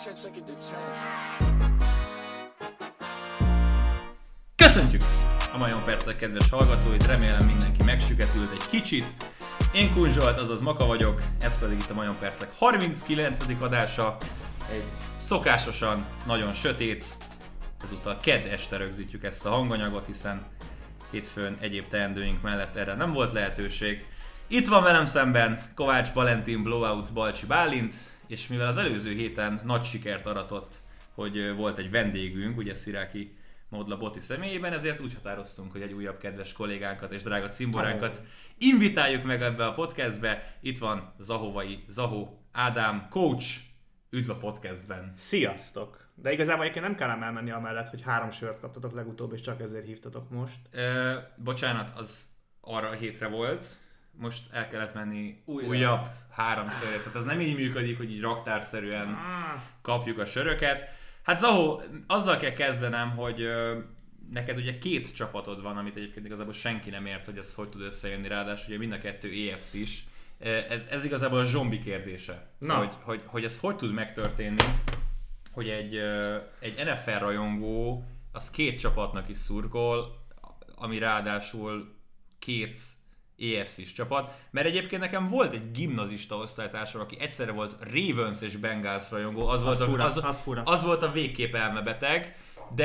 Köszöntjük a Majom Percek kedves hallgatóit, remélem mindenki megsüketült egy kicsit. Én Kun Zsolt, azaz Maka vagyok, ez pedig itt a Majom Percek 39. adása. Egy szokásosan nagyon sötét, ezúttal kedd este rögzítjük ezt a hanganyagot, hiszen hétfőn egyéb teendőink mellett erre nem volt lehetőség. Itt van velem szemben Kovács Valentin Blowout Balcsi Bálint, és mivel az előző héten nagy sikert aratott, hogy volt egy vendégünk, ugye Sziráki Modla Boti személyében, ezért úgy határoztunk, hogy egy újabb kedves kollégánkat és drága cimboránkat invitáljuk meg ebbe a podcastbe. Itt van Zahovai Zahó Ádám, coach, üdv a podcastben. Sziasztok! De igazából egyébként nem kellene elmenni amellett, hogy 3 sört kaptatok legutóbb, és csak ezért hívtatok most. Bocsánat, az arra a hétre volt. Most el kellett menni újabb 3 sörért. Tehát ez nem így működik, hogy így raktárszerűen kapjuk a söröket. Hát Zahó, azzal kell kezdenem, hogy neked ugye 2 csapatod van, amit egyébként igazából senki nem ért, hogy ez hogy tud összejönni, ráadásul ugye mind a 2 EFC-s. Ez igazából a zombi kérdése, hogy ez hogy tud megtörténni, hogy egy NFL rajongó az 2 csapatnak is szurkol, ami ráadásul 2 EFC-s csapat, mert egyébként nekem volt egy gimnazista osztálytársam, aki egyszerre volt Ravens és Bengals rajongó, az volt a végképp elmebeteg,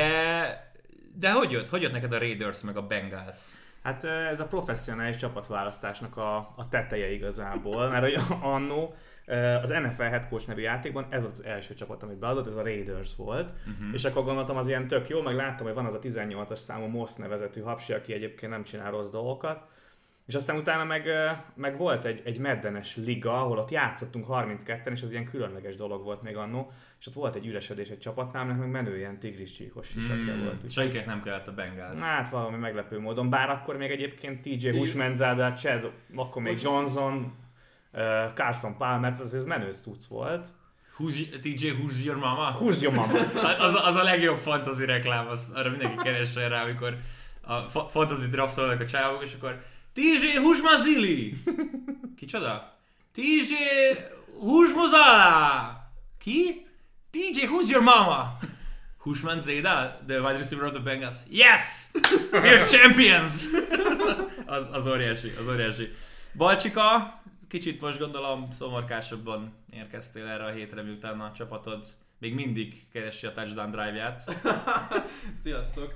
de hogy jött neked a Raiders meg a Bengals? Hát ez a professzionális csapatválasztásnak a teteje igazából, mert hogy annó az NFL Head Coach nevű játékban ez volt az első csapat, amit beadott, ez a Raiders volt, és akkor gondoltam, az ilyen tök jó, meg láttam, hogy van az a 18-as számú Moss nevezetű hapsi, aki egyébként nem csinál rossz dolgokat. És aztán utána meg volt egy meddenes liga, ahol ott játszottunk 32-en, és az ilyen különleges dolog volt még annó, és ott volt egy üresedés egy csapatnál, meg menő ilyen tigris csíkos sisakja volt. Senkinek nem kellett a Bengals. Hát valami meglepő módon, bár akkor még egyébként TJ Houshmandzadeh, Chad, akkor még Johnson, Carson Palmer, ez menő cucc volt. TJ Who's Your Mama? Who's Your Mama? az a legjobb fantasy reklám, arra mindenki keressen rá, amikor a fantasy draftolnak a csávok, és akkor TJ Houshmandzili! Kicsoda? TJ Houshmandzala! Ki? TJ Who's Your Mama? Houshmandzadeh, the wide receiver of the Bengals. Yes! We're champions! az óriási. Balcsika, kicsit most gondolom szomorkásabban érkeztél erre a hétre, miután a csapatod még mindig keresi a touchdown drive-ját. Sziasztok!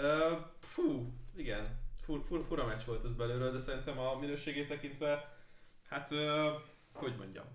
Igen. Fura meccs volt ez belőle, de szerintem a minőségét tekintve, hát, hogy mondjam,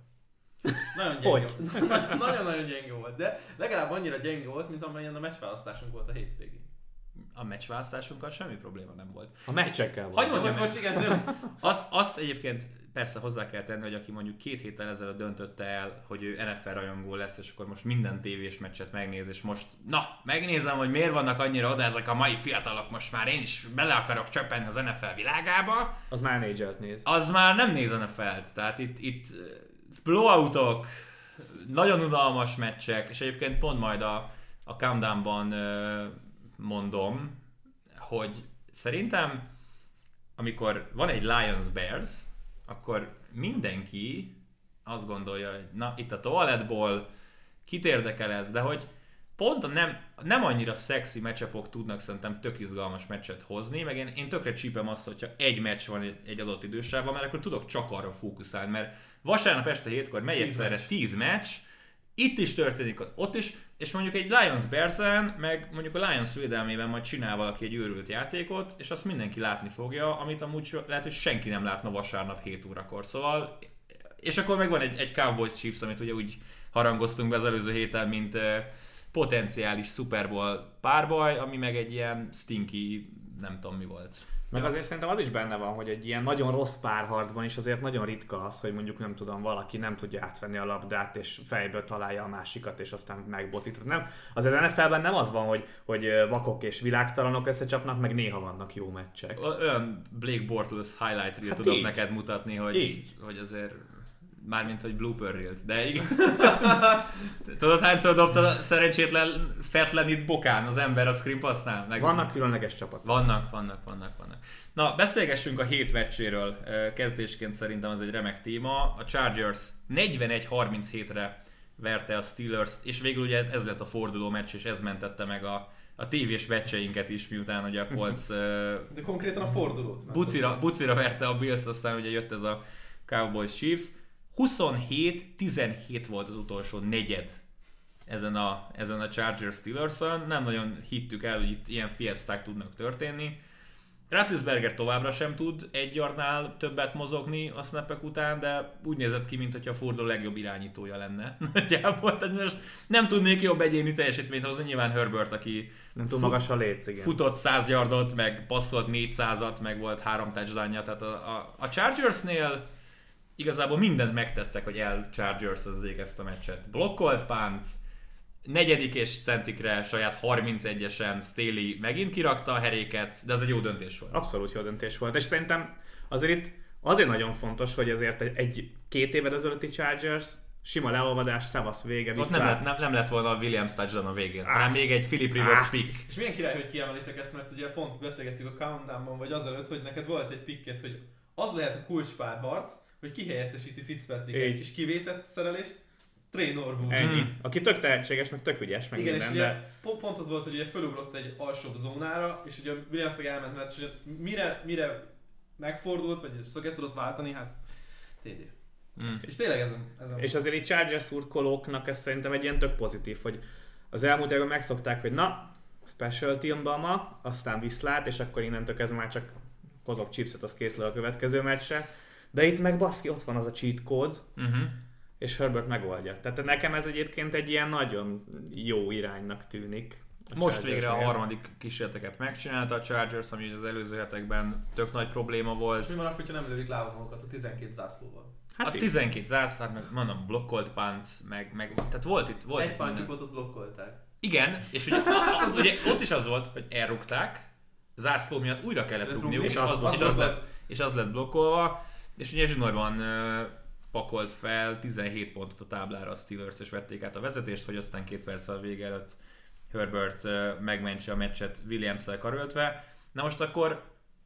nagyon-nagyon gyenge volt, de legalább annyira gyenge volt, mint amilyen a meccsválasztásunk volt a hétvégén. A meccsválasztásunkkal semmi probléma nem volt. A meccsekkel volt. Hogy mondjam, azt egyébként persze hozzá kell tenni, hogy aki mondjuk 2 héttel ezelőtt döntötte el, hogy ő NFL rajongó lesz, és akkor most minden tévés meccset megnéz, és most megnézem, hogy miért vannak annyira oda ezek a mai fiatalok, most már én is bele akarok csöppenni az NFL világába. Az már NHL-t néz. Az már nem néz NFL-t, tehát itt blowoutok, nagyon unalmas meccsek, és egyébként pont majd a countdownban mondom, hogy szerintem amikor van egy Lions-Bears, akkor mindenki azt gondolja, hogy na, itt a toalettból, kit érdekel ez, de hogy pont a nem annyira szexi matchupok tudnak szerintem tök izgalmas meccset hozni, meg én tökre csípem azt, hogyha egy meccs van egy adott idősávban, mert akkor tudok csak arra fókuszálni, mert vasárnap este 7-kor megy egyszerre 10 meccs, itt is történik, ott is, és mondjuk egy Lions-Bears-en, meg mondjuk a Lions védelmében majd csinál valaki egy őrült játékot, és azt mindenki látni fogja, amit amúgy lehet, hogy senki nem látna vasárnap 7 órakor. Szóval, és akkor meg van egy Cowboys Chiefs, amit ugye úgy harangoztunk be az előző héten, mint potenciális Super Bowl párbaj, ami meg egy ilyen stinky, nem tudom mi volt. Meg azért szerintem az is benne van, hogy egy ilyen nagyon rossz párharcban is azért nagyon ritka az, hogy mondjuk nem tudom, valaki nem tudja átvenni a labdát, és fejből találja a másikat, és aztán megbotít. Nem, azért NFL-ben nem az van, hogy vakok és világtalanok összecsapnak, meg néha vannak jó meccsek. Olyan Blake Bortles highlight reel tudok így neked mutatni, hogy azért mármint, hogy blooper reelt, de igen. Tudod, hányszor dobta szerencsétlen Fetlenit bokán az ember a screen passznál? Vannak különleges csapatok. Vannak. Na, beszélgessünk a hét meccséről. Kezdésként szerintem ez egy remek téma. A Chargers 41-37-re verte a Steelers, és végül ugye ez lett a forduló meccs, és ez mentette meg a tévés meccseinket is, miután ugye a Colts de konkrétan a fordulót. bucira verte a Bills, aztán ugye jött ez a Cowboys Chiefs. 27-17 volt az utolsó negyed ezen a Chargers Steelers-on. Nem nagyon hittük el, hogy itt ilyen fieszták tudnak történni. Roethlisberger továbbra sem tud egy yardnál többet mozogni a snapek után, de úgy nézett ki, mintha a forduló legjobb irányítója lenne. Nagyjából, tehát most nem tudnék jobb egyéni teljesítményt hozni, nyilván Herbert, aki nem túl magas a léc, igen. Futott 100 yardot, meg passzolt 400-at, meg volt 3 touchdownja, tehát a Chargersnél igazából mindent megtettek, hogy el-Chargers-ezzék ezt a meccset. Blokkolt punt, negyedik és centikre saját 31-esen Staley megint kirakta a heréket, de ez egy jó döntés volt. Abszolút jó döntés volt, és szerintem azért itt azért nagyon fontos, hogy azért egy-két évvel ezelőtti Chargers sima leolvadás, szavasz vége, viszlát. Nem lett volna a Williams touchdown a végén, hanem még egy Philip Rivers pick. És milyen király, hogy kiemelitek ezt, mert ugye pont beszélgettük a countdownban, vagy azelőtt, hogy neked volt egy picket, hogy az lehet a kulcspárharc, hogy ki helyettesíti Fitzpatricket, és kivétett szerelést Trey Norwood. Aki tök tehetséges, meg tök ügyes, meg igen, minden, és ugye de... pont az volt, hogy ugye fölugrott egy alsóbb zónára, és ugye Williams elment, mert ugye mire megfordult, vagy szöget tudott váltani, hát TD. És tényleg ezen. És azért így Chargers szurkolóknak ez szerintem egy ilyen tök pozitív, hogy az elmúlt évben megszokták, hogy na, special teamban ma, aztán viszlát, és akkor innentől kezdve már csak kozog chipset, az készül a következő meccsre. De itt meg baszki, ott van az a cheat code, és Herbert megoldja. Tehát nekem ez egyébként egy ilyen nagyon jó iránynak tűnik. Most végre a harmadik kísérleteket megcsinálta a Chargers, ami az előző hetekben tök nagy probléma volt. És mi van akkor, hogyha nem lövik lába magukat a 12 zászlóval? Hát a 12 zászló, hát meg mondom, blokkolt punt, meg tehát volt itt... Egy puntjukat ott blokkolták. Igen, és ugye ott is az volt, hogy elrúgták, zászló miatt újra kellett rúgni, és az lett blokkolva, és ugye zsinórban pakolt fel 17 pontot a táblára a Steelers, és vették át a vezetést, hogy aztán 2 perccel a vége előtt Herbert megmentse a meccset Williams-szel karöltve. Na most akkor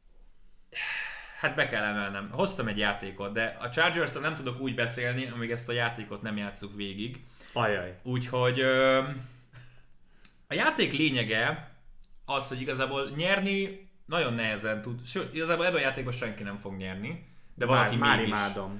hát be kell emelnem. Hoztam egy játékot, de a Chargers-ről nem tudok úgy beszélni, amíg ezt a játékot nem játsszuk végig. Ajaj. Úgyhogy a játék lényege az, hogy igazából nyerni nagyon nehezen tud. Sőt, igazából ebben a játékban senki nem fog nyerni, de valaki már mégis. imádom.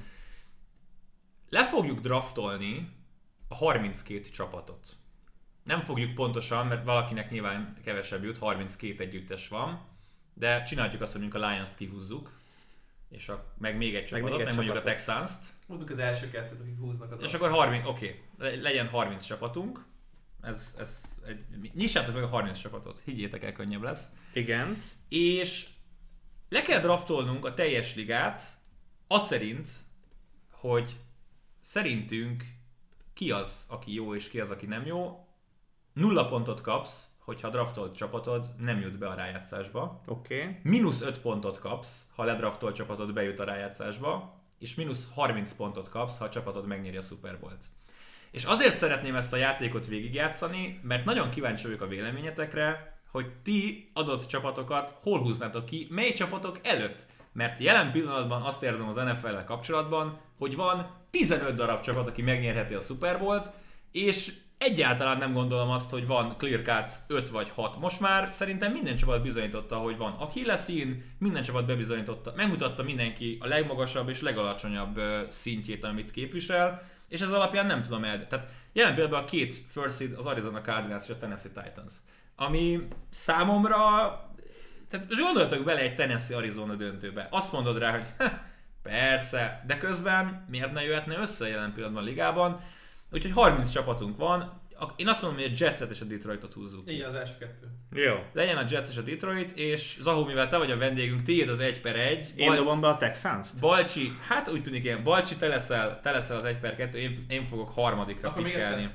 Le fogjuk draftolni a 32 csapatot. Nem fogjuk pontosan, mert valakinek nyilván kevesebb jut, 32 együttes van, de csináljuk azt, hogy mondjuk a Lions-t kihúzzuk, és meg még egy csapatot, meg mondjuk a Texans-t. Húzzuk az első kettőt, akik húznak a és akkor legyen 30 csapatunk. Nyissátok meg a 30 csapatot, higgyétek el, könnyebb lesz. Igen. És le kell draftolnunk a teljes ligát, az szerint, hogy szerintünk ki az, aki jó, és ki az, aki nem jó. 0 pontot kapsz, hogyha a draftolt csapatod nem jut be a rájátszásba. Oké. -5 pontot kapsz, ha a ledraftolt csapatod bejut a rájátszásba, és -30 pontot kapsz, ha a csapatod megnyeri a Super Bowl-t. És azért szeretném ezt a játékot végigjátszani, mert nagyon kíváncsi vagyok a véleményetekre, hogy ti adott csapatokat hol húznátok ki, mely csapatok előtt. Mert jelen pillanatban azt érzem az NFL-lel kapcsolatban, hogy van 15 darab csapat, aki megnyerheti a Super Bowl-t, és egyáltalán nem gondolom azt, hogy van clear cut 5 vagy 6. Most már szerintem minden csapat bizonyította, hogy van Achilles-szín, minden csapat bebizonyította, megmutatta mindenki a legmagasabb és legalacsonyabb szintjét, amit képvisel, és ez alapján nem tudom Tehát jelen pillanatban a 2 first seed az Arizona Cardinals és a Tennessee Titans. Ami számomra... Tehát gondoltok bele egy Tennessee-Arizona döntőbe. Azt mondod rá, hogy persze, de közben miért ne jöhetne össze jelen pillanatban a ligában. Úgyhogy 30 csapatunk van. Én azt mondom, hogy a Jetset és a Detroitot húzzuk. Igen, az első kettő. Jó. Legyen a Jets és a Detroit, és Zahó, mivel te vagy a vendégünk, tiéd az 1/1. Én dobom be a Texans-t? Balcsi, hát úgy tűnik ilyen, Balcsi, te leszel az 1/2, én fogok harmadikra pikkelni.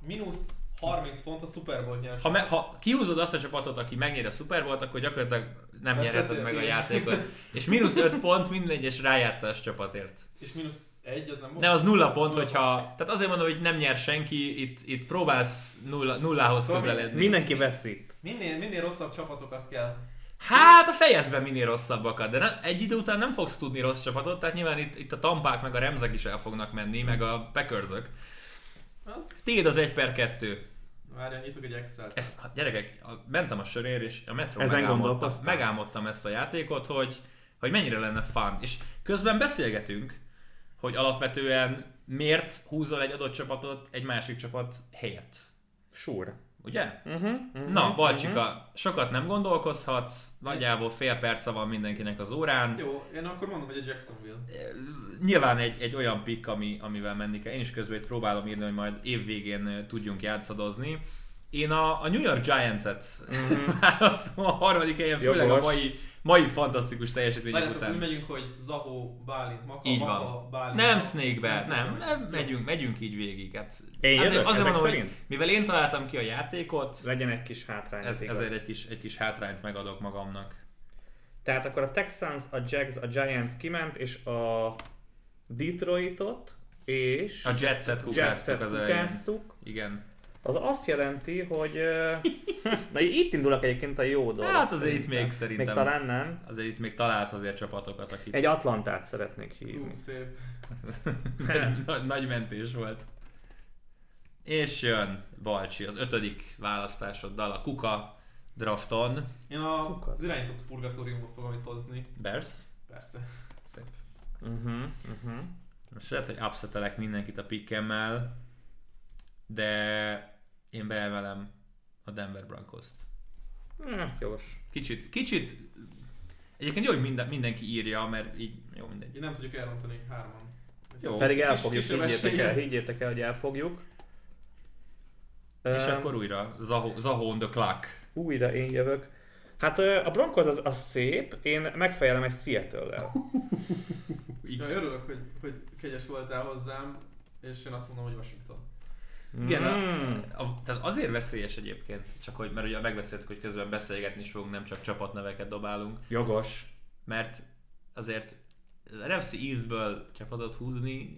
-30 pont a Super Bowl nyer. Ha kihúzod azt a csapatot, aki megnyeri a Super Bowl-t, akkor gyakorlatilag nem nyerheted meg a játékot. És -5 pont minden egyes rájátszás csapatért. És -1 az nem volt? Nem, az 0 pont, hogyha... Tehát azért mondom, hogy nem nyer senki, itt próbálsz nullához közeledni. Mindenki veszít. Minél rosszabb csapatokat kell. Hát a fejedben minél rosszabbakat, de egy idő után nem fogsz tudni rossz csapatot, tehát nyilván itt a Tampák meg a Ramsek is el fognak menni, meg a Packersök. Tiéd az 1/2. Várjál, nyitok egy Excel-t. Gyerekek, mentem a sörért, és a metró megálmodtam ezt a játékot, hogy mennyire lenne fun. És közben beszélgetünk, hogy alapvetően miért húzol egy adott csapatot egy másik csapat helyett. Sure. Ugye? Na, Balcsika, sokat nem gondolkozhatsz, nagyjából fél perce van mindenkinek az órán. Jó, én akkor mondom, hogy a Jacksonville. Nyilván egy olyan pick, amivel menni kell. Én is közben itt próbálom írni, hogy majd évvégén tudjunk játszadozni. Én a New York Giants-et választom a harmadik helyen, főleg a mai fantasztikus teljesítmények után. Úgy megyünk, hogy Zaho, Bálint, Maka, így Maka, van. Bálint. Nem Snake-be, nem, megyünk így végig. Hát, én jövök, azért mondom, szerint? hogy mivel én találtam ki a játékot, legyen egy kis hátrány. Ezért egy kis hátrányt megadok magamnak. Tehát akkor a Texans, a Jags, a Giants kiment, és a Detroitot, és a Jetset kukáztuk. Igen. Az azt jelenti, hogy... Na itt indulok egyébként a jó dolog. Hát azért itt még szerintem... Még talán nem. Azért itt még találsz azért csapatokat, akik... Egy Atlantát szeretnék hívni. Szép. Nagy mentés volt. És jön Balcsi, az 5. választásoddal a Kuka drafton. Én az irányított purgatóriumot fogom itt hozni. Bears? Persze. Szép. Most lehet, hogy upsetelek mindenkit a pickemmel, de én beemelem a Denver Broncos-t. Jogos. Kicsit egyébként jó, hogy mindenki írja, mert így jó mindegy. Én nem tudjuk elrontani 3-an. Jó. Pedig elfogjuk, higgyétek el, hogy elfogjuk. És akkor újra Zaho on the clock. Újra én jövök. Hát a Broncos az szép, én megfejelem egy Seattle-lel. Igen, örülök, hogy kegyes voltál hozzám, és én azt mondom, hogy Washington. Igen, tehát azért veszélyes egyébként, csak hogy, mert ugye megbeszéltük, hogy közben beszélgetni is fogunk, nem csak csapatneveket dobálunk. Jogos. Mert azért az NFC Eastből csapatot húzni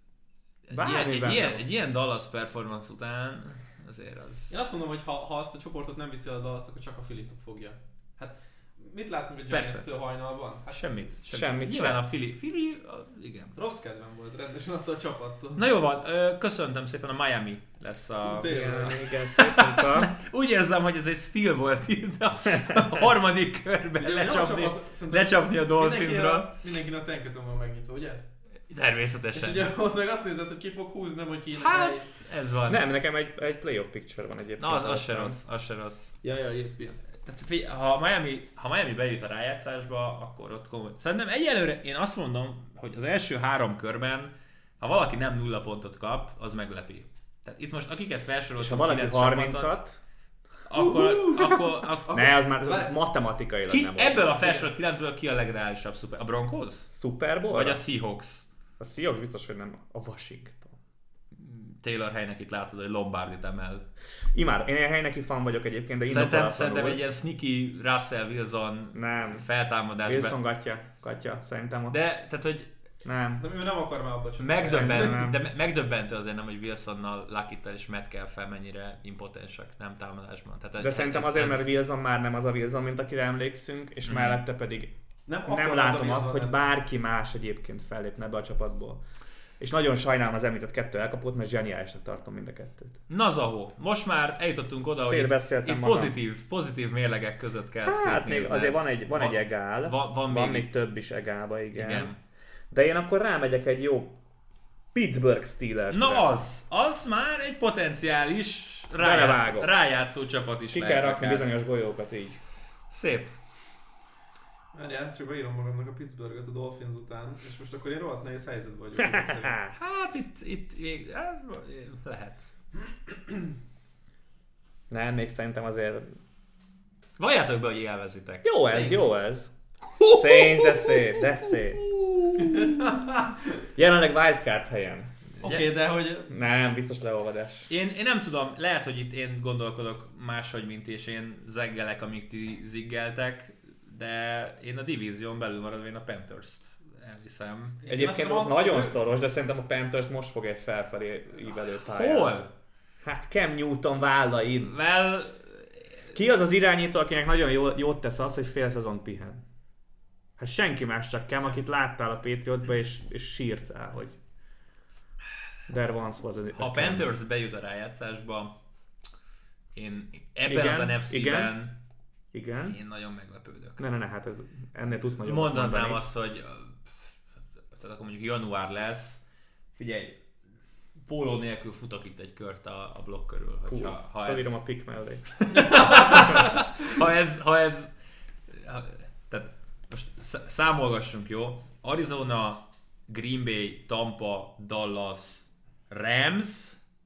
egy ilyen Dallas performance után azért az... Én azt mondom, hogy ha azt a csoportot nem viszi el a Dallas, akkor csak a Philly fogja. Hát mit látunk a Giants-től hajnalban? Hát Semmit. Nyilván a Philly igen. Rossz kedvem volt rendesen attól a csapattól. Na jó van, köszöntem szépen, a Miami lesz a... Igen, szépen. Úgy érzem, hogy ez egy steal volt itt a harmadik körben lecsapni a Dolphinsra. Mindenkinek a tankötön van megnyitva, ugye? Természetesen. És ugye ott meg azt nézed, hogy ki fog húzni, nem hogy ki... Hát, ez van. Nem, nekem egy playoff picture van egyébként. Na, az se rossz. Ja, ESPN. Tehát, ha Miami bejut a rájátszásba, akkor ott komoly. Szerintem egyelőre én azt mondom, hogy az első 3 körben, ha valaki nem 0 pontot kap, az meglepi. Tehát itt most akiket felsoroltunk, ha valaki 30-at, akkor ne, az már matematikailag nem volt. Ebből a felsorolt 9-ből ki a legreálisabb szuper? A Broncos? Super Bowl? Vagy a Seahawks? A Seahawks biztos, hogy nem. A Washington. Taylor Heinek itt látod, hogy Lombardit emel. Imádom. Én Heineki fan vagyok egyébként, de szerintem egy ilyen sneaky Russell Wilson feltámadás. Wilson gatya, szerintem. De, tehát, hogy nem. Szerintem ő nem akar már abba csak. Megdöbbentő azért nem, hogy Wilsonnal, Luckittel és Metcalf-fel mennyire impotensek, nem támadásban. Tehát de szerintem azért, mert Wilson már nem az a Wilson, mint akire emlékszünk, és mellette pedig nem látom azt, hogy bárki más egyébként fellépne be a csapatból. És nagyon sajnálom az említett 2 elkapott, mert zseniálisnak tartom mind a 2-t. Na Zaho, most már eljutottunk oda, hogy itt pozitív mérlegek között kell szétnézned. Hát azért van egy egál, van még több is egálba, igen. De én akkor rámegyek egy jó Pittsburgh Steelers-re. Na az már egy potenciális rájátszó csapat is ki kell rakni bizonyos golyókat így. Szép. Várjál, csak beírom magamnak a Pittsburghet a Dolphins után, és most akkor én rohadt nehéz helyzetben vagyok. Hát itt még lehet. Nem, még szerintem azért... Valljátok be, hogy élvezitek. Jó ez. Saints, de szép. Jelenleg wildcard helyen. Oké, de hogy... Nem, biztos leolvadás. Én nem tudom, lehet, hogy itt én gondolkodok máshogy, mint és én zeggelek, amíg ti ziggeltek, de én a divízión belül maradva én a Panthers-t elviszem. Egyébként nagyon szoros, de szerintem a Panthers most fog egy felfelé ívelő pályán. Hol? Hát Cam Newton vállain. Ki az az irányító, akinek nagyon jót tesz az, hogy fél szezon pihen? Hát senki más, csak Cam, akit láttál a Patriotsba és sírtál, hogy... There once was ha a Panthers bejut a rájátszásba, én ebben az NFC-ben igen. Én nagyon meglepődök. Ne, hát ez ennél tudsz nagyon mondanám azt, hogy tehát akkor mondjuk január lesz, figyelj, póló nélkül futok itt egy kört a blokk körül. Felírom a pick mellé. Tehát most számolgassunk, jó? Arizona, Green Bay, Tampa, Dallas, Rams.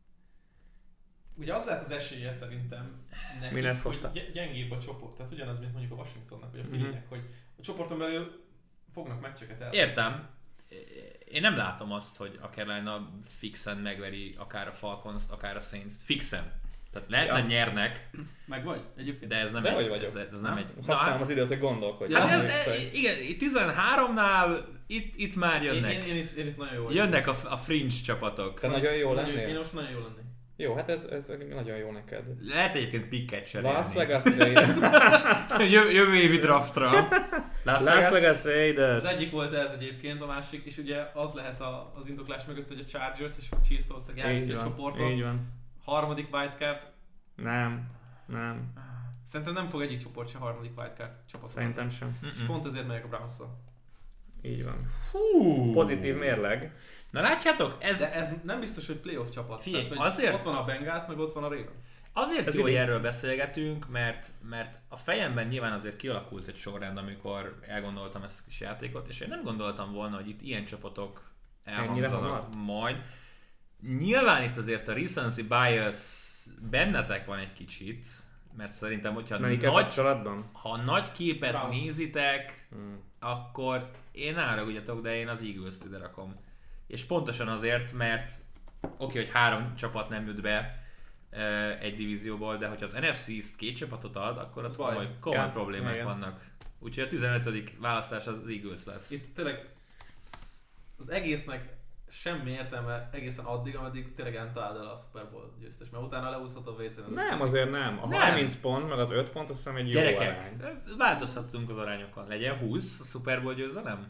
Ugye az lehet az esélye szerintem nekik, hogy gyengébb a csoport. Tehát ugyanaz, mint mondjuk a Washingtonnak, vagy a Phillynek, hogy a csoporton belül fognak meccseket el. Értem. Én nem látom azt, hogy a Carolina fixen megveri akár a Falcons-t, akár a Saints-t. Fixen. Tehát lehetne nyernek. Meg vagy egyébként. De ez nem ez nem egy... Használom az időt, hogy gondolkodjak. Igen, 13-nál itt már jönnek. Én itt nagyon jól jönnek a fringe csapatok. Te nagyon jól lennél? Én most nagyon jól lennék. Jó, hát ez nagyon jó neked. Lehet egyébként picket cserélni. Las Vegas Raiders. Jövő évi draftra. Las Vegas Raiders. Az egyik volt ez egyébként, a másik is ugye az lehet az indoklás mögött, hogy a Chargers és a Chiefs valószínűleg elviszi a csoportot. Így van. Harmadik wildcard. Nem. Szerintem nem fog egyik csoport se harmadik wildcard csapatot. Szerintem sem. És pont ezért megyek a Browns-szal. Így van. Hú. Pozitív mérleg. Na látjátok, De ez nem biztos, hogy playoff csapat. Figyelj, tehát, azért... Ott van a Bengals, meg ott van a Ravens. Azért jó, hogy erről beszélgetünk, mert a fejemben nyilván azért kialakult egy sorrend, amikor elgondoltam ezt a kis játékot, és én nem gondoltam volna, hogy itt ilyen csapatok elhangzanak majd. Nyilván itt azért a recency bias bennetek van egy kicsit, mert szerintem, hogyha nagy képet nézitek, akkor én ne haragudjatok, de én az Eagles-t ide rakom. És pontosan azért, mert oké, hogy 3 csapat nem jut be egy divízióból, de hogyha az NFC East 2 csapatot ad, akkor ott komoly problémák vannak. Úgyhogy a 15. választás az Eagles lesz. Itt tényleg az egésznek semmi értelme egészen addig, ameddig tényleg nem találd el a Super Bowl győztes, mert utána leúszhat a WC-n. Nem, azért nem. A 30 pont, meg az 5 pont, azt hiszem egy jó arány. Változhatunk az arányokon. Legyen 20 a Super Bowl győzelem?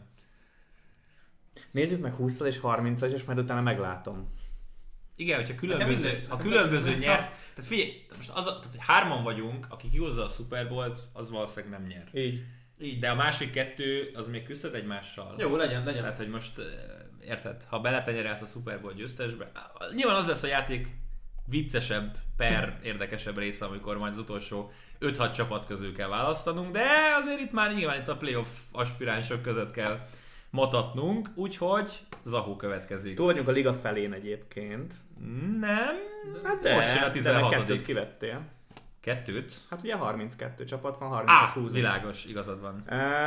Nézzük meg 20-al és 30-al, és majd utána meglátom. Igen, hogyha különböző nyer. Tehát figyelj, most tehát, hogy 3-an vagyunk, akik kihozza a Super Bowl-t, az valószínűleg nem nyer. Így. De a másik 2 az még küzdhet egymással. Jó, legyen. Tehát, hogy most érted, ha beletenyerelsz a Super Bowl győztesbe, nyilván az lesz a játék viccesebb, érdekesebb része, amikor majd az utolsó 5-6 csapat közül kell választanunk, de azért itt már nyilván itt a playoff aspiránsok között kell matatnunk, úgyhogy Zahó következik. Túl vagyunk a liga felén egyébként. Nem, hát de most jön a 16. 2-t kivettél. 2-t? Hát ugye 32 csapat van, 35-20. Világos, igazad van.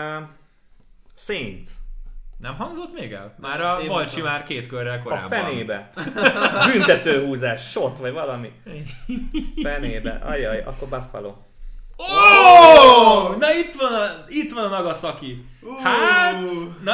Saints. Nem hangzott még el? Már a Balcsi már 2 körrel korábban. A fenébe. Büntetőhúzás, shot vagy valami. Fenébe. Ajaj, akkor Buffalo. Na itt van a Nagasaki. Hát, na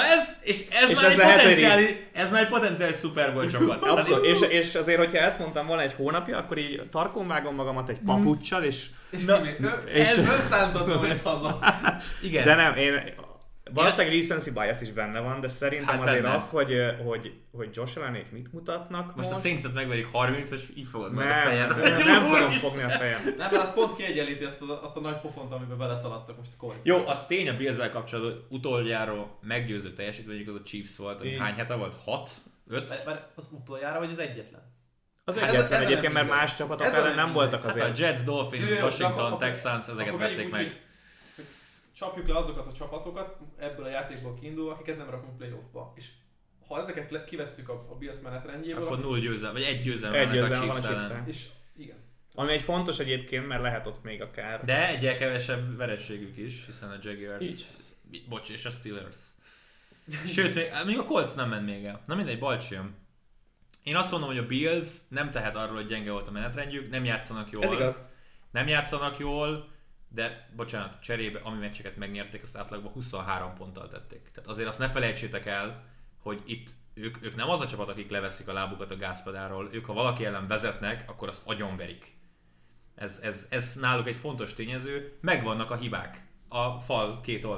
ez már egy potenciális Super Bowl csapat. Abszolút, és azért, hogyha ezt mondtam volna egy hónapja, akkor így tarkon vágom magamat egy papuccsal, és összeállítottam ezt haza. Igen. De nem, valószínűleg recency bias is benne van, de szerintem azért benne. Az, hogy Josh Allenék mit mutatnak most. A Saints-et megverik 30, és így fogod meg a fejed. Nem fogom fogni a fejem. Nem, mert az pont kiegyenlíti azt a nagy pofont, amiben beleszaladtak most a Colts. Jó, az tény a Bills-zel kapcsolatban, utoljára meggyőző teljesítményük az a Chiefs volt, ami hány hete volt? 6? 5? Mert az utoljára, vagy az egyetlen? Az egyetlen egyébként, mert más csapatok ellen nem voltak azért. Hát a Jets, Dolphins, Washington, Texans, ezeket vették meg. Csapjuk le azokat a csapatokat, ebből a játékból kiindul, akiket nem rakunk playoffba. És ha ezeket kivesszük a Bills menetrendjéből, akkor 0 győzelem, vagy 1 győzelem van a Chiefs ellen. És igen. Ami egy fontos egyébként, mert lehet ott még akár. De egyel kevesebb vereségük is, hiszen a Jaguars, és a Steelers. Sőt, még a Colts nem ment még el. Na mindegy, Balcsi jön. Én azt mondom, hogy a Bills nem tehet arról, hogy gyenge volt a menetrendjük, nem játszanak jól. Ez igaz. Nem játszanak jól, de bocsánat, cserébe, ami meccseket megnyerték, azt átlagban 23 ponttal tették. Tehát azért azt ne felejtsétek el, hogy itt ők nem az a csapat, akik leveszik a lábukat a gázpedáról. Ők, ha valaki ellen vezetnek, akkor azt agyonverik. Ez náluk egy fontos tényező. Megvannak a hibák a fal két oldala.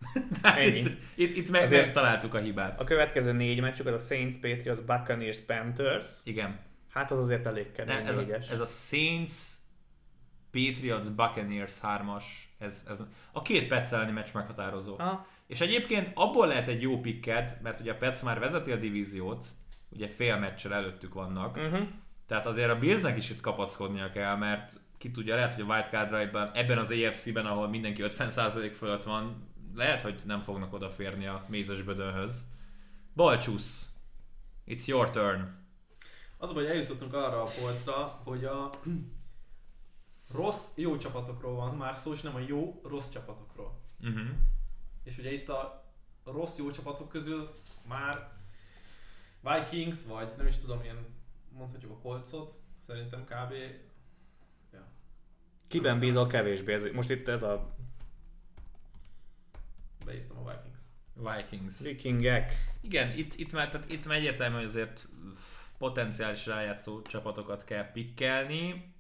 itt megtaláltuk a hibát. A következő 4 meccsük az a Saints, Patriots, Buccaneers, Panthers. Igen. Hát az azért elég kemény négyes. Ez a Saints, Patriots, Buccaneers 3-as, ez a 2 Pets elleni meccs meghatározó. És egyébként abból lehet egy jó picket, mert ugye a Pets már vezeti a divíziót, ugye fél meccsel előttük vannak, tehát azért a Billsnek is itt kapaszkodnia kell, mert ki tudja, lehet, hogy a wildcard ebben az AFC-ben, ahol mindenki 50% fölött van, lehet, hogy nem fognak odaférni a mézes bödönhöz. Balcsusz, it's your turn. Az a baj, hogy eljutottunk arra a polcra, hogy a rossz, jó csapatokról van már szó, és nem a jó, rossz csapatokról. És ugye itt a rossz, jó csapatok közül már Vikings, vagy nem is tudom, ilyen mondhatjuk a Coltsot, szerintem kb. Ja. Kiben bízol kevésbé? Most itt ez a... Beírtam a Vikings. Vikingek. Igen, itt már egyértelmű, hogy azért potenciális rájátszó csapatokat kell pikkelni.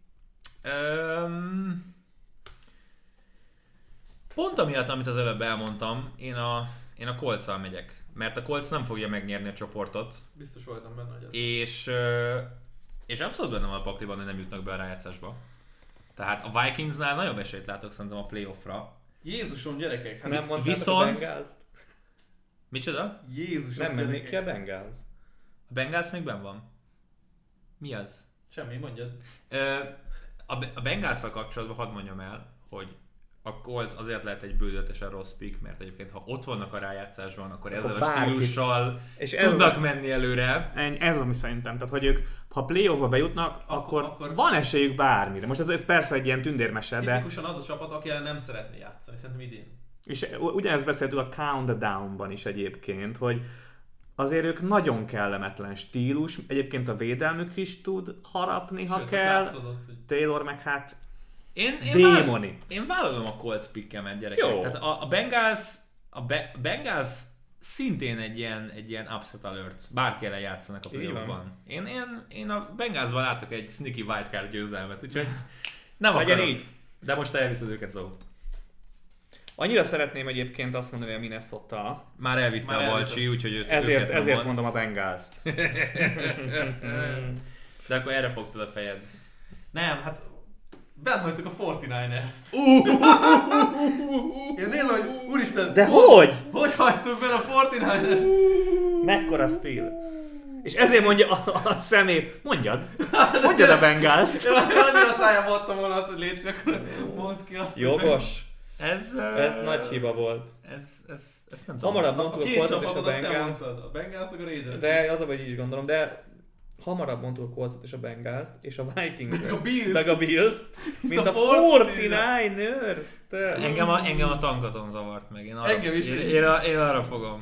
Pont amiatt, amit az előbb elmondtam, én a Coltszal megyek. Mert a Colts nem fogja megnyerni a csoportot. Biztos voltam benne, hogy és abszolút benne van a pakliban, hogy nem jutnak be a rájátszásba. Tehát a Vikingsnál nagyobb esélyt látok szerintem a playoffra. Jézusom, gyerekek! Hát nem mondtátok viszont... a Bengals-t? Micsoda? Jézusom, nem mennék ki a Bengals? A Bengals még benn van. Mi az? Semmi, mondjad. A Bengalsszal kapcsolatban hadd mondjam el, hogy a Colts azért lehet egy bődötesen rossz pick, mert egyébként ha ott vannak a rájátszásban, akkor ezzel a stílussal tudnak menni előre. Ez ami szerintem, tehát hogy ők, ha playoffba bejutnak, akkor van esélyük bármire. Most ez persze egy ilyen tündérmese, de... Tipikusan az a csapat, aki nem szeretné játszani, szerintem idén. És ugyanezt beszéltük a Countdown-ban is egyébként, hogy azért ők nagyon kellemetlen stílus, egyébként a védelmük is tud harapni, ha kell. Taylor meg hát démoni. Én vállalom a Colts pickemet, gyerekek. Jó. Tehát a Bengals szintén egy ilyen upset alert. Bárki ellen játszanak a playoffban. Én a Bengalsban látok egy sneaky wildcard győzelmet, úgyhogy nem akarom. Így. De most elviszed őket, Zó. Annyira szeretném egyébként azt mondani, hogy a Minnesota. Már elvitte a Balcsi, úgyhogy ezért mondom a Bengalst. De akkor erre fogtad a fejed. Nem, hát benhagytuk a 49ers-t. Én nézem, hogy úristen, de hogy? Hogy hagytuk bele a 49ers-t? Mekkora stíl. És ezért mondja a szemét. Mondjad a Bengalst. Én annyira szájába adtam volna azt, hogy légy, akkor mondd ki azt. Jogos. Ez nagy hiba volt. Ez nem tudom. Hamarabb mondtuk a Coltsot és a Bengals. A Bengals, a Raiders. De az a baj, így is gondolom, de hamarabb mondtuk a Coltsot és a Bengals-t, és a Vikings meg a Bills-t, mint a 49ers-t. Engem a tankaton zavart meg. Én arra fogom.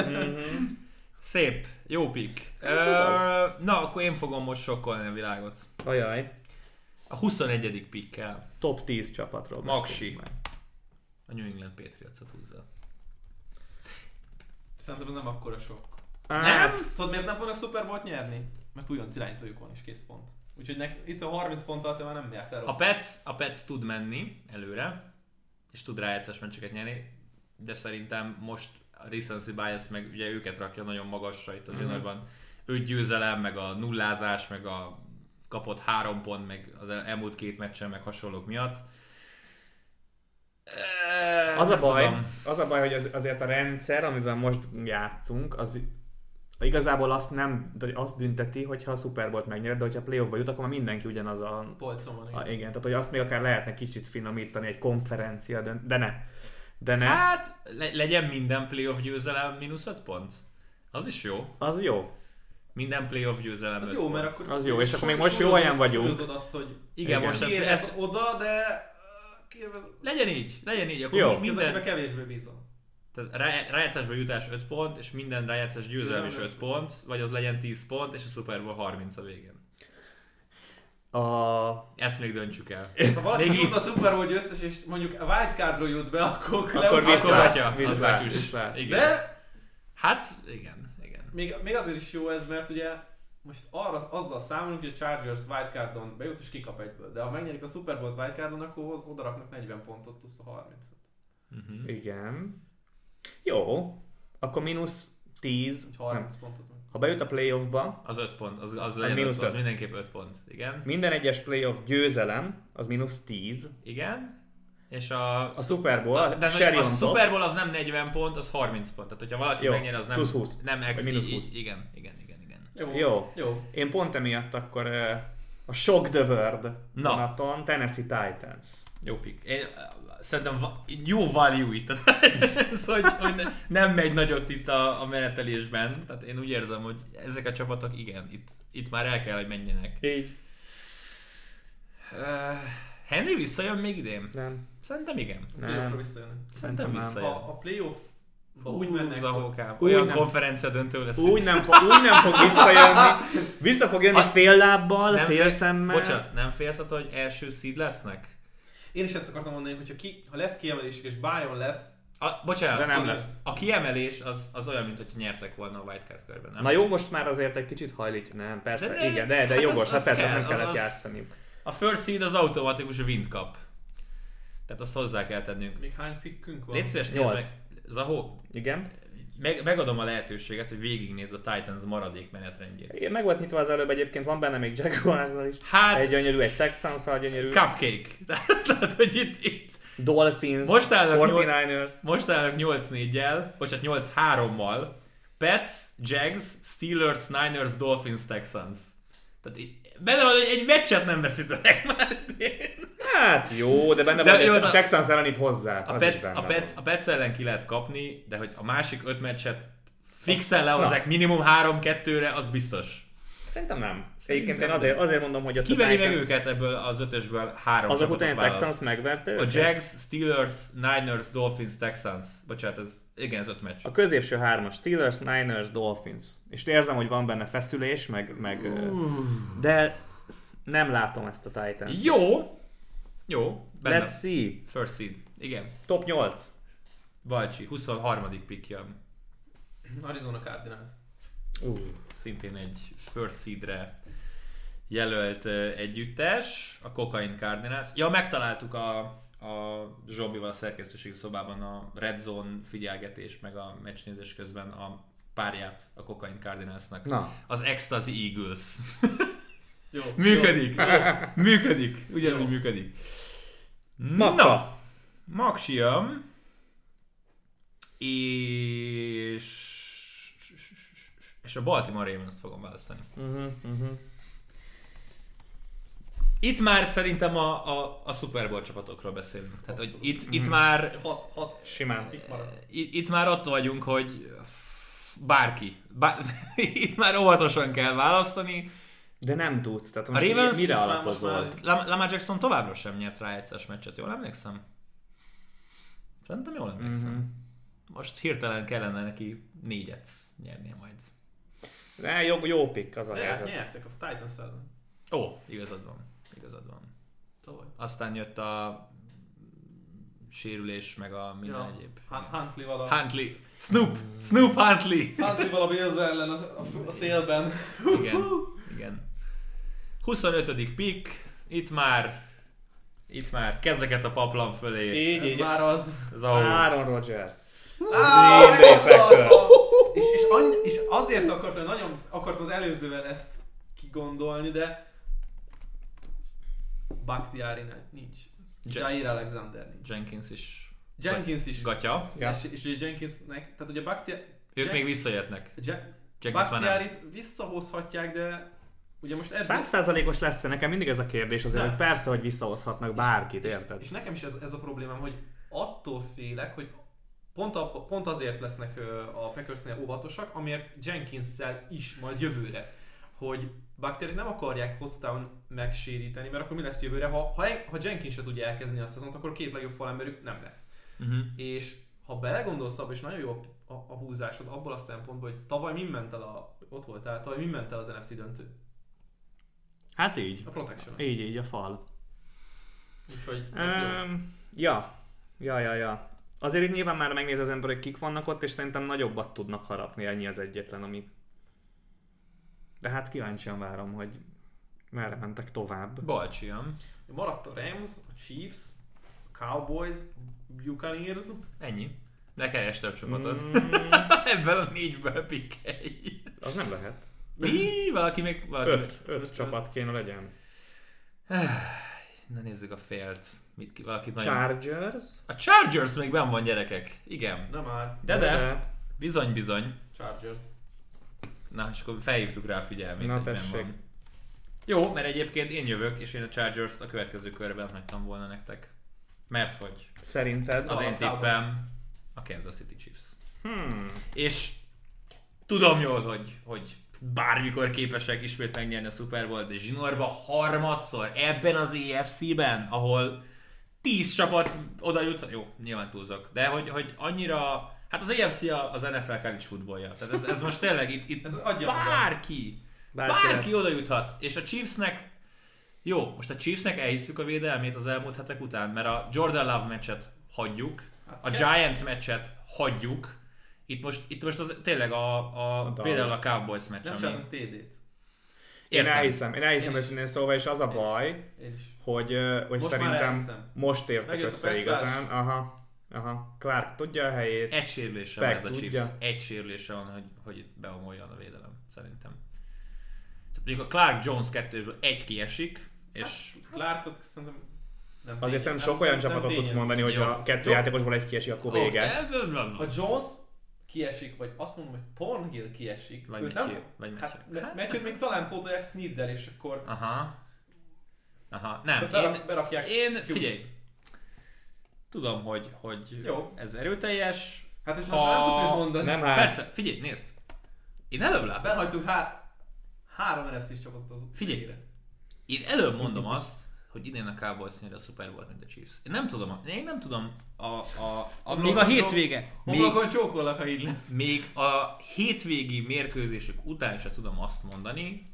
Szép, jó pick. Na, akkor én fogom most sokkolni a világot. Ajaj. A 21. pickkel. Top 10 csapatról. Maxi. A New England Patriots-ot húzza. Szerintem ez nem akkora sok. Nem? Tudod, miért nem fognak Super Bowl-t nyerni? Mert újonc irányítójuk van és kész pont. Úgyhogy itt a 30 ponttal te már nem jártál rossz. A Pets tud menni előre, és tud rájátszás meccseket nyerni, de szerintem most a recency bias meg ugye őket rakja nagyon magasra itt az nagyban. 5 győzelem, meg a nullázás, meg a kapott 3 pont, meg az elmúlt 2 meccsen, meg hasonlók miatt. Az a baj, hogy azért a rendszer, amivel most játszunk, az igazából azt bünteti, hogyha a Super Bowl-t megnyered, de hogyha playoffba jut, akkor már mindenki ugyanaz a polcon van. Igen, tehát hogy azt még akár lehetne kicsit finomítani egy konferencia, de ne. Hát legyen minden playoff győzelem -5 pont. Az is jó. Az jó. Minden playoff győzelem. Az jó, mert akkor... Az jó, és akkor még most jó helyen vagyunk. Azt, hogy igen, most ez oda, de... Legyen így. Akkor jó. Minden... kevésbé bízom. Tehát rájátszásba jutás 5 pont, és minden rájátszás győzelem is 5 pont, vagy az legyen 10 pont, és a Super Bowl 30 a végén. Ezt még döntsük el. Ha valaki jut a Super Bowl győztes, és mondjuk a wildcardról jut be, akkor viszlátja. De? Hát, igen. Még azért is jó ez, mert ugye most azzal számolunk, hogy a Chargers wildcardon bejut és kikap egyből. De ha megnyerik a Super Bowl wildcardon, akkor odaraknak 40 pontot plusz a 30-at. Igen. Jó, akkor -10. 30 pontot. Ha bejut a playoffba, Az 5 pont, az legyen mínusz 5, az öt. mindenképp 5 pont. Igen. minden egyes playoff győzelem, az -10. Igen. És a Super Bowl, de Sherry a on top. Super Bowl az nem 40 pont, az 30 pont. Tehát, hogyha valaki Jó, megnyer, az nem plusz 20. Nem Vagy ex, mínusz 20. igen. Jó. Én pont emiatt akkor a Shock the World vonaton Tennessee Titans. Jó pick. Én szerintem jó value itt. Szóval, hogy nem megy nagyot itt a menetelésben. Tehát én úgy érzem, hogy ezek a csapatok igen, itt már el kell, hogy menjenek. Így. Henry visszajön még idén? Nem. Szerintem igen. Playoffra visszajönni. Szerintem nem. visszajön. A playoff úgy mennek, Zahókám. úgy Olyan nem. konferencia döntő lesz. Úgy nem fog visszajönni. Vissza fog jönni fél lábbal, fél szemmel. Bocsánat, nem félsz attól, hogy első seed lesznek? Én is ezt akartam mondani, hogyha ha lesz kiemelésük és Bayern lesz, Bocsánat, De nem akkor lesz. A kiemelés az olyan, mint hogy nyertek volna a wildcard körben, nem? Na jó, most már azért egy kicsit hajlít. Nem, persze, De igen, de hát jogos, az hát persze kell, nem kellett az- játszani. A first seed az automatikus wind kap. Tehát azt hozzá kell tennünk. még hány pickünk van? Légy szíves, nézd 8. meg. Zahó, Igen. megadom a lehetőséget, hogy végignézd a Titans maradék menetrendjét. Igen, meg volt nyitva az előbb egyébként, van benne még Jaguars-zal is. Hát, Egy gyönyörű, egy Texans-szal gyönyörű. cupcake. Tehát, hogy itt Dolphins, Most állnak 49ers. most állnak 8-4-jel, bocsánat 8-3-mal. Pets, Jags, Steelers, Niners, Dolphins, Texans. Tehát benne van, hogy egy meccset nem veszítenek már. Hát jó, de benne De van, jó, hogy de- a Texans ellen itt hozzá. A Pets ellen ki lehet kapni, de hogy a másik 5 meccset fixen lehozzák minimum 3-2-re, az biztos. Szerintem nem. Szerintem Egyébként én azért mondom, hogy a Kiveri meg Titans- őket ebből az 5-ösből 3 azok csapatot után a választ. Texans megverte A őket? Jags, Steelers, Niners, Dolphins, Texans. Bocsánat, ez 5 meccs. A középső hármas, Steelers, Niners, Dolphins. És érzem, hogy van benne feszülés, de nem látom ezt a Titans. Jó, benne. Let's see. First seed. Igen. Top 8. Balcsi, 23. pick jön. Arizona Cardinals. Szintén egy first seedre jelölt együttes, a Cocaine Cardinals. Ja, megtaláltuk a Zsobival a szerkesztőségi szobában a Red Zone figyelgetés, meg a meccsnézés közben a párját a Cocaine Cardinalsnak. Na. Az Ecstasy Eagles. Jó. Működik. Működik. Ugyanúgy működik. Makka. Max jön. És a Baltimore Ravens-t fogom választani. Itt már szerintem a Super Bowl csapatokról beszélünk. Tehát, hogy itt már 6 Simán. pick maradt. itt már ott vagyunk, hogy bárki. Itt már óvatosan kell választani. De nem tudsz, tehát A most Ravens- mire most alapozol? már- Lamar Jackson továbbra sem nyert rá egyszeres meccset, jól emlékszem? Szerintem jól emlékszem. Most hirtelen kellene neki 4-et nyernie majd. De jó pick az a De helyzet. nyertek a Titans ellen. Ó, igazad van. Tavaly. Aztán jött a sérülés, meg a minden egyéb. Huntley-val a... Huntley. Snoop Huntley. Huntley-val a Bills ellen a szélben. Igen. 25. pick. Itt már kezeket a paplan fölé. Így, Ez így. már az. Aaron Rodgers. És azért nagyon akartam az előzővel ezt kigondolni, de Bakhtiari nincs. Jair Alexander nincs. Jenkins is gatya. Ja. És ugye Jenkinsnek, tehát ugye Bakhtiari... Ők még visszajöttnek. Jenkins már nem. Bakhtiarit visszahozhatják, de ugye most ez... 100%-os lesz nekem mindig ez a kérdés azért, Nem. hogy persze, hogy visszahozhatnak bárkit, érted? És nekem is ez a problémám, hogy attól félek, hogy pont azért lesznek a Packersnél óvatosak, amiért Jenkinssel is majd jövőre, hogy Bakhtiarit nem akarják hosszú távon megséríteni, mert akkor mi lesz jövőre, ha Jenkins se tudja elkezdeni a szezont, akkor két legjobb falemberük nem lesz. És ha belegondolsz abba, és nagyon jó a húzásod abból a szempontból, hogy tavaly mi ment el tavaly mi ment el az NFC döntő? Hát így. A protection. Így, a fal. Úgyhogy ez jó. Ja. Azért itt nyilván már megnéz az ember, hogy kik vannak ott, és szerintem nagyobbat tudnak harapni, ennyi az egyetlen, ami... De hát kíváncsian várom, hogy merre mentek tovább. Balcsiam. Maradt a Rams, a Chiefs, a Cowboys, Buccaneers, Ennyi. Ne keresd több csapatot. Ebből a 4-ből pikkelj. Az nem lehet. Mi? Valaki még... 5 csapat kéne legyen. Na nézzük a félt. Chargers. A Chargers még benn van, gyerekek. Igen. Nem már. De. Bizony. Chargers. Na, és akkor felhívtuk rá a figyelmét. Na tessék. Jó, mert egyébként én jövök, és én a Chargers-t a következő körben hagytam volna nektek. Mert hogy? Szerinted? Az én tippem a Kansas City Chiefs. És tudom jól, hogy bármikor képesek ismét megnyerni a Super Bowl-t, de zsinórba harmadszor ebben az AFC-ben, ahol 10 csapat oda juthat. Jó, nyilván túlzok. De hogy annyira... Hát az AFC az NFL college footballja. Tehát ez most tényleg itt ez bárki oda juthat. És a Chiefsnek... Jó, most a Chiefsnek elhisszük a védelmét az elmúlt hetek után, mert a Jordan Love meccset hagyjuk, a Giants meccset hagyjuk. Itt most az tényleg például a Cowboys meccs. Nem csinálunk TD-t. Én elhiszem őszintén szóval, és az a baj, hogy szerintem most értek össze igazán. Aha. Clark tudja a helyét. Egy sérülése van ez a Chiefs. Egy sérülése van, hogy omoljon a védelem, szerintem. Mondjuk a Clark Jones 2-ből egy kiesik, és... Clarkot szerintem nem azért szerintem sok olyan csapatot tudsz mondani, hogy a 2 játékosból egy kiesik, akkor vége. Ha Jones kiesik, vagy azt mondom, hogy Thornhill kiesik, vagy Matthew még talán pótolják Sneaddel, és akkor... Aha. Nem, berakják. Figyelj! Tudom, hogy jó. Ez erőteljes. Hát itt most nem tudsz mit mondani. Nem persze, figyelj, nézd! Én előbb látom. Behagytunk 3 NFC-s csapatot az figyelj! Én előbb mondom azt, hogy idén a Cowboys nyer a Super Bowl, mint a Chiefs. Én nem tudom még a hétvége. Homlokon csókolnak, ha így lesz. Még a hétvégi mérkőzésük után sem tudom azt mondani,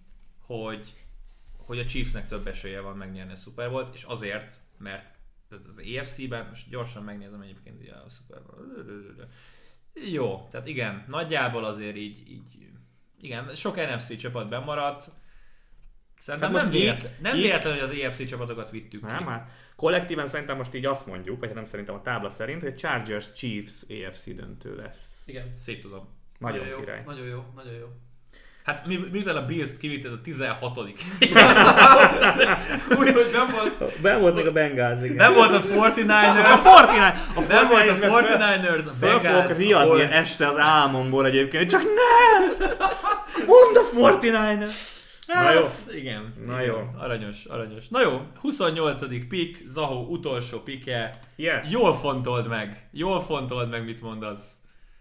hogy a Chiefsnek több esélye van megnyerni a Super Bowl-t, és azért, mert az AFC-ben, most gyorsan megnézem egyébként a Super Bowl. Jó, tehát igen, nagyjából azért így igen, sok NFC csapat bemaradt. Szerintem hát nem véletlen, hogy az AFC csapatokat vittük ki. Hát kollektíven szerintem most így azt mondjuk, vagy nem szerintem a tábla szerint, hogy Chargers Chiefs AFC döntő lesz. Igen. Szép tudom. Nagyon király. Nagyon jó. Hát miután a Bills-t kivitted a 16. Úgyhogy ben volt még a Bengals, igen. Nem volt a 49ers. Nem volt a 49ers, a Bengals. Fel fogok riadni este az álmomból egyébként, csak ne! Mondd a 49ers! Na jó. Igen. Na jó. Aranyos. Na jó, 28. pick, Zahó utolsó pickje. Yes. Jól fontold meg, mit mondasz.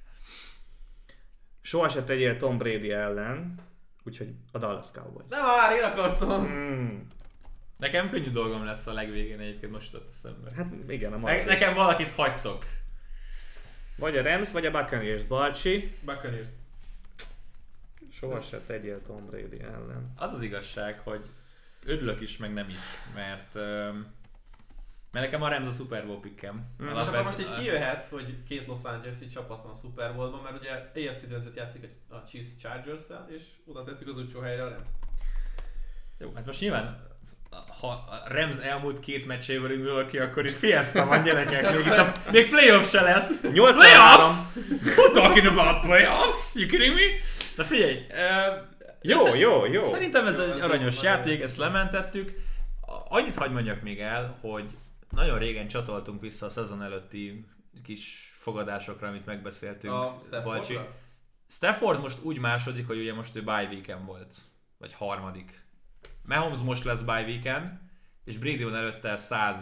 Soha se tegyél Tom Brady ellen, úgyhogy a Dallas Cowboys. De már én akartam. Nekem könnyű dolgom lesz a legvégén egyébként, most jutott eszembe. Hát igen, nekem valakit hagytok. Vagy a Rams, vagy a Buccaneers, Balcsi. Buccaneers. Soha se tegyél Tom Brady ellen. Az az igazság, hogy örülök is, meg nem is, mert nekem a Rams a Super Bowl pickem. És akkor most így kijöhet, hogy 2 Los Angeles-i csapat van a Super Bowl-ban, mert ugye AFC döntőt játszik a Chiefs Chargers-szel, és oda tettük az utcsó helyre a Rams-t. Jó, hát most nyilván ha a Rams elmúlt 2 meccséből indul ki, akkor itt fiesta van, gyerekek, még playoff se lesz. 8-3. Playoffs? Who talking about playoffs? You kidding me? Na figyelj, jó. Szerintem ez egy aranyos játék, ezt lementettük. Annyit hadd mondjak még el, hogy nagyon régen csatoltunk vissza a szezon előtti kis fogadásokra, amit megbeszéltünk. A Staffordra? Stafford most úgy második, hogy ugye most ő bye weekend volt. Vagy harmadik. Mahomes most lesz bye weekend, és Brady van előtte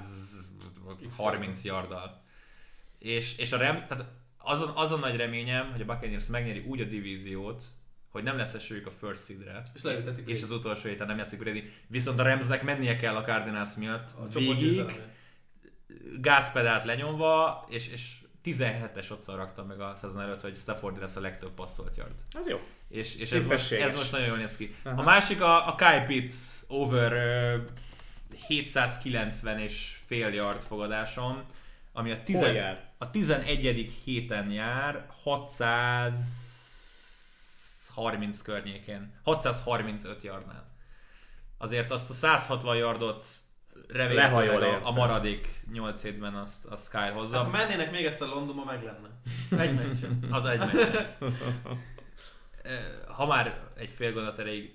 130 yarddal. És a Rams, tehát azon nagy reményem, hogy a Buccaneers megnyeri úgy a divíziót, hogy nem lesz esélyük a first seedre, és az utolsó héten nem játszik Brady. Viszont a Ramsnek mennie kell a Cardinals miatt végig, gázpedált lenyomva, és 17-es otszal raktam meg a szezon előtt, hogy Stafford lesz a legtöbb passzolt yard. Az jó. És ez most nagyon jól néz ki. Aha. A másik a Kyle Pitts over 790 és fél yard fogadásom, ami a 11. héten jár, 630 környékén, 635 yardnál. Azért azt a 160 yardot remélhetőleg a maradék 8 hétben azt Sky hozza. Hát, ha mennének még egyszer Londonba, meg lenne. Egy meccsen. Az egy meccsen. Ha már egy fél gondot erejéig,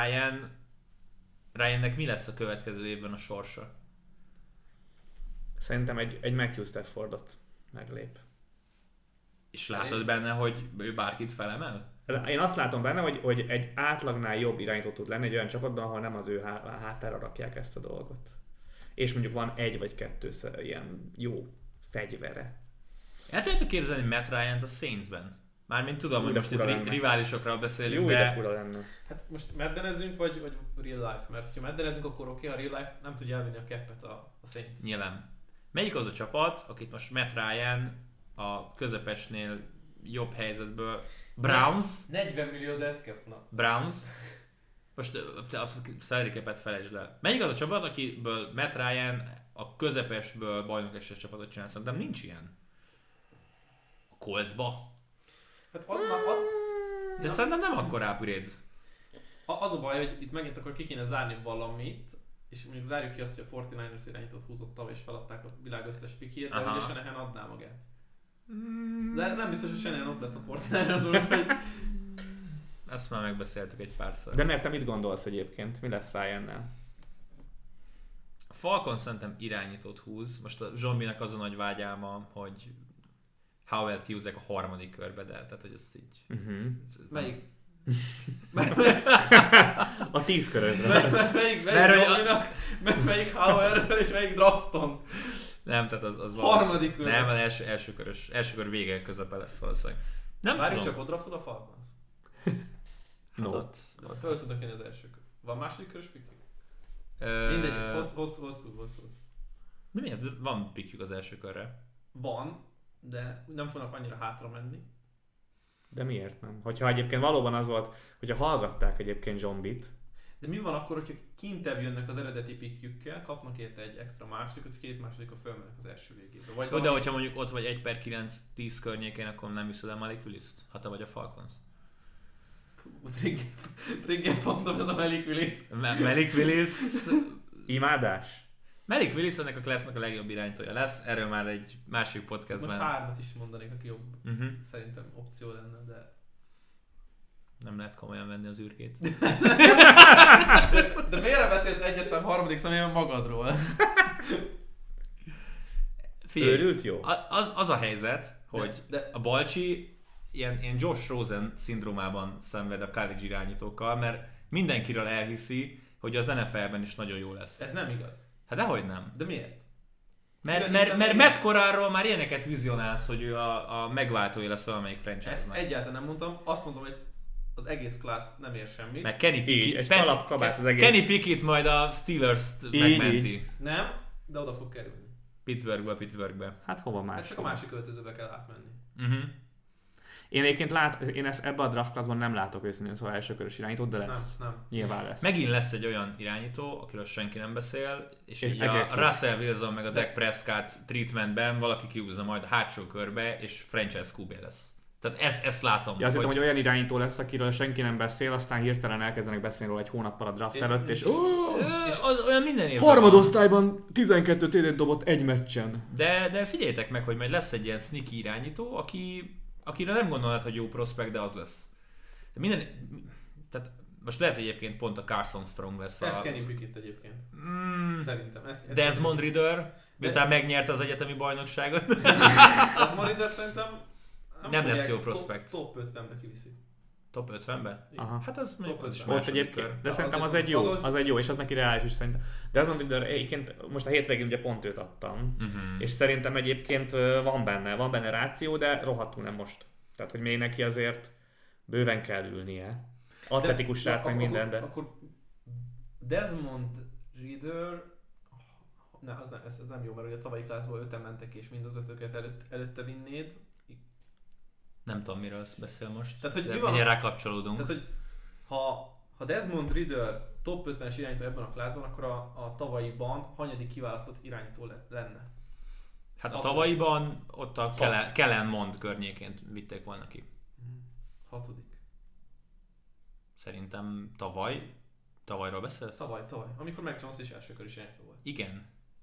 Ryannek mi lesz a következő évben a sorsa? Szerintem egy Matthew Staffordot meglép. És látod benne, hogy ő bárkit felemel? Én azt látom benne, hogy egy átlagnál jobb irányító tud lenni egy olyan csapatban, ahol nem az ő hátára rakják ezt a dolgot. És mondjuk van egy vagy kettő ilyen jó fegyvere. El tudjátok képzelni Matt Ryant a Saintsben? Mármint tudom, hogy most itt riválisokról beszélünk, jó, de fura lenne. Hát most meddenezünk, vagy real life? Mert ha meddenezünk, akkor oké, a real life nem tudja elvinni a cappet a Saints. Nyilván. Melyik az a csapat, akit most Matt Ryan a közepesnél jobb helyzetből Browns? 40 millió dead cap, na. Browns. Most te azt a salary capet felejtsd el. Melyik az a csapat, akiből Matt Ryan a közepesből bajnokeses csapatot csinál? Szerintem nincs ilyen. A Coltsba. Hát de szerintem nem akkor upgrade. Az a baj, hogy itt megint akkor ki kéne zárni valamit, és mondjuk zárjuk ki azt, hogy a 49ers irányítót húzott tavaly, és feladták a világ összes pikét, de ugye Shanahan adná magát. De nem biztos, hogy Shanahan ott lesz a 49ers, hogy... Ezt már megbeszéltük egy párszor. De mert te mit gondolsz egyébként? Mi lesz Ryannel? A Falcon szerintem irányítót húz. Most a Zsombinek az a nagy vágyálma, hogy Howell-t kihúzzák a harmadik körbe, de tehát, hogy ez így... Ez melyik? A 10 körösre. Melyik Howell-ről és melyik drafton? Nem, tehát az harmadik kör. Nem, az első kör vége közepe lesz valószínűleg. Nem várjuk tudom. csak, ott draftod a Falcons? No. Föl tudok én az első kör. Van második körös pikük? Mindegy, hosszú. De miért? Van pikjük az első körre. Van, de nem fognak annyira hátra menni. De miért nem? Hogyha egyébként valóban az volt, hogyha hallgatták egyébként Zsombit. De mi van akkor, hogyha kintebb jönnek az eredeti pikjükkel, kapnak érte egy extra másodikot, és 2 másodikot fölmennek az első végébe. Vagy de hogyha mondjuk ott vagy 1/9-10 környékén, akkor nem viszed el Malik Willis-t, ha te vagy a Falcons. Trigger pontom ez a Malik Willis. Malik Willis... Imádás. Malik Willis ennek a classnak a legjobb irányítója lesz, erről már egy másik podcastben. Most 3 is mondanék, aki jobb. Szerintem opció lenne, de... Nem lehet komolyan venni az űrkét. De miért beszélsz egyes szám harmadik személyben magadról? Őrült jó? Az a helyzet, hogy a Balcsi ilyen Josh Rosen szindrómában szenved a college irányítókkal, mert mindenkiről elhiszi, hogy az NFL-ben is nagyon jó lesz. Ez nem igaz. Hát dehogy nem. De miért? Mert Matt Corralról már ilyeneket vizionálsz, hogy ő a megváltója lesz valamelyik franchise-nak. Ezt egyáltalán nem mondtam. Azt mondom, hogy az egész class nem ér semmit. Meg Kenny Pickett. Egy kalapkabát az egész. Kenny Pickett majd a Steelers-t megmenti. Nem, de oda fog kerülni. Pittsburghbe. Hát hova más? Hát csak a másik költözőbe kell átmenni. Én egyébként ebben a draft classban nem látok őszintén szóval elsőkörös irányítót, de lesz. Nem. Nyilván lesz. Megint lesz egy olyan irányító, akiről senki nem beszél, és így a Russell Wilson meg a Dak Prescott treatmentben valaki kihúzza majd a hátsó körbe, és franchise QB lesz. Tehát ezt látom. Ja, azt hittem, hogy olyan irányító lesz, akiről senki nem beszél, aztán hirtelen elkezdenek beszélni róla egy hónappal a draft előtt, és az olyan minden évben harmadosztályban 12 TD-t dobott egy meccsen. De figyeljétek meg, hogy majd lesz egy ilyen sneaky irányító, akire nem gondolod, hogy jó prospekt, de az lesz. Tehát most lehet, hogy egyébként pont a Carson Strong lesz. Ez Kenny Pickett egyébként. Szerintem. Desmond Ridder, miután megnyerte az egyetemi bajnokságot. Desmond Ridder szerintem nem lesz jó prospekt. Top 50-be kiviszi. Top 50-be? Aha. Hát az mondjuk az is volt egyébként. De szerintem az egy jó, és az neki reális is szerintem. Desmond Ridder egyébként most a hétvégén ugye pont őt adtam, és szerintem egyébként van benne ráció, de rohadtul nem most. Tehát, hogy még neki azért bőven kell ülnie. Atletikus srác meg minden, de... Akkor Desmond Ridder... Ez nem jó, mert ugye a tavalyi classból 5-en mentek, és mind az 5-öket előtte vinnéd. Nem tudom, miről beszél most, tehát, hogy de minél rákapcsolódunk. Tehát, hogy ha Desmond Ridder top 50-es irányító ebben a classban, akkor a tavalyiban hanyadik kiválasztott irányító lenne? Hát a tavalyiban ott a Kellen Mond környékén vitték volna ki. 6. Szerintem tavaly. Tavalyról beszélsz? Tavaly. Amikor Mac Jones is első kör is irányító volt. Igen.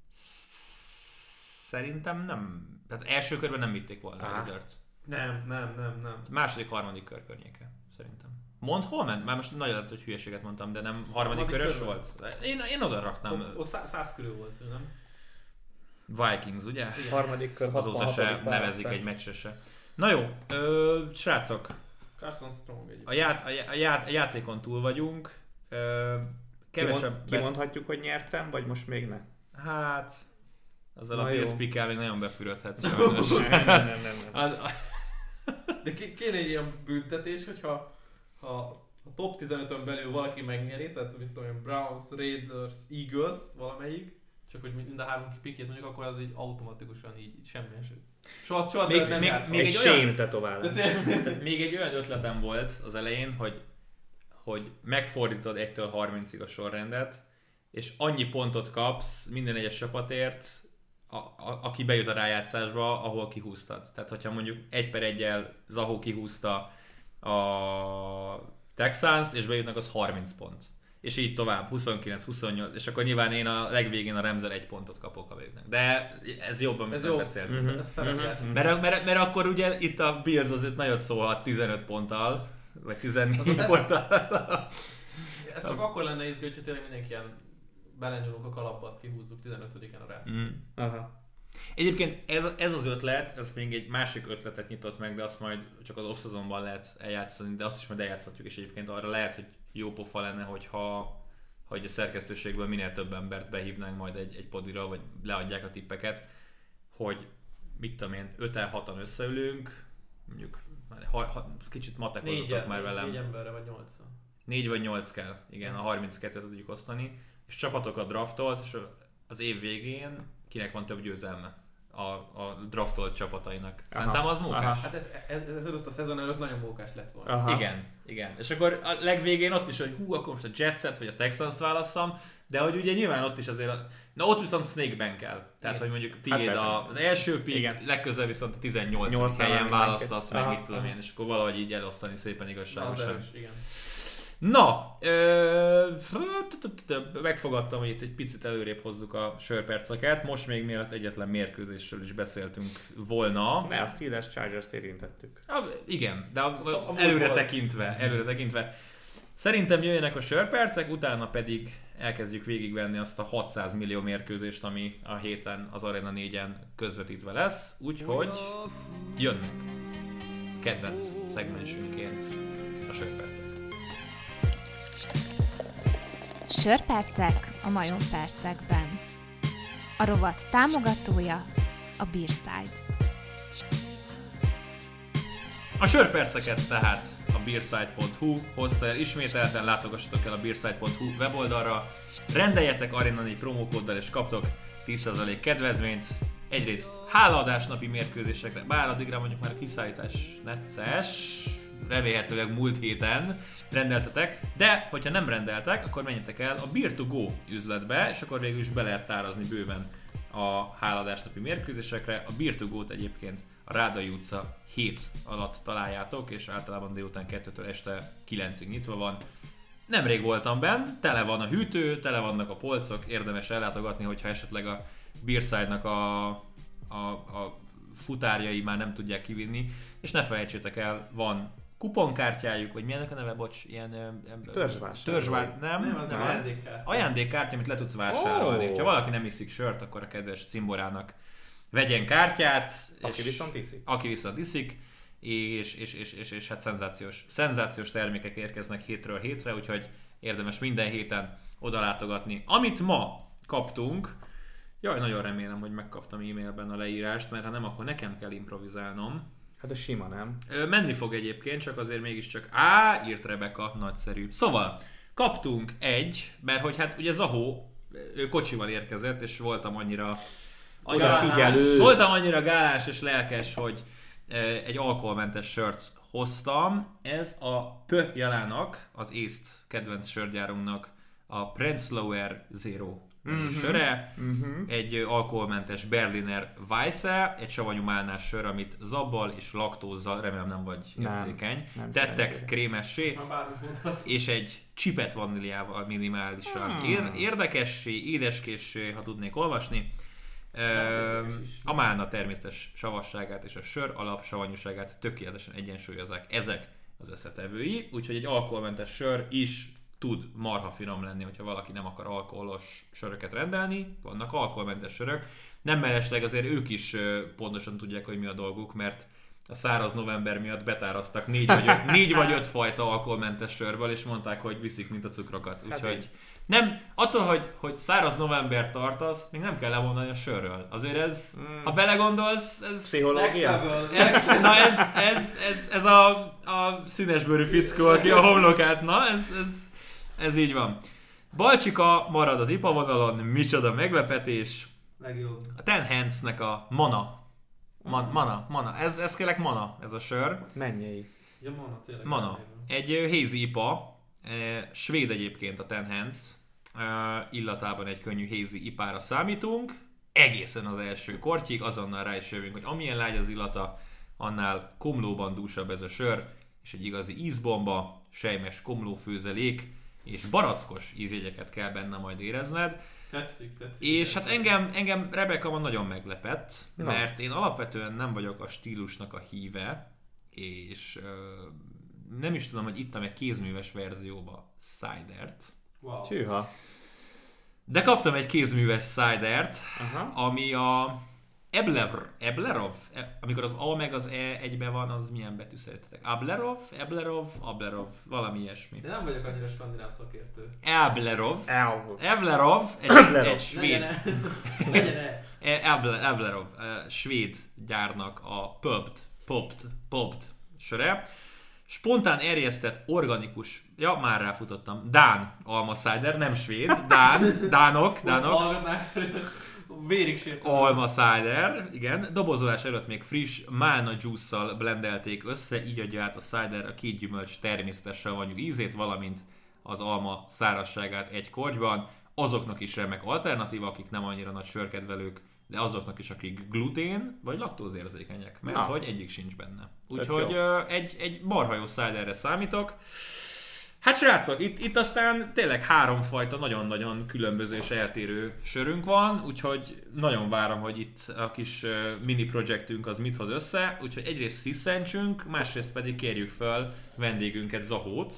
Szerintem nem. Tehát első körben nem vitték volna a Raidert. Nem. Második, harmadik kör környéke, szerintem. Mondd, hol ment? Már most nagyon lehet, hogy hülyeséget mondtam, de nem harmadik körös volt? Én oda raknám. Ott 100 körül volt, nem? Vikings, ugye? Igen. Harmadik kör, Azóta se nevezik egy meccsre se. Na jó, srácok. Carson Strong egy. A játékon túl vagyunk. Kevesebb... Kimondhatjuk, hogy nyertem, vagy most még ne? Hát... Azzal Na a jó. PSP-kel még nagyon befürödhetsz sajnos. Nem. De kéne egy ilyen büntetés, hogyha a top 15-ön belül valaki megnyeri, tehát mit tudom én, Browns, Raiders, Eagles, valamelyik, csak hogy mind a három pikét mondjuk, akkor az így automatikusan így semmi eset. Soha nem játszol. Még egy shame tetoválás. Még egy olyan ötletem volt az elején, hogy megfordítod 1-től 30-ig a sorrendet, és annyi pontot kapsz minden egyes csapatért, aki bejut a rájátszásba, ahol kihúztad. Tehát, hogyha mondjuk 1-1-jel Zahó kihúzta a Texans-t, és bejutnak, az 30 pont. És így tovább, 29-28, és akkor nyilván én a legvégén a Remzel 1 pontot kapok, ha bejutnak. De ez jobban, mint nem beszélt. Mert akkor ugye itt a Bills azért nagyon szólhat 15 ponttal, vagy 14 ponttal. Ez csak akkor lenne izgő, hogyha tényleg mindenki ilyen belenyúlunk a kalapba, azt kihúzzuk 15-en a Rams. Aha. Egyébként ez az ötlet, ez még egy másik ötletet nyitott meg, de azt majd csak az off-szezonban lehet eljátszani, de azt is majd eljátszhatjuk, és egyébként arra lehet, hogy jó pofa lenne, hogyha a szerkesztőségből minél több embert behívnánk majd egy podira, vagy leadják a tippeket, hogy mit tudom én, 5-6-an összeülünk, mondjuk kicsit matekozzatok már velem. 4 emberre vagy 8. 4 vagy 8 kell, igen, a 32-et tudjuk osztani, és csapatokat draftolsz, és az év végén kinek van több győzelme a draftolt csapatainak. Szerintem az mókás. Hát ez előtt a szezon előtt nagyon mókás lett volna. Aha. Igen. És akkor a legvégén ott is, hogy akkor most a Jetset vagy a Texans-t válasszam, de hogy ugye nyilván ott is azért, ott viszont Snake-ben kell. Tehát, hogy mondjuk tiéd az első pick, legközelebb viszont a 18. helyen választasz meg, mit tudom én, és akkor valahogy így elosztani szépen igazságosan. Na, megfogadtam, hogy itt egy picit előrébb hozzuk a sörperceket. Most még mielőtt egyetlen mérkőzésről is beszéltünk volna. Ne, a Steelers Chargers-t érintettük. Igen, de előre tekintve. Szerintem jöjjenek a sörpercek, utána pedig elkezdjük végigvenni azt a 600 millió mérkőzést, ami a héten az Arena 4-en közvetítve lesz. Úgyhogy jönnek kedvenc szegmensünként a sörpercek. Sörpercek a majompercekben. A rovat támogatója a Beerside. A sörperceket tehát a beerside.hu hozta el, ismételten látogassatok el a beerside.hu weboldalra, rendeljetek Arena 4 promókóddal és kaptok 10% kedvezményt. Egyrészt hálaadás napi mérkőzésekre, bár addigra mondjuk már a kiszállítás necces, remélhetőleg múlt héten rendeltetek, de hogyha nem rendeltek, akkor menjetek el a Beer2Go üzletbe, és akkor végül is be lehet tárazni bőven a hálaadás napi mérkőzésekre. A Beer2Go-t egyébként a Rádai utca 7 alatt találjátok, és általában délután 2-től este 9-ig nyitva van. Nemrég voltam benn, tele van a hűtő, tele vannak a polcok, érdemes ellátogatni, hogyha esetleg a Beerside-nak a futárjai már nem tudják kivinni, és ne felejtsétek el, van kuponkártyájuk, vagy milyennek a neve, bocs, ilyen... Törzsvásárló. Nem, az ajándékkártya. Ajándékkártya, amit le tudsz vásárolni. Ha valaki nem iszik sört, akkor a kedves cimborának vegyen kártyát. Aki viszont iszik, és hát szenzációs termékek érkeznek hétről hétre, úgyhogy érdemes minden héten oda látogatni. Amit ma kaptunk, nagyon remélem, hogy megkaptam e-mailben a leírást, mert ha nem, akkor nekem kell improvizálnom. Hát a sima, nem? Menni fog egyébként, csak azért mégiscsak... írt Rebecca, nagyszerű. Szóval, kaptunk mert hogy hát ugye Zahó, ő kocsival érkezett, és voltam annyira gálás és lelkes, hogy egy alkoholmentes sört hoztam. Ez a Pöhjalának, az észt kedvenc sörgyárunknak a Prenzlauer Zero söre, egy alkoholmentes Berliner Weisse, egy savanyú málnás sör, amit zabbal és laktózzal, remélem nem vagy érzékeny, tettek krémessé, és egy csipet vaníliával minimálisan. Érdekessé, édeskéssé, ha tudnék olvasni. A málna természetes savasságát és a sör alap savanyúságát tökéletesen egyensúlyozzák ezek az összetevői, úgyhogy egy alkoholmentes sör is tud marha finom lenni, hogyha valaki nem akar alkoholos söröket rendelni. Vannak alkoholmentes sörök. Nem mellesleg azért ők is pontosan tudják, hogy mi a dolguk, mert a száraz november miatt betáraztak 4 vagy 5 fajta alkoholmentes sörből, és mondták, hogy viszik, mint a cukrokat. Úgyhogy nem, attól, hogy száraz november tartasz, még nem kell lemondani a sörről. Azért ez, ha belegondolsz, ez... Pszichológia? Ez a színesbőrű fickó, aki a homlokát, ez így van. Balcsika marad az IPA vonalon, micsoda meglepetés. Legjobb. A Ten Hands-nek a mana. Ez kérlek mana, ez a sör. Mennyei. Ja, mana, tényleg. Mana. Egy hazy IPA, svéd egyébként a Ten Hands, illatában egy könnyű hazy IPA-ra számítunk. Egészen az első kortyig, azonnal rá is jövünk, hogy amilyen lágy az illata, annál komlóban dúsabb ez a sör, és egy igazi ízbomba, sejmes komlófőzelék, és barackos ízjegyeket kell benne majd érezned. Tetszik. És hát engem Rebecca van nagyon meglepett, mert én alapvetően nem vagyok a stílusnak a híve, és nem is tudom, hogy ittam egy kézműves verzióba cidert. Wow. Tűha. De kaptam egy kézműves cidert, ami a Ablerov, amikor az A meg az E egybe van, az milyen betű szerintetek? Ablerov, valami ilyesmi. De nem vagyok annyira skandináv szakértő. Ablerov, egy svéd. Ablerov, svéd gyárnak a Popped söre. Spontán erjesztett, organikus, már ráfutottam, dán alma cider, nem svéd, dánok. Vérig sértem. Alma cider, igen. Dobozolás előtt még friss málna juice-szal blendelték össze, így adja át a cider a két gyümölcs természetes savanyú ízét, valamint az alma szárazságát egy kortyban. Azoknak is remek alternatíva, akik nem annyira nagy sörkedvelők, de azoknak is, akik glutén vagy laktózérzékenyek, mert hogy egyik sincs benne. Úgyhogy egy marha jó ciderre számítok. Hát srácok, itt aztán tényleg 3 fajta nagyon-nagyon különböző és eltérő sörünk van, úgyhogy nagyon várom, hogy itt a kis mini projektünk az mit hoz össze, úgyhogy egyrészt sziszentsünk, másrészt pedig kérjük fel vendégünket, Zahót,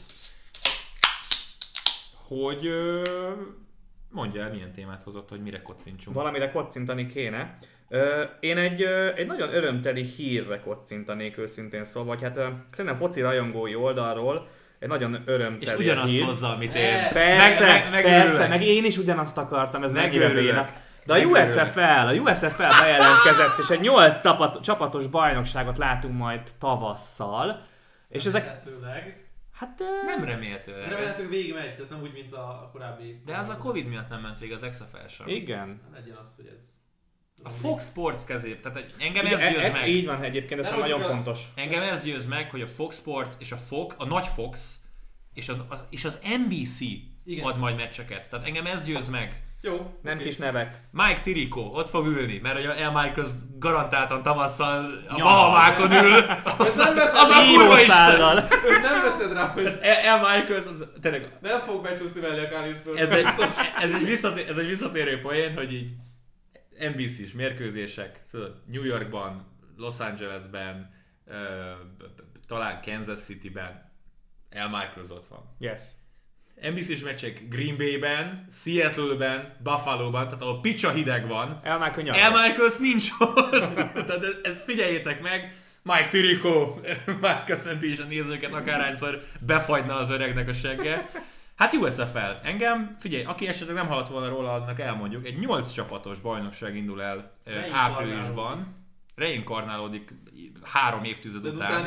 hogy mondja el, milyen témát hozott, hogy mire kocintsunk. Valamire kocintani kéne. Én egy nagyon örömteli hírre kocintanék őszintén szólva, vagy hát szerintem foci rajongói oldalról egy nagyon örömteli és ugyanazt hír. hozza, amit én. Persze, meg én is ugyanazt akartam, ez mennyire béna. De a USFL bejelentkezett, és egy 8 csapatos bajnokságot látunk majd tavasszal. És ezek... Hát... Nem remélhetőleg. Remélhetőleg végigmegy, tehát nem úgy, mint a korábbi... De az a Covid miatt nem ment végig az XFL sem. Igen. Nem legyen az, hogy ez... A Fox Sports kezében, tehát engem ez győz meg. Így van egyébként, ez nagyon fontos. Engem ez győz meg, hogy a Fox Sports és a nagy Fox és az NBC ad majd meccseket. Tehát engem ez győz meg. Jó. Nem kis nevek. Mike Tirico ott fog ülni, mert hogy El Michaels garantáltan tavasszal a Bahamákon ül. Az a kurva isten! Nem veszed rá, hogy... El Michaels, tényleg... Nem fog becsúszni mellé a Kalisztról. Ez egy visszatérő poén, hogy így NBC-s mérkőzések, tudod, New Yorkban, Los Angelesben, talán Kansas Cityben, El Michaels ott van. Yes. NBC-s meccsek Green Bay-ben, Seattle-ben, Buffalo-ban, tehát ahol picsa hideg van. El Michaels nincs ott. Tehát ezt figyeljétek meg. Mike Tirico már köszönti is a nézőket, akárhányszor befagyna az öregnek a segge. Hát USFL. Engem, figyelj, aki esetleg nem hallott volna róla, annak elmondjuk, egy 8 csapatos bajnokság indul el áprilisban. Reinkarnálódik 3 évtized után.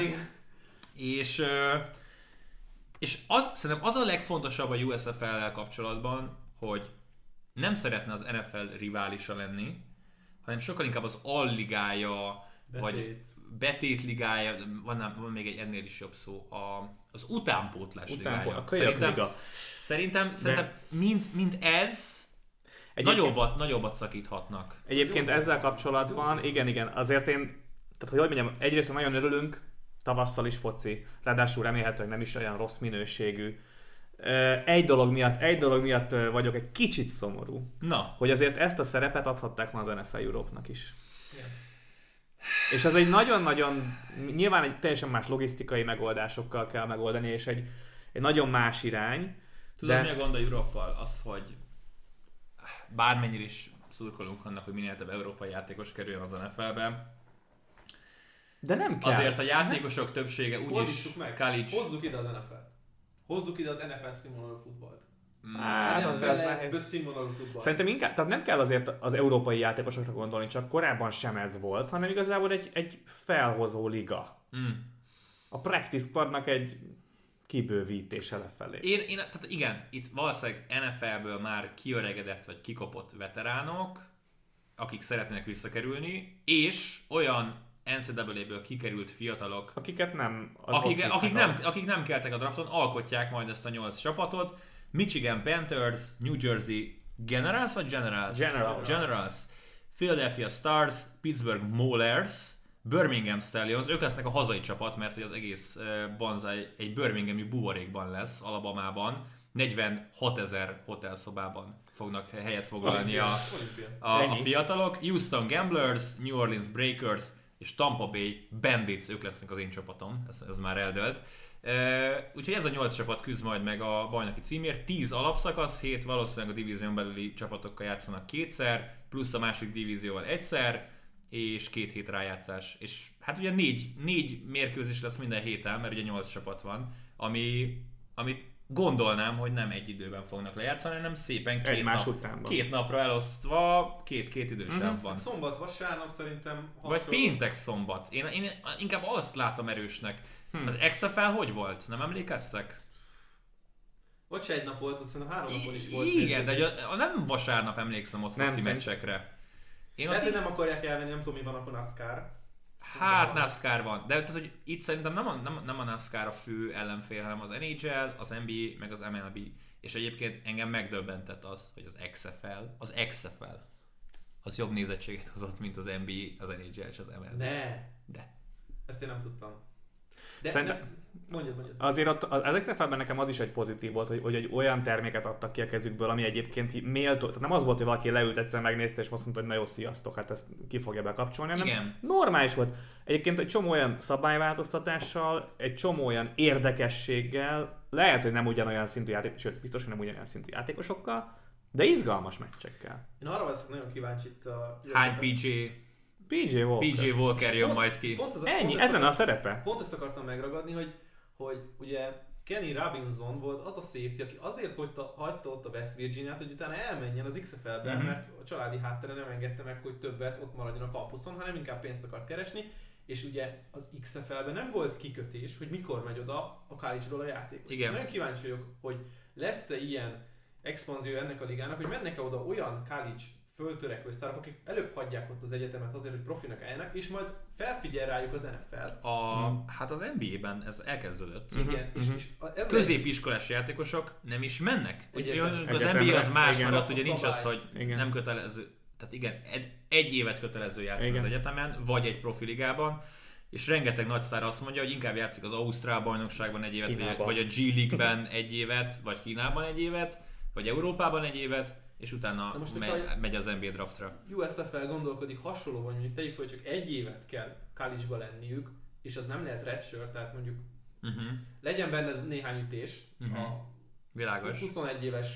És szerintem az a legfontosabb a USFL-lel kapcsolatban, hogy nem szeretne az NFL riválisa lenni, hanem sokkal inkább az alligája, vagy betétligája, van még egy ennél is jobb szó, az utánpótlás ligája. Szerintem mint ez nagyobbat szakíthatnak. Egyébként ezzel kapcsolatban, igen, azért tehát hogy mondjam, egyrészt nagyon örülünk, tavasszal is foci, ráadásul remélhetőleg nem is olyan rossz minőségű. Egy dolog miatt vagyok egy kicsit szomorú. Na. Hogy azért ezt a szerepet adhatták már az NFL Europe-nak is. Igen. És ez egy nagyon-nagyon, nyilván egy teljesen más logisztikai megoldásokkal kell megoldani, és egy nagyon más irány. Tudod, mi a gond a Europe-val? Az, hogy bármennyire is szurkolunk annak, hogy minél több európai játékos kerüljön az NFL-be. De nem kell. Azért a játékosok többsége úgyis college... Hozzuk ide az NFL-t. Hozzuk ide az NFL színvonalú futballt. Hát az színvonalú futball. Szerintem inkább, tehát nem kell azért az európai játékosokra gondolni, csak korábban sem ez volt, hanem igazából egy felhozó liga. A practice squadnak egy kibővítése lefelé. Tehát igen, itt valószínűleg NFL-ből már kiöregedett vagy kikopott veteránok, akik szeretnének visszakerülni, és olyan NCAA-ből kikerült fiatalok, akiket nem, akik nem keltek a drafton, alkotják majd ezt a 8 csapatot. Michigan Panthers, New Jersey Generals vagy Generals. Philadelphia Stars, Pittsburgh Maulers, Birmingham Stallions, ők lesznek a hazai csapat, mert hogy az egész banzai egy birminghami buborékban lesz, Alabamában. 46 000 hotelszobában fognak helyet foglalni a fiatalok. Houston Gamblers, New Orleans Breakers és Tampa Bay Bandits, ők lesznek az én csapatom, ez már eldőlt. Úgyhogy ez a 8 csapat küzd majd meg a bajnoki címért. 10 alapszakasz, 7 valószínűleg a divízión belüli csapatokkal játszanak kétszer, plusz a másik divízióval egyszer, és 2 hét rájátszás. És hát ugye 4 mérkőzés lesz minden héten, mert ugye 8 csapat van, amit gondolnám, hogy nem egy időben fognak lejátszani, hanem szépen két napra elosztva, két idősávban. Szombat, vasárnap szerintem hasonló. Vagy péntek szombat. Én inkább azt látom erősnek. Az XFL hogy volt? Nem emlékeztek? Ott se egy nap volt, ott szerintem 3 napon is volt. Igen, de nem vasárnap emlékszem ott foci meccsekre. Lehet, hogy nem akarják elvenni, nem tudom, mi van akkor NASCAR. Hát NASCAR van, de tehát, hogy itt szerintem nem a NASCAR a fő ellenfél, hanem az NHL, az NBA, meg az MLB. És egyébként engem megdöbbentett az, hogy az XFL az jobb nézettséget hozott, mint az NBA, az NHL és az MLB. De. Ezt én nem tudtam. Mondjad. Azért az XFL-ben nekem az is egy pozitív volt, hogy egy olyan terméket adtak ki a kezükből, ami egyébként méltó, tehát nem az volt, hogy valaki leült egyszer megnézte és azt mondta, hogy na jó, sziasztok, hát ezt ki fogja bekapcsolni, hanem igen. Normális volt. Egyébként egy csomó olyan szabályváltoztatással, egy csomó olyan érdekességgel, lehet, hogy nem ugyanolyan szintű játékosok, sőt, biztos, hogy nem ugyanolyan szintű játékosokkal, de izgalmas meccsekkel. Én arra vagyok nagyon kíváncsi itt a... Hány PJ Walker jön majd ki. Ennyi, ez lenne a szerepe. Pont ezt akartam megragadni, hogy ugye Kenny Robinson volt az a safety, aki azért hagyta ott a West Virginiát, hogy utána elmenjen az XFL-be, mert a családi háttere nem engedte meg, hogy többet ott maradjon a kampuszon, hanem inkább pénzt akart keresni, és ugye az XFL-ben nem volt kikötés, hogy mikor megy oda a college-ról a játékos. Igen. És nagyon kíváncsi vagyok, hogy lesz-e ilyen expanzió ennek a ligának, hogy mennek-e oda olyan college föltörekvő sztárok, akik előbb hagyják ott az egyetemet azért, hogy profinak álljanak, és majd felfigyel rájuk az NFL. Hát az NBA-ben ez elkezdődött. Igen. És középiskolás játékosok nem is mennek. Az NBA az más maradt, ugye nincs az, hogy nem kötelező. Tehát igen, egy évet kötelező játszani az egyetemen, vagy egy profiligában, és rengeteg nagy sztár azt mondja, hogy inkább játszik az Ausztrál bajnokságban egy évet, vagy a G League-ben egy évet, vagy Kínában egy évet, vagy Európában egy évet, és utána megy az NBA draftra. USFL gondolkodik hasonlóan, hogy mondjuk tegyük fel, hogy csak egy évet kell college-ba lenniük, és az nem lehet redshirt, tehát mondjuk legyen benne néhány ütés világos. 21 éves,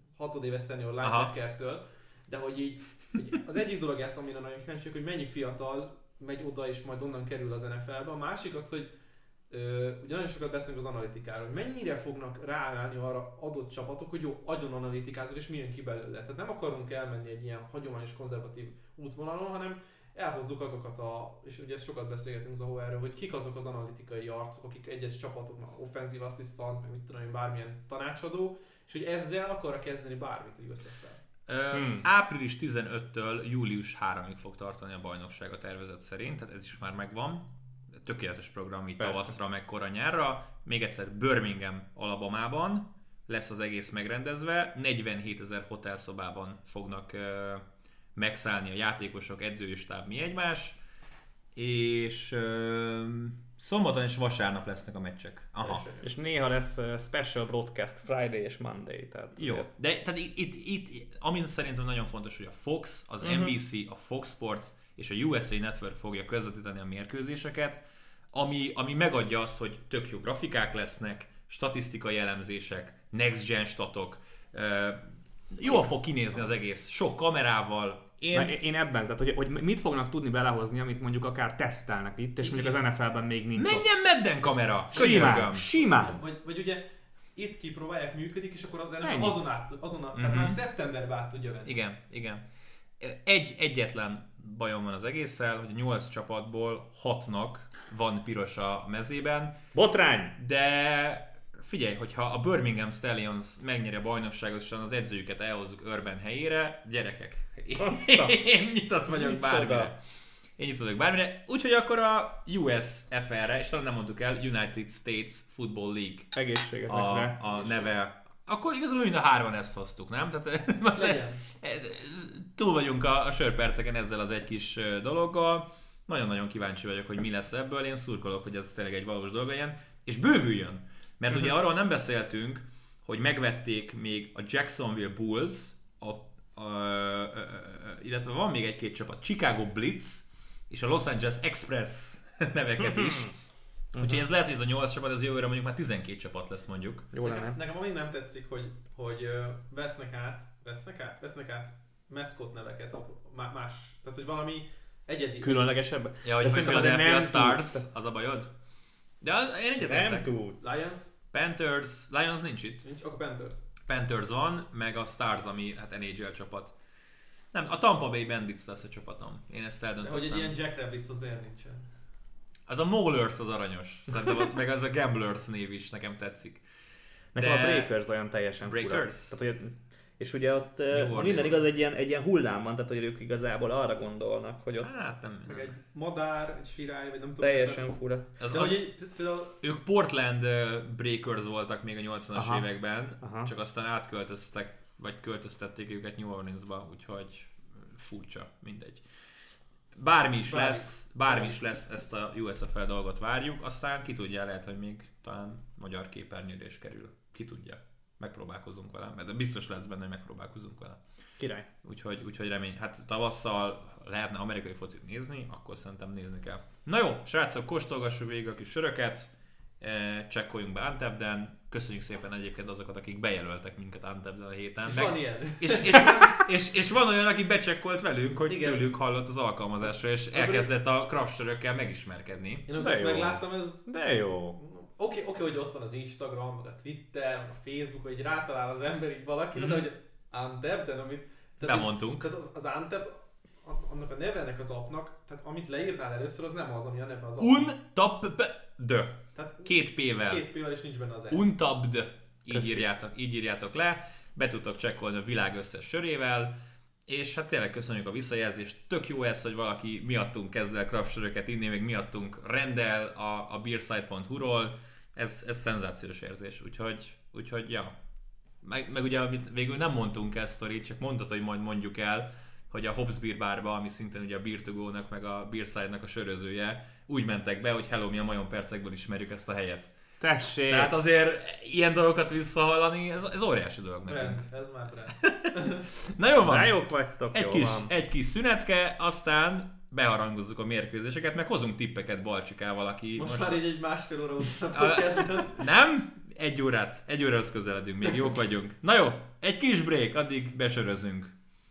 6 éves senior linebackertől, de hogy így az egyik dolog ez, amire nagyon kíváncsiak, hogy mennyi fiatal megy oda és majd onnan kerül az NFL-be. A másik az, hogy ugye nagyon sokat beszélünk az analitikáról, hogy mennyire fognak ráállni arra adott csapatok, hogy jó, adjon analitikázol és mi jön ki belőle. Tehát nem akarunk elmenni egy ilyen hagyományos konzervatív útvonalon, hanem elhozzuk azokat és ugye sokat beszélgetünk Zahó erről, hogy kik azok az analitikai arcok, akik egyes csapatoknak offenzív asszisztant, meg mit tudom én, bármilyen tanácsadó, és hogy ezzel akarra kezdeni bármit a USFL. Április 15-től július 3-ig fog tartani a bajnokság a tervezet szerint, tehát ez is már megvan. Tökéletes program itt tavaszra, meg kora nyárra. Még egyszer Birmingham, Alabamában lesz az egész megrendezve. 47 000 hotelszobában fognak megszállni a játékosok, edzői stáb, mi egymás. és szombaton és vasárnap lesznek a meccsek. Aha. És néha lesz special broadcast Friday és Monday. Tehát jó, de tehát itt amin szerintem nagyon fontos, hogy a Fox, az NBC, a Fox Sports és a USA Network fogja közvetíteni a mérkőzéseket, ami megadja azt, hogy tök jó grafikák lesznek, statisztikai elemzések, next gen statok, jól fog kinézni az egész, sok kamerával. Én ebben, tehát hogy mit fognak tudni belehozni, amit mondjuk akár tesztelnek itt, és mondjuk az NFL-ben még nincs. Menjen medden kamera! Simán! Vagy ugye itt kipróbálják, működik, és akkor az NFL azonnal tehát már szeptemberben át tudja venni. Igen. Egyetlen bajom van az egésszel, hogy a 8 csapatból 6-nak van piros a mezében. Botrány! De figyelj, hogyha a Birmingham Stallions megnyeri a bajnokságot, és az edzőjüket elhozzuk Urban helyére, gyerekek, én nyitott vagyok bármire. Úgyhogy akkor a USFL-re, és talán nem mondtuk el, United States Football League a neve. Akkor igazából mind a hárman ezt hoztuk, nem? Tehát most túl vagyunk a sörperceken ezzel az egy kis dologgal. Nagyon-nagyon kíváncsi vagyok, hogy mi lesz ebből. Én szurkolok, hogy ez tényleg egy valós dolog legyen. És bővüljön. Mert ugye arról nem beszéltünk, hogy megvették még a Jacksonville Bulls, illetve van még egy-két csapat, Chicago Blitz és a Los Angeles Express neveket is. Úgyhogy ez lehet, hogy ez a 8 csapat, az jövőre mondjuk már 12 csapat lesz mondjuk. Jó lenne. Nekem amíg nem tetszik, hogy vesznek át mascot neveket, más, tehát hogy valami egyedi. Különlegesebb. Ja, hogy Philadelphia Stars, az a bajod? De én egyetértek. Nem tudsz. Lions? Lions nincs itt. Nincs, akkor Panthers. Panthers van, meg a Stars, ami hát NHL csapat. Nem, a Tampa Bay Bandits lesz a csapatom. Én ezt eldöntöttem. De hogy egy ilyen Jack Rabbits az miért nincsen? Az a Maulers az aranyos. Szerintem meg az a Gamblers név is nekem tetszik. Nekem a Breakers olyan teljesen Breakers? fura. Tehát, hogy, és ugye ott minden igaz egy ilyen hullám van, tehát hogy ők igazából arra gondolnak, hogy ott meg egy madár, egy sirály, vagy nem tudom. Teljesen fura. Például... Ők Portland Breakers voltak még a 80-as években, csak aztán átköltöztek, vagy költöztették őket New Orleansba, úgyhogy furcsa, mindegy. Bármi is lesz, ezt a USFL dolgot várjuk, aztán ki tudja, lehet, hogy még talán magyar képernyőre is kerül. Ki tudja. Megpróbálkozunk vele, mert biztos lesz benne, hogy megpróbálkozunk vele. Király. Úgyhogy remény. Hát tavasszal lehetne amerikai focit nézni, akkor szerintem nézni kell. Na jó, srácok, kóstolgassuk végig a kis söröket, csekkoljunk be Untappden. Köszönjük szépen egyébként azokat, akik bejelöltek minket Untappden a héten. És van ilyen. És van olyan, aki becsekkolt velünk, hogy tőlük hallott az alkalmazásra, és elkezdett a craft sörökkel megismerkedni. Én ezt megláttam, ez... De jó. Oké, hogy ott van az Instagram, meg a Twitter, meg a Facebook, hogy rátalál az ember így valakire, de hogy Untappden, amit... Bemondtunk. Tehát az Untappd, annak a nevenek az appnak, tehát amit leírnál először, az nem az, ami a neve az appnak. Untappd. Tehát 2 P-vel. 2 P-vel is nincs benne az Untappd. Így írjátok le. Be tudtok csekkolni a világ összes sörével. És hát tényleg köszönjük a visszajelzést. Tök jó ez, hogy valaki miattunk kezd el craft söröket inni, még miattunk rendel a beerside.hu-ról. Ez szenzációs érzés. Úgyhogy ja. Meg ugye végül nem mondtunk el sztorit, csak mondtad, hogy majd mondjuk el, hogy a Hobbs Beer Barba, ami szintén ugye a Beer to Go-nak meg a Beerside-nak a sörözője, úgy mentek be, hogy hello, mi a Majom Percekből ismerjük ezt a helyet. Tessék! Tehát azért ilyen dolgokat visszahallani, ez óriási dolog nekünk. Ez már brand. Na jó van! De jók vagytok, Egy kis szünetke, aztán beharangozzuk a mérkőzéseket, meg hozunk tippeket Balcsikával, aki most már így egy másfél óra után kezdeni. Nem? Egy órához közeledünk, még jók vagyunk. Na jó, egy kis break, addig besörözünk.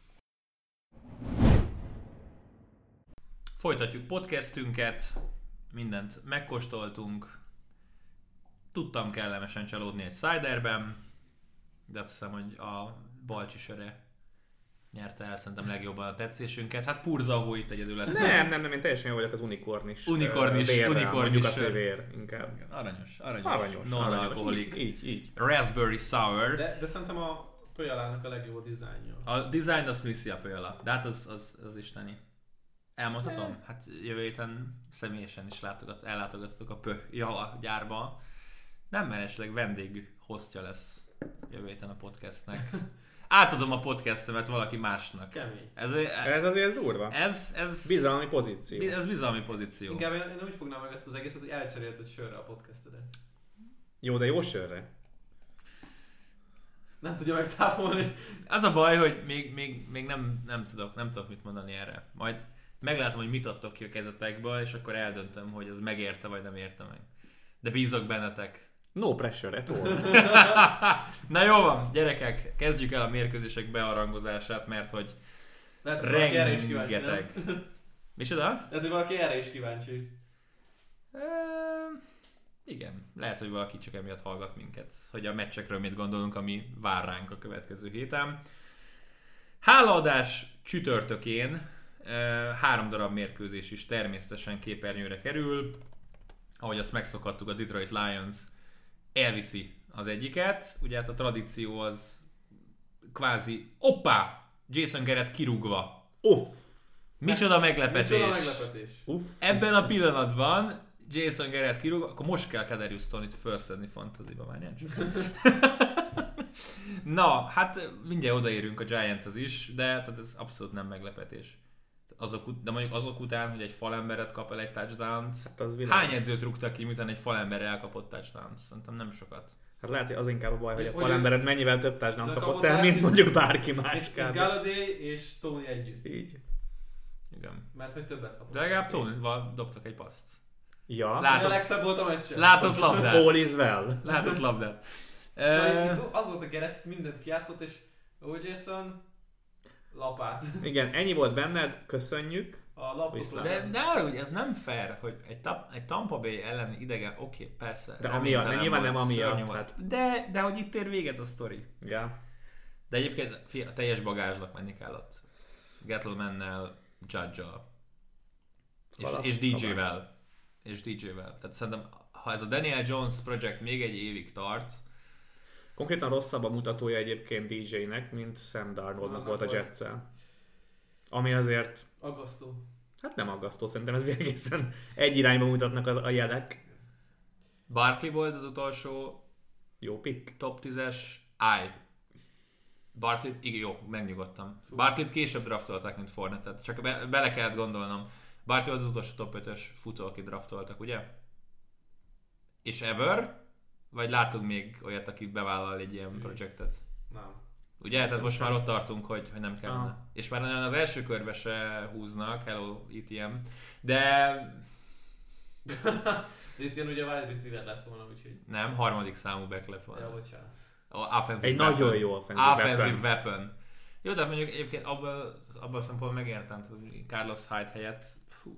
Folytatjuk podcastünket, mindent megkóstoltunk. Tudtam kellemesen csalódni egy ciderben, de azt hiszem, hogy a Balcsi söre nyerte el szerintem legjobban a tetszésünket. Hát Purzahó itt egyedül lesz. Nem, én teljesen jó vagyok az unikornis. Unikornis vér inkább. Aranyos. Non-alkoholik. Így. Raspberry sour. De szerintem a Pöjalának a legjobb dizájnja. A design azt viszi a Pöjala, de hát az isteni. Elmondhatom? Hát jövő héten személyesen is ellátogattuk a Pöjala gyárba. Nem mellesleg vendég hostja lesz jövő héten a podcastnek. átadom a podcastemet valaki másnak. Kemény. Ez azért durva. Ez bizalmi pozíció. Ez bizalmi pozíció. Inkább én úgy fognám meg ezt az egészet, hogy elcserélted sörre a podcastedet. Jó, de jó sörre. Nem tudja megcáfolni. Az a baj, hogy még nem tudok mit mondani erre. Majd meglátom, hogy mit adtok ki a kezetekből, és akkor eldöntöm, hogy ez megérte vagy nem érte meg. De bízok bennetek. No pressure at all. Na jó van, gyerekek, kezdjük el a mérkőzések bearangozását, mert hogy Lehet, hogy valaki erre is kíváncsi, rengeteg. nem? Micsoda? Lehet, hogy valaki erre is kíváncsi. Igen, lehet, hogy valaki csak emiatt hallgat minket, hogy a meccsekről mit gondolunk, ami vár ránk a következő héten. Hálaadás csütörtökén 3 darab mérkőzés is természetesen képernyőre kerül. Ahogy azt megszokhattuk, a Detroit Lions elviszi az egyiket. Ugye hát a tradíció az kvázi, Jason Garrett kirúgva. Micsoda meglepetés. Micsoda meglepetés. Ebben a pillanatban Jason Garrett kirúgva, akkor most kell Kadarius Toney-t felszedni fantasyba, már nincs. Na, hát mindjárt odaérünk a Giantshoz is, de tehát ez abszolút nem meglepetés. De mondjuk azok után, hogy egy falemberet kap el egy touchdown-t, hát hány edzőt rúgtak ki, miután egy falember elkapott touchdown-t? Szerintem nem sokat. Hát lehet, hogy az inkább a baj, hogy a falembered mennyivel több touchdown kapott el, mint mondjuk bárki más. Mint Galladay és Toney együtt. Így. Igen. Mert hogy többet kapott. De legalább Toney-val dobtak egy paszt. Ja. A legszebb volt a meccsen. Látott labdát. All is well. Látott labdát. Szóval az volt a Garrett, mindent kijátszott, és Jason lapát. Igen, ennyi volt benned, köszönjük. A lapot. De arra, hogy ez nem fair, hogy egy Tampa Bay ellen idegen, oké, persze. De amiatt, nyilván nem amiatt. Hát. De hogy itt ér véget a sztori. Ja. De egyébként a teljes bagázsnak menni kell ott. Gettlemannel, Judge-al. És DJ-vel. Tehát szerintem, ha ez a Daniel Jones projekt még egy évig tart... Konkrétan rosszabb a mutatója egyébként DJ-nek, mint Sam Darnoldnak volt a Jets-el. Ami azért... Aggasztó. Hát nem aggasztó, szerintem ez egészen egy irányba mutatnak a jelek. Barkley volt az utolsó jó pick. Top 10-es. Barkley, igen, jó, megnyugodtam. Barkley-t később draftolták, mint Fournette-et. Csak bele kellett gondolnom. Barkley az utolsó top 5-ös futó, aki draftoltak, ugye? És ever? Vagy látunk még olyat, aki bevállal egy ilyen projektet? Nem. Ugye? Tehát most már ott tartunk, hogy nem kellene. És már az első körbe se húznak, hello ETM. De... Itt ilyen ugye wide receiver lett volna, úgyhogy... Nem, 3. számú back lett volna. Ja, bocsánat. Egy nagyon jó offensive weapon. Jó, de mondjuk egyébként abban a szempontból megértem, hogy Carlos Hyde helyett...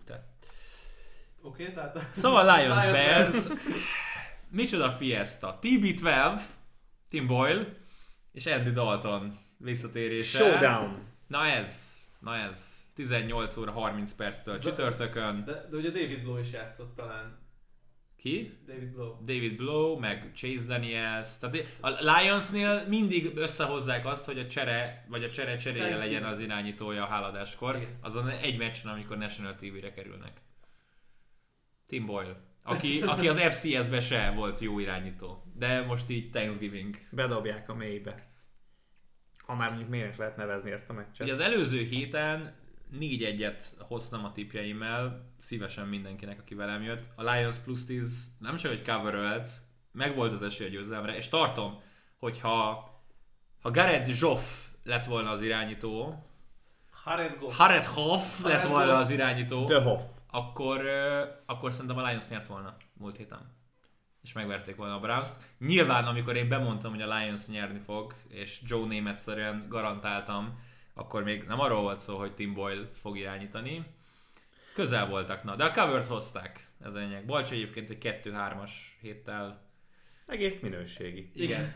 Oké, tehát... Szóval Lions Bears... Micsoda fiesta. TB12, Tim Boyle és Andy Dalton visszatérése. Showdown. Na ez. 18 óra 30 perctől csütörtökön. De ugye David Blow is játszott talán. Ki? David Blow, meg Chase Daniels. Tehát a Lionsnél mindig összehozzák azt, hogy a csere cseréje legyen az irányítója a háladáskor. Azon egy meccsen, amikor National TV-re kerülnek. Tim Boyle. Aki az FCS-be se volt jó irányító. De most így Thanksgiving. Bedobják a mélybe. Ha már mondjuk miért lehet nevezni ezt a meccset. Ugye az előző héten 4-1-et hoztam a tippjeimmel, szívesen mindenkinek, aki velem jött. A Lions plus 10 nem csak, hogy coverölt, meg volt az esély a győzelemre, és tartom, hogy ha Garrett Goff lett volna az irányító, Jared Goff lett volna az irányító, The Hoff. Akkor szerintem a Lions nyert volna múlt héten. És megverték volna a Browns-t. Nyilván, amikor én bemondtam, hogy a Lions nyerni fog, és Joe Namath-szerűen garantáltam, akkor még nem arról volt szó, hogy Tim Boyle fog irányítani. Közel voltak, de a covert hozták. Ez a lényeg. Balcsi egyébként egy 2-3-as héttel. Egész minőségi. Igen.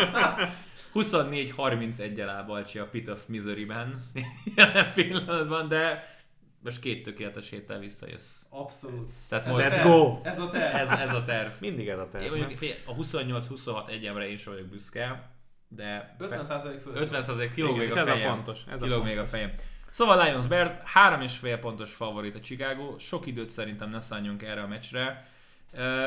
24-31-el áll Balcsi a Pit of Misery-ben jelen pillanatban, de most 2 tökéletes héttel visszajössz. Abszolút. Tehát let's go! Ez a terv. Ez a terv. Mindig ez a terv. A 28-26 egyemre én sem vagyok büszke, de 50% fölött. 50% kilóg még a fejem. Ez a fontos. Kilóg még a fejem. Szóval Lions Bears 3,5 pontos favorit a Chicago. Sok időt szerintem ne szálljunk erre a meccsre.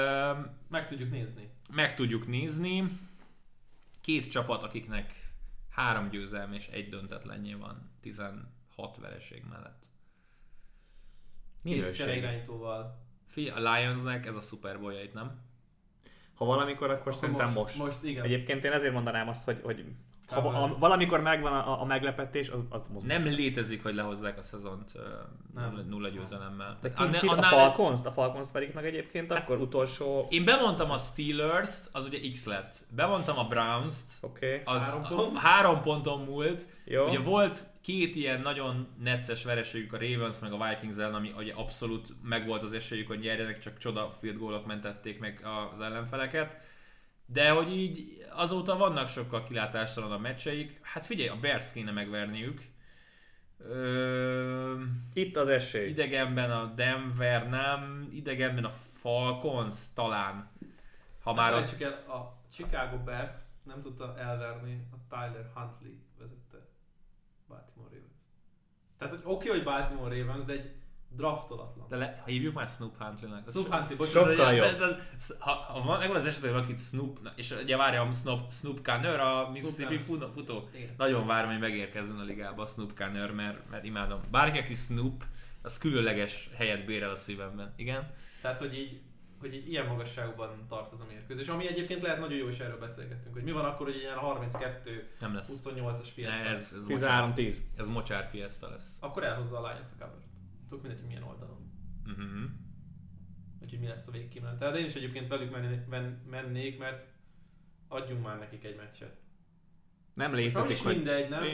Meg tudjuk nézni. Meg tudjuk nézni. Két csapat, akiknek 3 győzelme és 1 döntetlenje van 16 vereség mellett. 2 csereirányítóval. A Lionsnek ez a Super Bowl-jait, nem? Ha valamikor, akkor szerintem most. Igen. Egyébként én ezért mondanám azt, hogy ha valamikor megvan a meglepetés, az most. Nem létezik, hogy lehozzák a szezont 0 győzelemmel. De a Falcons pedig meg egyébként akkor utolsó... Én bemondtam a Steelers-t, az ugye X lett. Bemondtam a Browns-t, az 3 ponton múlt. Jó. Ugye volt 2 ilyen nagyon necces vereségük a Ravens meg a Vikings ellen, ami ugye abszolút megvolt az esélyük, hogy nyerjenek, csak csoda field goalok mentették meg az ellenfeleket. De hogy így azóta vannak sokkal kilátástalanabb meccseik. Hát figyelj, a Bears kéne megverniük. Itt az esély. Idegenben a Denver nem, idegenben a Falcons talán. Ha már el, a Chicago Bears nem tudta elverni a Tyler Huntley vezette Baltimore Ravens. Tehát hogy oké, hogy Baltimore Ravens, de egy draftolatlan. De hívjuk már Snoop Huntley-nek. Snoop Huntley, sokkal jobb. Ha megvan az eset, hogy valakit Snoop, és ugye várja Snoop Conner, a Mississippi futó. Igen. Nagyon várom, hogy megérkezzen a ligába a Snoop Conner, mert imádom. Bárki, aki Snoop, az különleges helyet bérel a szívemben. Igen? Tehát, hogy így ilyen magasságban tart az a mérkőzés. Ami egyébként lehet nagyon jó, és erről beszélgettünk, hogy mi van akkor, hogy ilyen 32-28-as fiesta. Ez 13-10. Ez mocsár fiesta lesz. Akkor elhozza a Lions a covert. Tudok mindegy, hogy milyen oldalon. Úgyhogy mi lesz a végkímélet. Tehát én is egyébként velük mennék, mert adjunk már nekik egy meccset. Nem létezik, is mindegy, nem?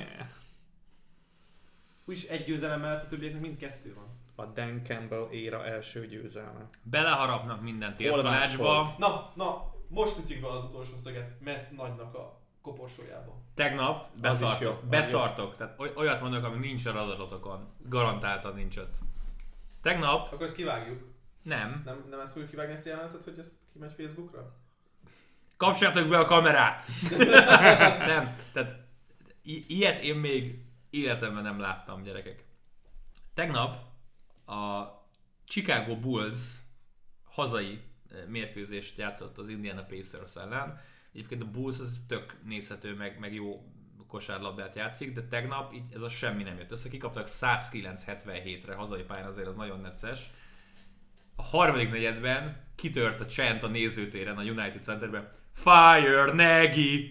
Úgyis egy győzelem mellett, a többieknek mind 2 van. A Dan Campbell éra első győzelme. Beleharapnak minden tértolásba. Na, most ütjük be az utolsó szöget Matt Nagynak a koporsójába. Tegnap beszartok. Tehát olyat mondok, ami nincs a radarotokon. Garantáltan nincs ott. Tegnap... Akkor ezt kivágjuk. Nem Nem ezt fogjuk kivágni, ezt jelentet, hogy ezt kimegy Facebookra? Kapcsoljátok be a kamerát! Nem, tehát ilyet én még életemben nem láttam, gyerekek. Tegnap a Chicago Bulls hazai mérkőzést játszott az Indiana Pacers ellen. Egyébként a Bulls az tök nézhető, meg jó kosárlabdát játszik, de tegnap így ez a semmi nem jött össze. Kikaptak 109-77-re hazai pályán, azért az nagyon necces. A harmadik negyedben kitört a chant a nézőtéren, a United Centerben. Fire, Nagy!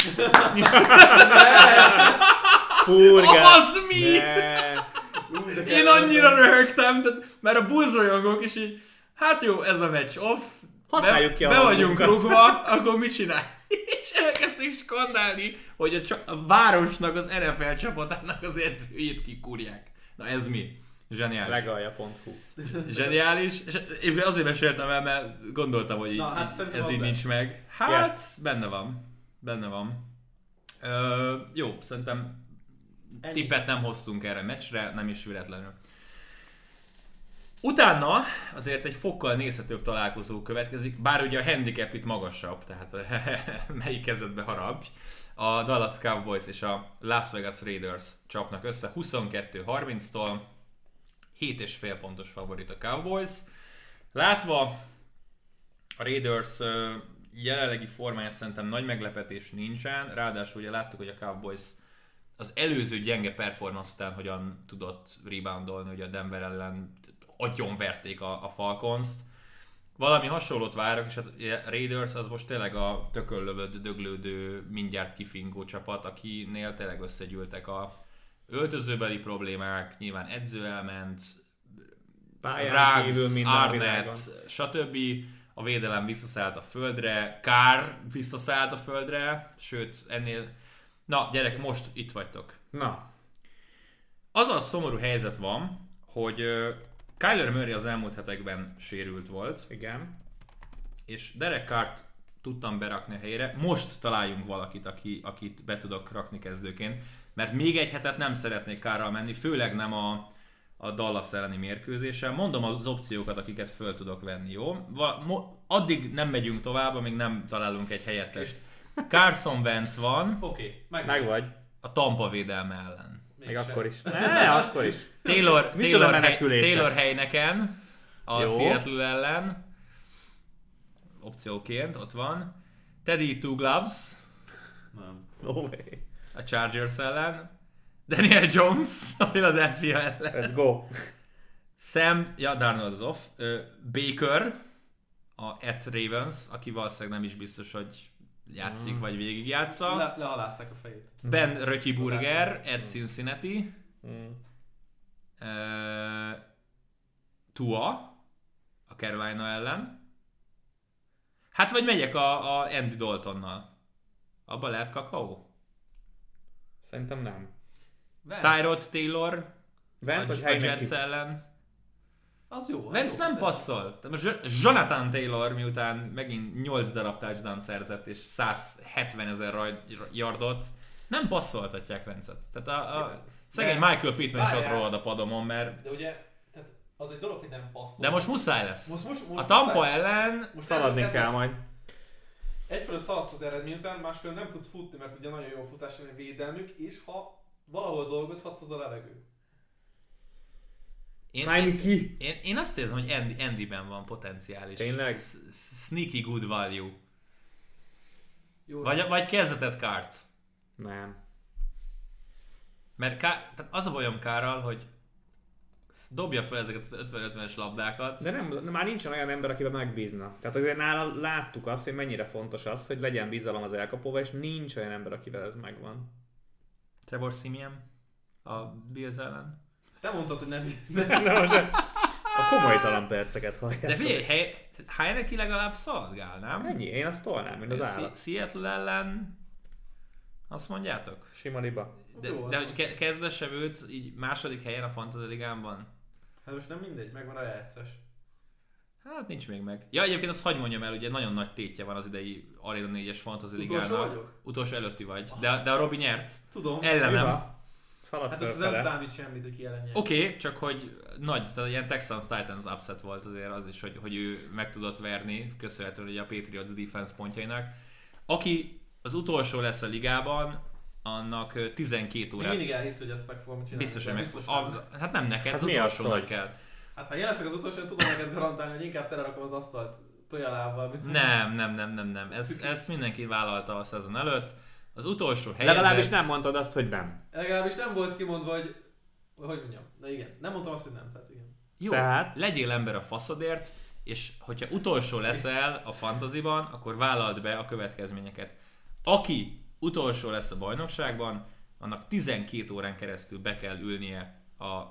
Az mi? Én annyira röhögtem, mert a Bulls rajongók is így, hát jó, ez a meccs off, be vagyunk rúgva, akkor mit csinál? És elkezdték skandálni, hogy a városnak, az NFL csapatának az edzőjét kikúrják. Na ez mi? Zseniális. Legalja.hu. Zseniális. És én azért meséltem el, mert gondoltam, hogy ez így nincs meg. Hát, yes. Benne van. Jó, szerintem tippet nem hoztunk erre a meccsre, nem is véletlenül. Utána azért egy fokkal nézhetőbb találkozó következik, bár ugye a handicap itt magasabb, tehát melyik kezedbe harapj. A Dallas Cowboys és a Las Vegas Raiders csapnak össze 22-30-tól. 7,5 pontos favorit a Cowboys. Látva a Raiders jelenlegi formáját szerintem nagy meglepetés nincsen, ráadásul ugye láttuk, hogy a Cowboys az előző gyenge performance után hogyan tudott reboundolni, hogy a Denver ellen agyonverték a Falcons-t. Valami hasonlót várok, és a Raiders az most tényleg a tököllövöd, döglődő, mindjárt kifingó csapat, akinél tényleg összegyűltek a öltözőbeli problémák, nyilván edző elment, Ruggs, Arnett, stb. A védelem visszaszállt a földre, Carr visszaszállt a földre, sőt ennél... Na gyerek, most itt vagytok. Na. Az a szomorú helyzet van, hogy Kyler Murray az elmúlt hetekben sérült volt. Igen. És Derek Carrt tudtam berakni a helyére. Most találjunk valakit, akit be tudok rakni kezdőként. Mert még egy hetet nem szeretnék Carrral menni, főleg nem a Dallas elleni mérkőzésen. Mondom az opciókat, akiket föl tudok venni, jó? Addig nem megyünk tovább, amíg nem találunk egy helyettest. Carson Wentz van. Oké, meg vagy. A Tampa védelme ellen. Még akkor is. Akkor is. Taylor Heineken a Seattle ellen. Opcióként, ott van. Teddy Two Gloves. Nem. No way. a Chargers ellen. Daniel Jones a Philadelphia ellen. Let's go. Darnold az off. Baker a Ravens, aki valószínűleg nem is biztos, hogy játszik, vagy végigjátsza. Lehalásszák a fejét. Ben Roethlisberger, Cincinnati. Tua a Carolina ellen. Hát vagy megyek a Andy Daltonnal. Abba lehet kakaó? Szerintem nem. Tyrod Taylor Vance a Jets ellen. Az jó. Vance nem passzol. Jonathan Taylor miután megint 8 darab touchdown szerzett és 170 000 yardot, nem passzoltatják Vance-et. Tehát szegény Michael Pittman is ott rohad a padomon, mert... De ugye, tehát az egy dolog, hogy nem passzol. De most muszáj lesz. Most a Tampa ellen... Most szaladni kell majd. Egyfelől szaladsz az eredmény után, másfelől nem tudsz futni, mert ugye nagyon jó futás a védelmük, és ha valahol dolgozhatsz, az a levegő. Én azt érzem, hogy Andyben van potenciális. Tényleg? Sneaky good value. Jó, vagy kezdetett Cards. Nem. Mert tehát az a bajom Kárral, hogy dobja fel ezeket az 50-50-es labdákat. De nem, már nincsen olyan ember, akiben megbízna. Tehát azért nála láttuk azt, hogy mennyire fontos az, hogy legyen bizalom az elkapóval, és nincs olyan ember, akivel ez megvan. Trevor Siemian a Bills ellen. Te mondtad, hogy nem. De most a komolytalan perceket halljátok. De figyelj, Heineke legalább szaladgál, nem? Ennyi, én azt tolnám, mint az állat. Seattle ellen azt mondjátok? Sima liba. De hogy kezdessem őt így második helyen a Fantasy Ligámban? Hát most nem mindegy, megvan a játszás. Hát nincs még meg. Ja, egyébként azt hadd mondjam el, ugye nagyon nagy tétje van az idei Arena 4-es Fantasy Ligának. Utolsó vagyok? Utolsó előtti vagy. De a Robi nyert. Tudom. Ellenem. Hát ez nem számít semmit, hogy ki ellen nyert. Oké, csak hogy nagy, tehát ilyen Texans Titans upset volt azért az is, hogy ő meg tudott verni, köszönhetően ugye a Patriots defense pontjainak. Aki az utolsó lesz a ligában, annak 12 órát. Mindig elhisz, hogy ezt meg fogom csinálni. Biztos, hogy hát nem neked, hát az utolsónak kell. Hát ha én leszek az utolsó, tudom neked garantálni, hogy inkább telerakom az asztalt tojalával, mint... Nem. Ezt mindenki vállalta a szezon előtt. Az utolsó helyezett... Legalábbis nem mondtad azt, hogy nem. Legalábbis nem volt kimondva, hogy mondjam. De igen, nem mondtam azt, hogy nem, tehát igen. Jó, tehát... legyél ember a faszodért, és hogyha utolsó leszel a fantasyban, akkor vállald be a következményeket. Aki utolsó lesz a bajnokságban, annak 12 órán keresztül be kell ülnie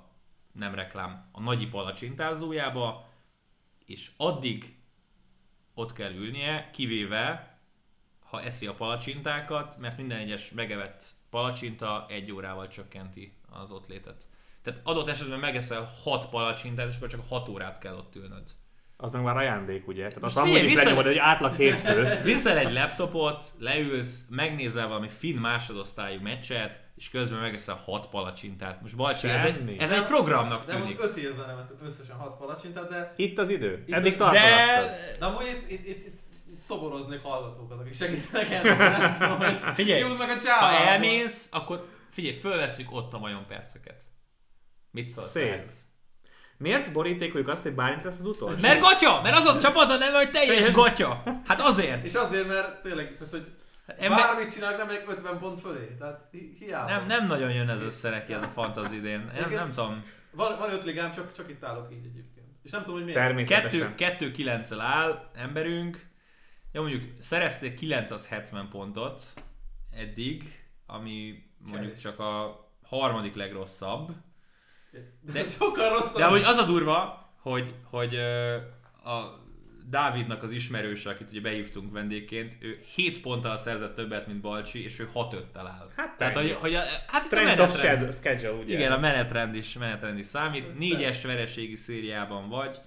a nagyi palacsintázójába, és addig ott kell ülnie, kivéve ha eszi a palacsintákat, mert minden egyes megevett palacsinta 1 órával csökkenti az ott létet. Tehát adott esetben megeszel 6 palacsintát, és akkor csak 6 órát kell ott ülnöd. Az meg már ajándék, ugye? Tehát azt amúgy is lenyomod, hogy átlag hétfő. Viszel egy laptopot, leülsz, megnézel valami finn másodosztályú meccset, és közben megeszel 6 palacsintát. Most Balcsi, ez egy programnak tűnik. 5 évben nem ettem összesen 6 palacsintát, de... Itt az idő. Eddig tartogattad. De amúgy itt toboroznék hallgatókat, akik segítenek el. Figyelj, ha elmész, akkor figyelj, fölveszünk ott a majomperceket. Mit szólsz ez? Miért borítékoljuk azt, hogy bármit lesz az utolsó? Mert gatya! Mert az a csapat a neve, hogy teljes gatya! Hát azért! És azért, mert tényleg, tehát, hogy bármit csinálok, nem megyek 50 pont fölé. Tehát hiába. Nem nagyon jön ez össze neki ez a fantasy idén. Nem tudom. Van 5 ligám, csak itt állok így egyébként. És nem tudom, hogy miért. Természetesen. 2-9-el áll emberünk. Jó, mondjuk szerezték 970 pontot eddig, ami mondjuk csak a harmadik legrosszabb. De sokkal rosszabb. De hogy az a durva, hogy a Dávidnak az ismerőse, akit ugye behívtunk vendégként, ő 7 ponttal szerzett többet, mint Balcsi, és ő 6-5-tel áll. Hát tehát, hát strength of schedule, ugye? Igen, a menetrend is számít. 4-es vereségi szériában vagy.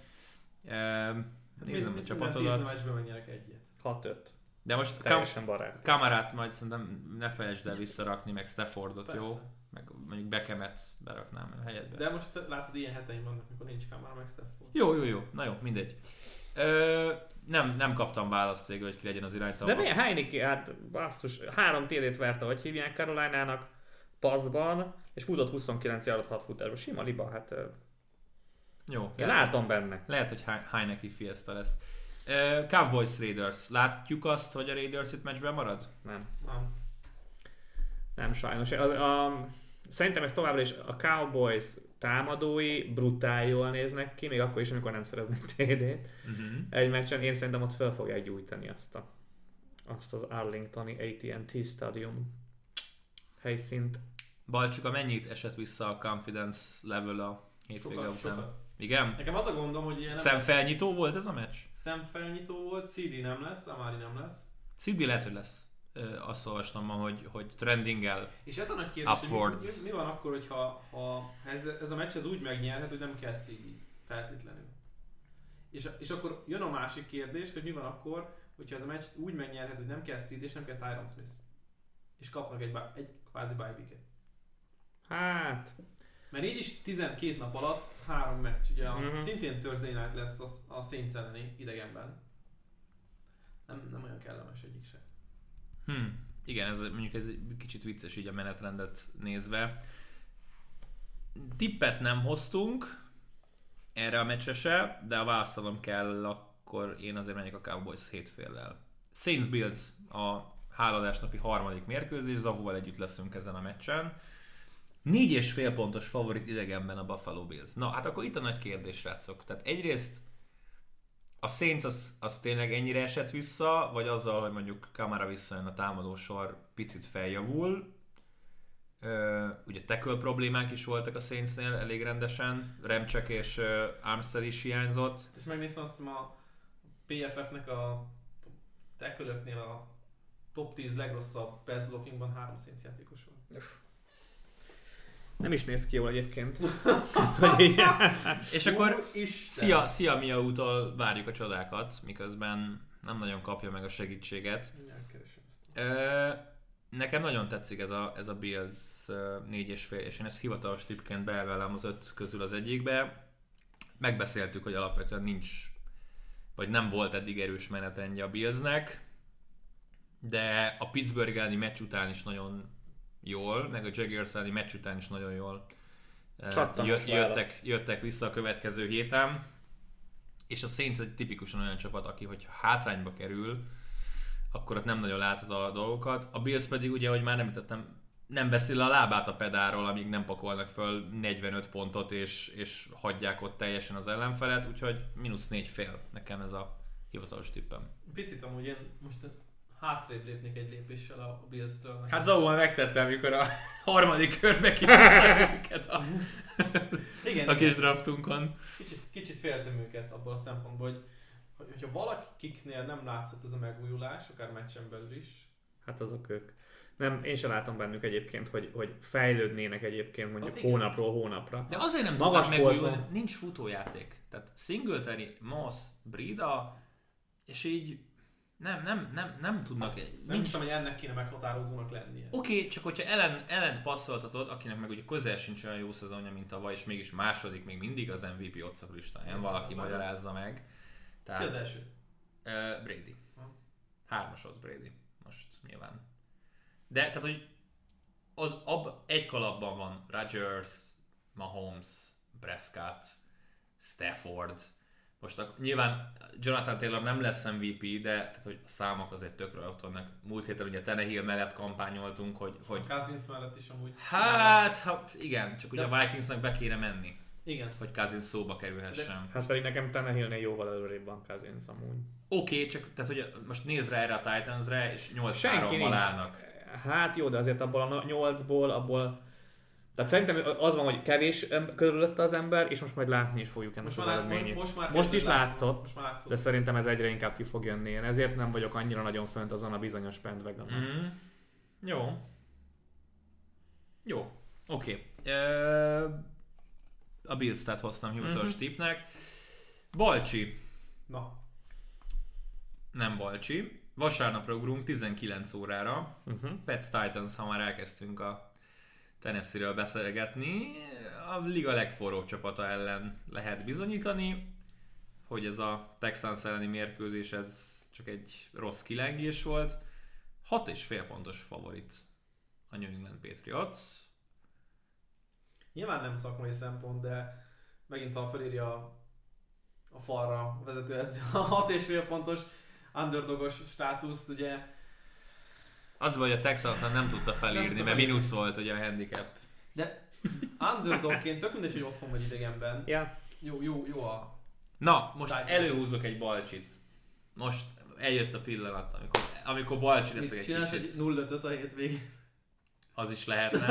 Nézem a csapatodat. 10 meccsben megnyerek egyet. 6-5. De most Kamarát majd szerintem ne felejtsd el visszarakni, meg Staffordot, persze. Jó? Meg mondjuk Beckhamet beraknám a helyedbe. De most látod, ilyen heteim vannak, amikor nincs Kamara, meg Stafford. Jó. Na jó, mindegy. Nem kaptam választ végül, hogy ki legyen az irányító. De milyen Heineke, hát basszus, 3 TD-t verte, hogy hívják Carolinának, passzban, és futott 29 yardot 6 futásban. Sima liba, hát... Jó. Én látom benne. Lehet, hogy Heineke fiesta lesz. Cowboys Raiders. Látjuk azt, hogy a Raiders itt meccsben marad? Nem. Nem sajnos. Szerintem ez továbbra is a Cowboys támadói brutál jól néznek ki, még akkor is, amikor nem szereznek TD-t. Egy meccsen én szerintem ott fel fogják gyújtani azt az Arlingtoni AT&T Stadium helyszínt. Balcsika, mennyit esett vissza a confidence level a hétvége után? Sokat. Igen? Nekem az a gondom, hogy ilyen Szemfelnyitó volt ez a meccs? szemfelnyitó volt, CD nem lesz, Amari nem lesz. CD lehet, hogy lesz. Azt olvastam ma, hogy trendinggel. És ez a nagy kérdés, Upwards. hogy mi van akkor, hogyha ez a meccs ez úgy megnyerhet, hogy nem kell CD feltétlenül. És akkor jön a másik kérdés, hogy mi van akkor, hogyha ez a meccs úgy megnyerhet, hogy nem kell CD és nem kell Tyron Smith. És kapnak egy kvázi bye week-et. Hát... Mert így is 12 nap alatt 3 meccs. Ugye szintén Thursday night lesz a Saints elleni idegenben. Nem olyan kellemes egyik se. Igen, mondjuk ez kicsit vicces így a menetrendet nézve. Tippet nem hoztunk erre a meccsre se, de ha válaszolom kell, akkor én azért menjek a Cowboys 7-féllel. Saints Bills a háladásnapi harmadik mérkőzés, Zahóval együtt leszünk ezen a meccsen. 4,5 pontos favorit idegenben a Buffalo Bills. Na, hát akkor itt a nagy kérdés, srácok. Tehát egyrészt a Saints az tényleg ennyire esett vissza, vagy azzal, hogy mondjuk Kamara visszajön a támadósor, picit feljavul. Ugye tackle problémák is voltak a Saintsnél elég rendesen. Remcsek és Armstead is hiányzott. És megnéztem azt a PFF-nek a tackle-öknél a top 10 legrosszabb pass blockingban 3 Saints játékos volt. Nem is néz ki jól egyébként. És akkor szia Miautól várjuk a csodákat, miközben nem nagyon kapja meg a segítséget. Nekem nagyon tetszik ez a Bills 4,5, és én ezt hivatalos tippként beemelem az 5 közül az egyikbe. Megbeszéltük, hogy alapvetően nincs, vagy nem volt eddig erős menetrendje a Billsnek, de a Pittsburgh elleni meccs után is nagyon jól, meg a Jaguars elleni meccs után is nagyon jól jöttek vissza a következő héten, és a Saints egy tipikusan olyan csapat, aki hogyha hátrányba kerül, akkor ott nem nagyon látod a dolgokat. A Bills pedig ugye, hogy már említettem, nem veszi le a lábát a pedálról, amíg nem pakolnak föl 45 pontot, és hagyják ott teljesen az ellenfelet, úgyhogy -4,5 nekem ez a hivatalos tippem. Picit amúgy én most hátrébb lépnék egy lépéssel a Bills-től. Hát Zauval megtettem, amikor a harmadik körbe kihozták őket a kis draftunkon. Kicsit féltem őket abban a szempontból, hogyha valakiknél nem látszott ez a megújulás, akár meccsen belül is. Hát azok ők. Nem, én sem látom bennük egyébként, hogy fejlődnének egyébként mondjuk hónapról hónapra. De azért nem tudnak megújulni, nincs futójáték. Tehát Singletary, Moss, Breida, és így nem tudnak. Nem hiszem, hogy ennek kéne meghatározónak lennie. Oké, csak hogyha ellent passzoltatod, akinek meg ugye közel sincs olyan jó szezonja, mint tavaly, és mégis második, még mindig az MVP otcak listáján, valaki magyarázza meg. Tehát, ki az első? Brady. 3-as ott Brady. Most nyilván. De tehát, hogy egy kalapban van Rodgers, Mahomes, Prescott, Stafford. Most nyilván Jonathan Taylor nem lesz MVP, de tehát, hogy a számok azért tökre ott vannak. Múlt héten ugye Tannehill mellett kampányoltunk, hogy Cousins mellett is amúgy. Hát igen, csak ugye a Vikingsnak be kéne menni. Igen. Hogy Cousins szóba kerülhessen. Hát pedig nekem Tannehillnél jóval előrébb van Cousins amúgy. Oké, csak tehát, hogy most nézz rá erre a Titansre, és 8-3-mal állnak. Hát jó, de azért abból a 8-ból, tehát szerintem az van, hogy kevés körülötte az ember, és most majd látni is fogjuk ennek az eredményét. Most is látszott, de szerintem ez egyre inkább ki fog jönni. Én ezért nem vagyok annyira nagyon fönt azon a bizonyos bandwagonon. Jó. Oké. A Bills tehát hoztam hivatalos tippnek. Balcsi. Na. Nem Balcsi. Vasárnapra ugrunk 19 órára. Pets Titans, ha már elkezdtünk a Tennessee-ről beszélgetni. A liga legforróbb csapata ellen lehet bizonyítani, hogy ez a Texans elleni mérkőzés ez csak egy rossz kilengés volt. 6,5 pontos favorit a New England Patriots. Nyilván nem szakmai szempont, de megint ha felírja a falra a vezetőedző a 6,5 pontos underdogos státuszt, ugye Az vagy a Texans nem tudta felírni, mert mínusz volt ugye a handicap. De underdogként tök mindegy, hogy otthon vagy idegenben. Yeah. Jó a... Na, most előhúzok egy balcsit. Most eljött a pillanat, amikor balcsi leszek egy csinálsz kicsit. Csinálsz egy 0-5 a hétvégén? Az is lehetne.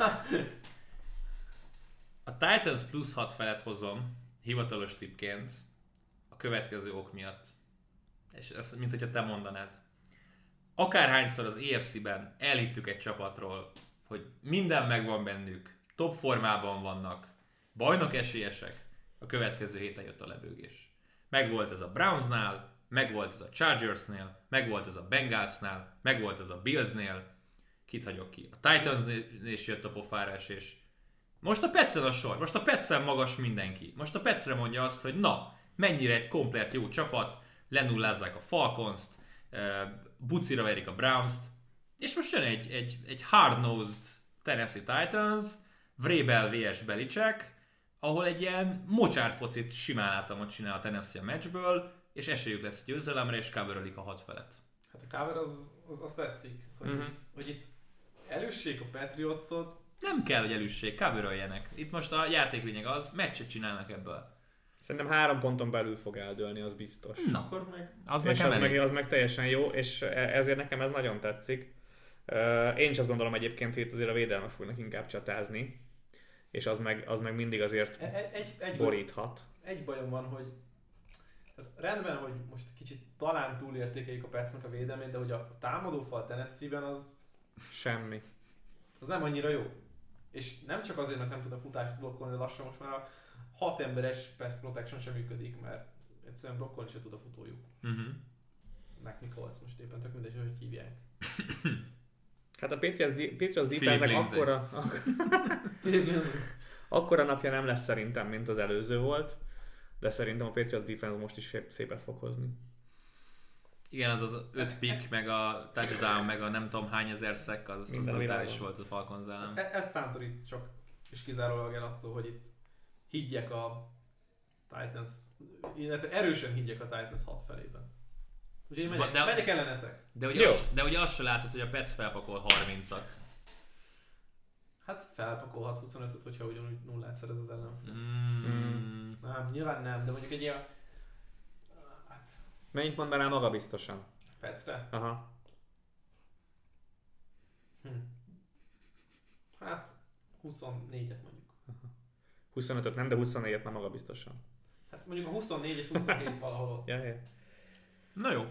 A Titans plusz 6 felett hozom hivatalos tippként a következő ok miatt. És ez, mint hogyha te mondanád. Akárhányszor az EFC-ben elhittük egy csapatról, hogy minden megvan bennük, top formában vannak, bajnok esélyesek, a következő héten jött a lebőgés. Megvolt ez a Brownsnál, megvolt ez a Chargersnél, megvolt ez a Bengalsnál, megvolt ez a Billsnél, kit hagyok ki? A Titansnél is jött a pofára esés. Most a Petsen a sor, most a Petsen magas mindenki. Most a Petsre mondja azt, hogy na, mennyire egy komplett jó csapat, lenullázzák a Falcons-t, bucira verik a Browns-t, és most jön egy hard-nosed Tennessee Titans, Vrabel vs. Belichick, ahol egy ilyen mocsárfocit simán látom, csinál a Tennessee a meccsből, és esélyük lesz a győzelemre, és coverölik a 6 felett. Hát a cover az tetszik, hogy itt előssék a Patriotsot. Nem kell, hogy előssék, coveröljenek. Itt most a játéklényeg az, meccset csinálnak ebből. Szerintem 3 ponton belül fog eldőlni, az biztos. Na, akkor meg... Az meg teljesen jó, és ezért nekem ez nagyon tetszik. Én is azt gondolom egyébként, hogy itt azért a védelmek fognak inkább csatázni, és az meg mindig azért boríthat. Egy bajom van, hogy tehát rendben, hogy most kicsit talán túlértékeljük a Petsnek a védelmét, de hogy a támadófal Tennessee-ben az... Semmi. Az nem annyira jó. És nem csak azért, mert nem tud a futást blokkolni, de lassan most már a 6 emberes pass protection sem működik, mert egyszerűen blokkolni se tud a futójuk. Mac Nichols most éppen tök mindegy, hogy hívják. Hát a Patriots defense-nek akkora napja nem lesz szerintem, mint az előző volt, de szerintem a Patriots defense most is szépet fog hozni. Igen, az 5 pick, meg a touchdown, meg a nem tudom hány ezer sack, az brutális volt a Falcons ellen. Ez tántorít csak és kizárólag el attól, hogy itt higgyek a Titans, illetve erősen higgyek a Titans 6 felében. Úgyhogy megyek ellenetek. De ugye azt se látod, hogy a Pets felpakol 30-at. Hát felpakolhat 25-öt, hogyha ugyanúgy nullát szerez az ellenfél. Nem, nyilván nem, de mondjuk egy ilyen... Hát... Mennyit mondanál magabiztosan? Petsre? Aha. Hát 24-et mondjuk. 25-öt nem, de 24-et nem magabiztosan. Hát mondjuk a 24 és 27 valahol ott. Ja. Na jó.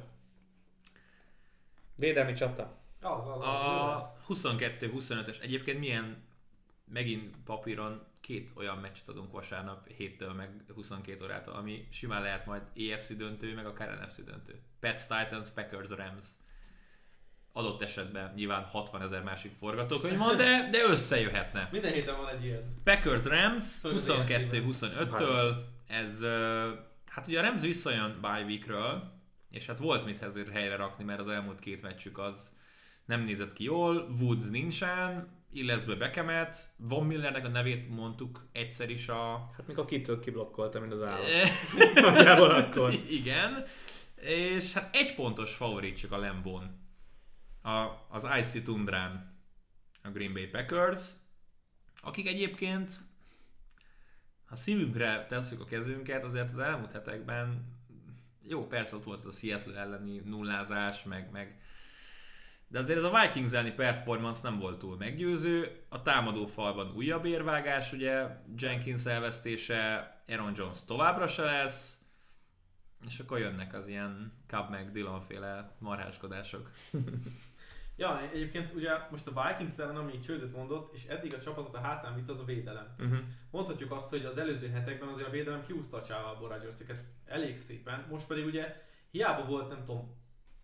Védelmi csata. A 22-25-ös. Egyébként milyen, megint papíron 2 olyan meccset adunk vasárnap 7-től meg 22 órától, ami simán lehet majd AFC döntő, meg akár NFC döntő. Pets, Titans, Packers, Rams. Adott esetben nyilván 60 000 másik forgatókönyv van, de összejöhetne. Minden héten van egy ilyen. Packers, Rams 22-25-től. Ez, hát ugye a Rams visszajön bye weekről, és hát volt mit ezért helyre rakni, mert az elmúlt 2 meccsük az nem nézett ki jól. Woods nincsen, illesz be Beckhamet, Von Millernek a nevét mondtuk egyszer is a... Hát mikor kitől kiblokkolta, mint az állat. Nagyjából akkor. Igen, és hát 1 pontos favorit csak a Lambón. Az Icy Tundrán a Green Bay Packers, akik egyébként, ha szívünkre tesszük a kezünket, azért az elmúlt hetekben jó, persze ott volt az a Seattle elleni nullázás, meg de azért ez a Vikings elleni performance nem volt túl meggyőző. A támadó falban újabb érvágás, ugye Jenkins elvesztése, Aaron Jones továbbra se lesz, és akkor jönnek az ilyen Cobb meg Dillon féle marháskodások. Ja, egyébként ugye most a Vikings ellen, ami csődöt mondott, és eddig a csapatot a hátán vitt, az a védelem. Mondhatjuk azt, hogy az előző hetekben azért a védelem kiúzta a csávából Rodgers-eket elég szépen, most pedig ugye hiába volt, nem tudom,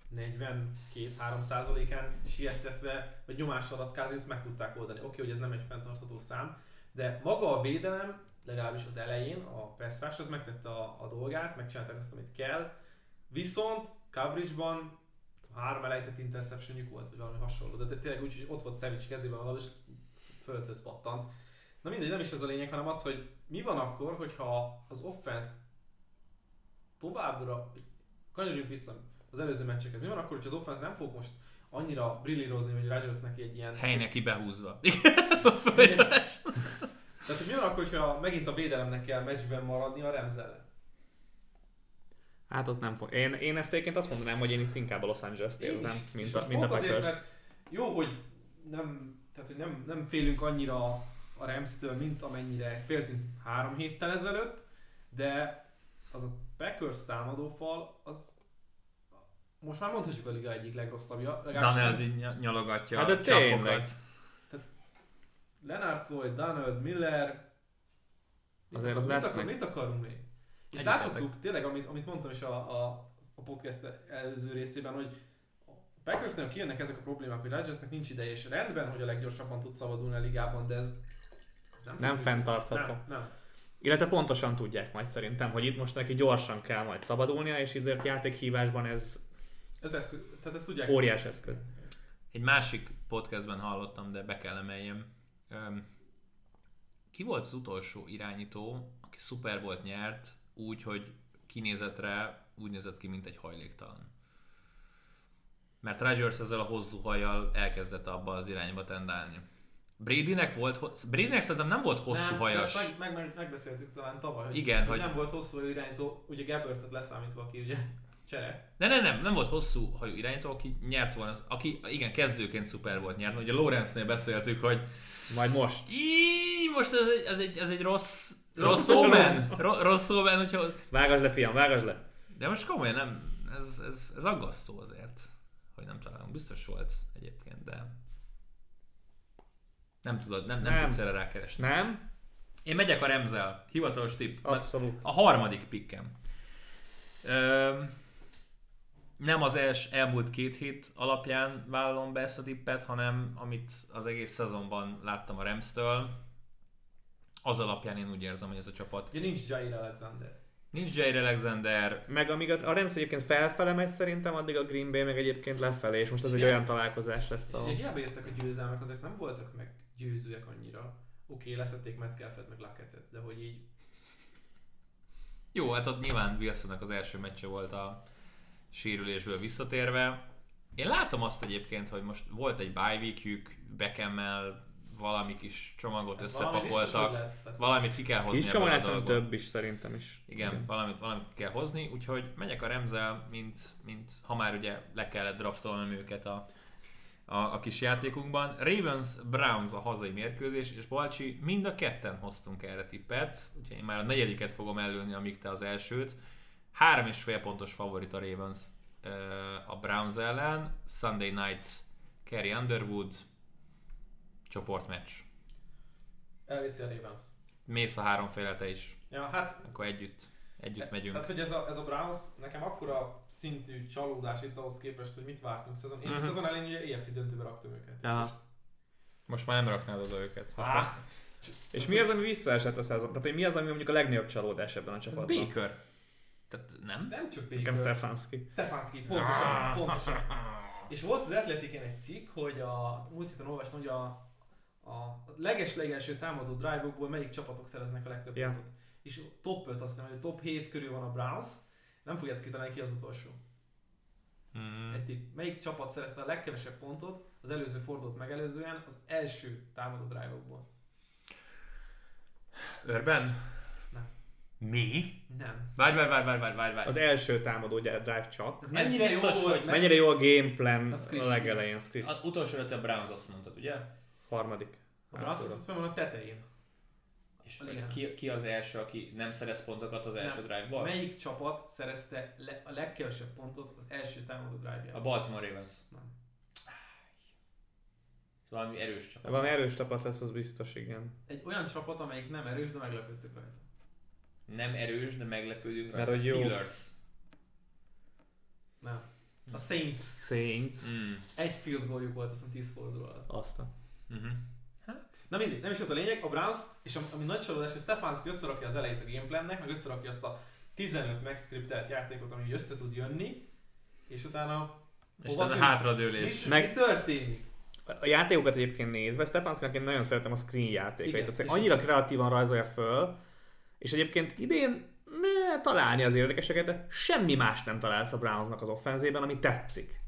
42-3%-án sietetve, vagy nyomás alatt kvázi ezt meg tudták oldani. Oké, hogy ez nem egy fenntartható szám, de maga a védelem, legalábbis az elején, a pass rush, az megtette a dolgát, megcsinálták azt, amit kell, viszont coverage-ban 3 elejtett interceptionjük volt, vagy valami hasonló, de tényleg úgy, hogy ott volt Savage kezében valahol, és földhöz pattant. Na mindegy, nem is ez a lényeg, hanem az, hogy mi van akkor, hogyha az offense továbbra, kanyarodjunk vissza az előző meccsekhez, mi van akkor, hogyha az offense nem fog most annyira brillírozni, hogy Rodgers neki egy ilyen... Hely neki behúzva. Tehát, hogy mi van akkor, hogyha megint a védelemnek kell meccsben maradni a Rams ellen? Hát ott nem fog. Én ezt egyébként azt mondanám, hogy én itt inkább a Los Angeles-t érzem, mint a Packers. Packers. Mert jó, hogy nem félünk annyira a Rams-től, mint amennyire féltünk 3 héttel ezelőtt, de az a Packers támadófal, az most már mondhatjuk a liga egyik legrosszabbja. Donald nyalogatja hát a csapokat. Leonard Floyd, Donald, Miller, azért az lesznek. Mit akarunk még? És láthattuk tényleg, amit mondtam is a podcast előző részében, hogy a Packersnél kijönnek ezek a problémák, hogy Rodgersnek nincs ideje, és rendben, hogy a leggyorsabban tud szabadulni a ligában, de ez nem fenntartható. Nem. Illetve pontosan tudják majd szerintem, hogy itt most neki gyorsan kell majd szabadulnia, és ezért játékhívásban ez eszköz, tehát ezt tudják. Óriás eszköz. Egy másik podcastben hallottam, de be kell emeljem. Ki volt az utolsó irányító, aki Super Bowl-t nyert, úgy, hogy kinézetre úgy nézett ki, mint egy hajléktalan? Mert Rodgers ezzel a hosszú hajjal elkezdett abba az irányba tendálni. Bradynek szerintem nem volt hosszú hajas. Megbeszéltük talán tavaly, hogy, igen, hogy nem volt hosszú hajú irányító, ugye Gabbertet leszámítva, aki ugye csere. Nem volt hosszú hajú irányító, aki nyert volna, aki igen, kezdőként Super Bowl-t nyert. Ugye Lawrence-nél beszéltük, hogy majd most. Most ez egy rossz omen. Rossz omen, hogyha... Vágasd le, fiam, vágasd le. De most komolyan nem, ez aggasztó azért, hogy nem találunk. Biztos volt egyébként, de nem tudod, nem tudsz erre rákeresni. Nem? Én megyek a Ramszel, hivatalos tipp. Abszolút. A harmadik pikkem. Nem az elmúlt 2 hét alapján vállalom be ezt a tippet, hanem amit az egész szezonban láttam a Ramstől, az alapján én úgy érzem, hogy ez a csapat. Ugye nincs Jair Alexander. Nincs Jair Alexander. Meg amíg a Rams egyébként felfele megy szerintem, addig a Green Bay meg egyébként lefelé, és most ez egy olyan találkozás lesz. És hiába jöttek a győzelmek, azok nem voltak meg győzőek annyira. Oké, leszették Metcalfet meg Lacketet, de hogy így... Jó, hát ott nyilván Wilsonnak az első meccse volt a sérülésből visszatérve. Én látom azt egyébként, hogy most volt egy bye weekjük, Beckham-mel valami kis csomagot összepakoltak, valamit ki kell hozni. Kis csomag lesz, több is szerintem is. Igen, valamit ki kell hozni, úgyhogy megyek a Ramszel, mint ha már ugye le kellett draftolnom őket a kis játékunkban. Ravens-Browns a hazai mérkőzés, és Balcsi, mind a ketten hoztunk erre tippet, úgyhogy én már a 4. fogom előni, amíg te az elsőt. 3,5 pontos favorit a Ravens a Browns ellen. Sunday night Carrie Underwood csoportmeccs. Elviszi a Ravens. Mész a 3 féle te is. Ja, hát... Akkor együtt megyünk. Tehát, hogy ez a Browns nekem akkora szintű csalódás itt ahhoz képest, hogy mit vártunk szezon. Én a szezon elején ugye EFC döntőbe raktam őket. Most már nem raknád oda őket. És mi az, ami visszaesett a szezon? Tehát, hogy mi az, ami mondjuk a legnagyobb csalódás ebben a csapatban? Baker. Tehát nem? Nem csak Baker. Nekem Stefanski, pontosan. És volt az Atleticen egy cikk, hogy a múlt héten olvastam, hogy a leges-legelső támadó drive-okból melyik csapatok szereznek a legtöbb pontot. És top 5, azt hiszem, hogy a top 7 körül van a Browns. Nem fogjátok kitalálni, ki az utolsó. Egy tipp. Melyik csapat szerezte a legkevesebb pontot az előző fordulót megelőzően az első támadó drive-okból? Urban? Nem. Mi? Nem. Várj. Az első támadó drive csak. Mennyire jó a game plan a legelején. Az utolsó előtt a Browns azt mondtad, ugye? Harmadik. A Browns azt fel van a tetején. És ki az első, aki nem szerez pontokat az első drive-ból? Melyik csapat szerezte a legkevesebb pontot az első támadó drive-jában? A Baltimore Ravens. Nem. Valami erős csapat. Valami erős csapat lesz, az biztos, igen. Egy olyan csapat, amelyik nem erős, de meglepődtök rajta. Nem erős, de meglepődünk rajta. Mert Steelers. Nem. A Saints. Egy field goaljuk volt, aztán 10 forduló alatt. Aztán. Hát. Na mindig, nem is az a lényeg, a Browns, és ami nagy csalódás, hogy Stefanski összerakja az elejét a gameplannek, meg összerakja azt a 15 megscriptelt játékot, ami össze tud jönni, és utána hátradőlés. Mi történik? A játékokat egyébként nézve, Stefanskinak én nagyon szeretem a screen játékait. Tehát annyira kreatívan rajzolja föl, és egyébként idén találni az érdekeseket, de semmi más nem találsz a Brownsnak az offenzében, ami tetszik.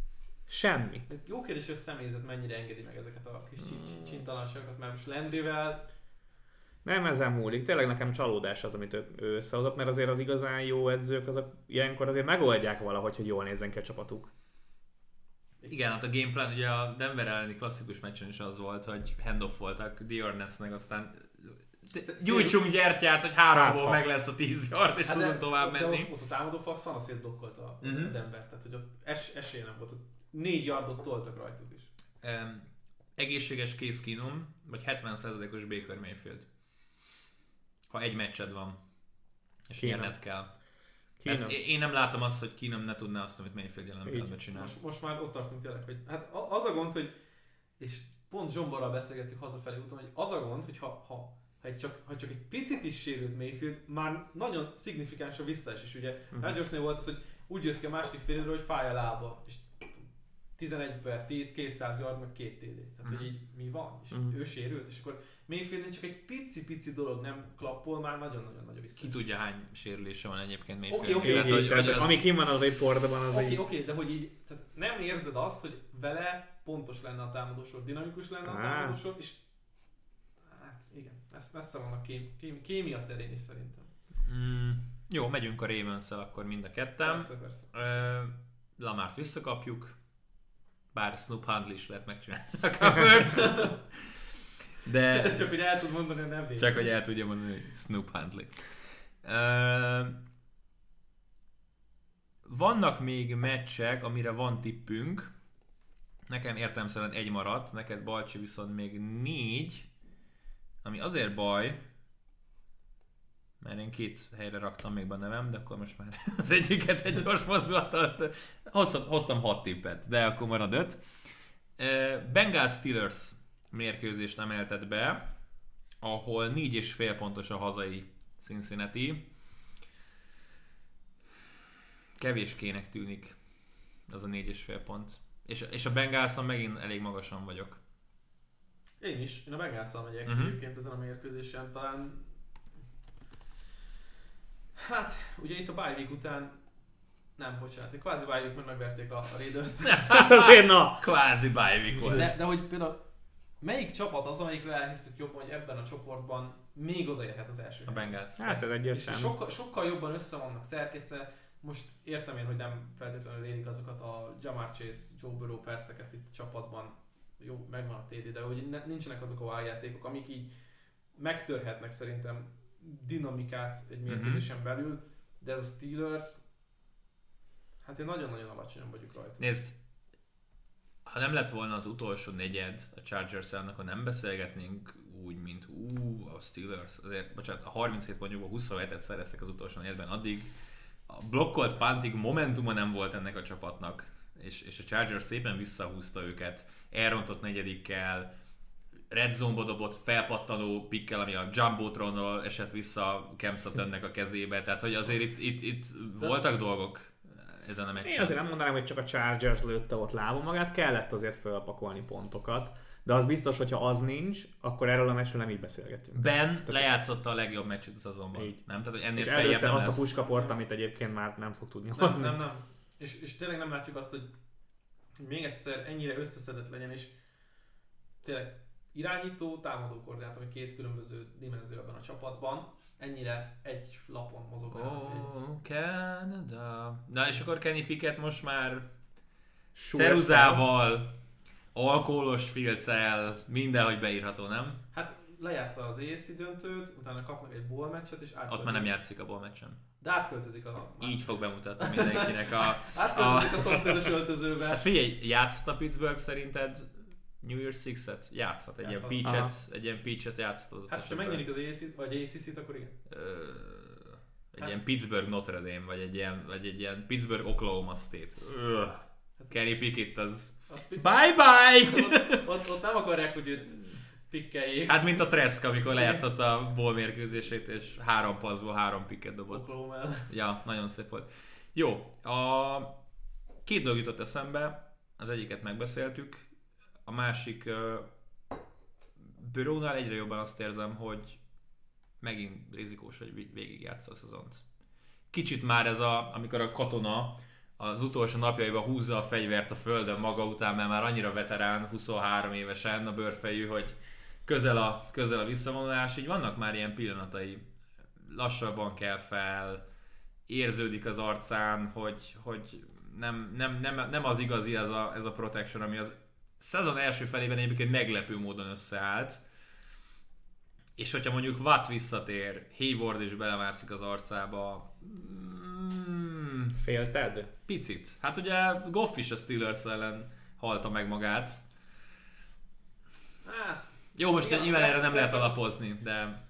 Semmi. Jó kérdés, hogy a személyzet mennyire engedi meg ezeket a kis csintalanságokat, mert most Landryvel... Nem ezen múlik, tényleg nekem csalódás az, amit ő összehozott, mert azért az igazán jó edzők, azok ilyenkor azért megoldják valahogy, hogy jól nézzen ki a csapatuk. Igen, hát a gameplan ugye a Denver elleni klasszikus meccsen is az volt, hogy handoff voltak Diornesnek, aztán gyújtsunk gyertyát, hogy 3-ból meg lesz a 10 yard, és tudunk tovább menni. De ott a támadó fal szanaszét blokkolta a Denver, tehát hogy ott esély nem volt. 4 yardot toltak rajtuk is. Egészséges Case Keenum, vagy 70%-os Baker Mayfield. Ha egy meccsed van, és nyerned kell. Én nem látom azt, hogy Keenum ne tudná azt, amit Mayfield jelen pillanatban csinál. Most már ott tartunk tényleg, hogy hát az a gond, hogy és pont Zsomborral beszélgettük hazafelé úton, hogy az a gond, hogy ha csak egy picit is sérült Mayfield, már nagyon szignifikánsan visszaesés. Ugye Rodgersnél volt az, hogy úgy jött ki a második félidőről, hogy fáj a lába, és 11/10, 200 yard, meg 2 TD. Tehát, hogy így mi van? És ő sérült, és akkor Mayfieldnél csak egy pici dolog nem klappol, már nagyon-nagyon vissza. Ki tudja, hány sérülése van egyébként Mayfield. Okay, ami kim van a reportban, az Oké, de hogy így, tehát nem érzed azt, hogy vele pontos lenne a támadósor, dinamikus lenne a támadósor, és hát igen, messze van a kémia terén is szerintem. Jó, megyünk a Ravens-szel akkor mind a ketten. Persze. Lamart visszakapjuk, bár Snoop Hundley is lehet megcsinálni a covert. De csak hogy el tud mondani a nevét. Csak hogy el tudja mondani, hogy Snoop Hundley. Vannak még meccsek, amire van tippünk. Nekem értelemszerűen 1 maradt, neked Balcsi viszont még 4. Ami azért baj, mert én 2 helyre raktam még be a nevem, de akkor most már az egyiket egy gyors mozdulattal hoztam 6 tippet, de akkor marad 5. Bengals Steelers mérkőzést emelted be, ahol 4,5 pontos a hazai Cincinnati. Kevéskének tűnik az a 4,5 pont. És a Bengalson megint elég magasan vagyok. Én is. Én a Bengalsszal megyek egyébként ezen a mérkőzésen. Talán... Hát, ugye itt a bye week után... Nem, bocsánat, kvázi bye week, mert megverték a Raiders-t. Hát azért na! Kvázi bye week volt. De hogy például melyik csapat az, amelyikről elhiszük jobban, hogy ebben a csoportban még odaérhet az első? A Bengals. Hát ez egyértelmű. Sokkal jobban össze vannak szerkesztve. Most értem én, hogy nem feltétlenül élik azokat a Jamar Chase, Joe Burrow perceket itt a csapatban. Jó, megvan a TD, de hogy nincsenek azok a válljátékok, amik így megtörhetnek szerintem dinamikát egy mérkőzésen belül, de ez a Steelers, hát én nagyon-nagyon alacsonyan vagyok rajta. Nézd, ha nem lett volna az utolsó negyed a Chargers-el, akkor nem beszélgetnénk úgy, mint a Steelers. Azért, bocsánat, a 37 pontjukból 27-et szereztek az utolsó negyedben, addig a blokkolt puntig momentuma nem volt ennek a csapatnak, és a Chargers szépen visszahúzta őket, elrontott negyedikkel, red zone-ba dobott felpattanó pikkel, ami a Jumbotronról esett vissza Cam Suttonnek a kezébe, tehát hogy azért itt voltak dolgok ezen a meccsen. Én azért nem mondanám, hogy csak a Chargers lőtte ott lábon magát, kellett azért felpakolni pontokat, de az biztos, hogyha az nincs, akkor erről a meccsről nem így beszélgetünk. Ben lejátszotta a legjobb meccsét az azonban. Így. Nem? Tehát, hogy ennél és feljebb nem azt lesz. A puskaport, amit egyébként már nem fog tudni hozni. Nem. És tényleg nem látjuk azt, hogy még egyszer ennyire összeszedett legyen, és tényleg irányító, támadó koordinátor, ami 2 különböző dimenzióban a csapatban, ennyire egy lapon mozog. Canada. Na és akkor Kenny Pickett most már ceruzával, alkoholos filccel, mindenhogy beírható, nem? Hát lejátsza az AFC döntőt, utána kapnak egy bowl meccset, és átköltözik. Ott már nem játszik a bowl meccsen. De átköltözik Így fog bemutatni mindenkinek átköltözik a szomszédos öltözőbe. Hát figyelj, játszhat a Pittsburgh szerinted New Year's Six-et? Játszhat. Egy ilyen peach-et játszhat. Hát, ha megnyílik az ACC-t, akkor igen. Egy ilyen Pittsburgh Notre Dame, vagy egy ilyen Pittsburgh Oklahoma State. Kenny Pickett az... Bye-bye! Ott nem akarják, hogy őt pikkeljék. Hát mint a Tresk, amikor lejátszott a bowl mérkőzését, és 3 passzból 3 picket dobott. Oklahoma. Ja, nagyon szép volt. Jó, a 2 dolog jutott eszembe, az egyiket megbeszéltük, a másik Burrownál egyre jobban azt érzem, hogy megint rizikós, hogy végigjátsza a szezont. Kicsit már ez amikor a katona az utolsó napjaiban húzza a fegyvert a földön maga után, mert már annyira veterán, 23 évesen a bőrfejű, hogy közel a visszavonulás. Így vannak már ilyen pillanatai. Lassabban kell fel, érződik az arcán, hogy nem az igazi ez a protection, ami az szezon első felében egyébként meglepő módon összeállt. És hogyha mondjuk Watt visszatér, Hayward is belemászik az arcába. Félted? Picit. Hát ugye Goff is a Steelers ellen halta meg magát. Hát... Jó, most igen, nyilván erre nem lehet alapozni, de...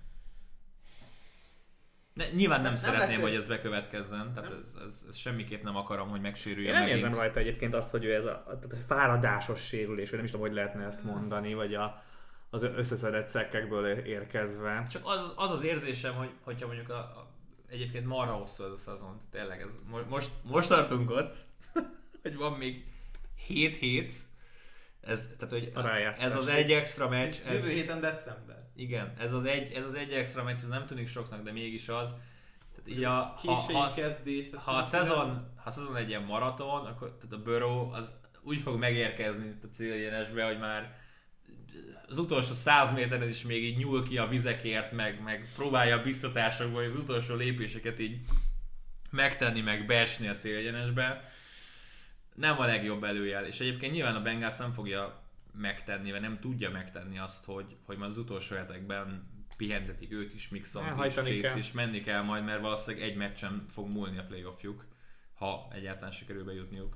Nyilván nem szeretném, hogy ez bekövetkezzen, tehát ez semmiképp nem akarom, hogy megsérüljön. Én nem érzem rajta egyébként azt, hogy ő ez a fáradásos sérülés, vagy nem is tudom, hogy lehetne ezt mondani, vagy az összeszedett szekkekből érkezve. Csak az érzésem, hogyha mondjuk egyébként marha hosszú ez a szezon, tényleg ez, most tartunk ott, hogy van még 7 hét, tehát hogy ez az egy extra meccs. Jövő héten december. Igen, ez az egy extra meccs, ez nem tűnik soknak, de mégis az. Tehát így ha a szezon egy ilyen maraton, akkor tehát a Burrow az úgy fog megérkezni a céljenesbe, hogy már az utolsó 100 méteren is még így nyúl ki a vizekért, meg próbálja a biztatásokból az utolsó lépéseket így megtenni, meg beesni a céljenesbe. Nem a legjobb előjel, és egyébként nyilván a Bengals nem fogja megtenni, vagy nem tudja megtenni azt, hogy már az utolsó hetekben pihentetik őt is, Mixont is, Chase-t is, menni kell majd, mert valószínűleg egy meccsen fog múlni a playoffjuk, ha egyáltalán sikerül bejutniuk.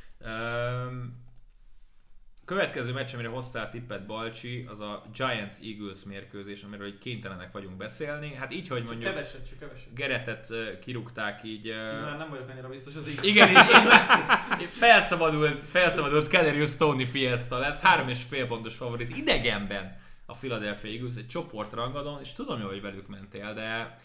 Következő meccs, amire hoztál tippet, Balcsi, az a Giants-Eagles mérkőzés, amiről így kénytelenek vagyunk beszélni. Hát így, hogy mondjuk keveset. Gerettet kirúgták így... Már nem vagyok annyira biztos az igen, így felszabadult Kadarius Toney Fiesta lesz, 3,5 pontos favorit idegenben a Philadelphia Eagles egy csoportrangadon, és tudom jó, hogy velük mentél, de...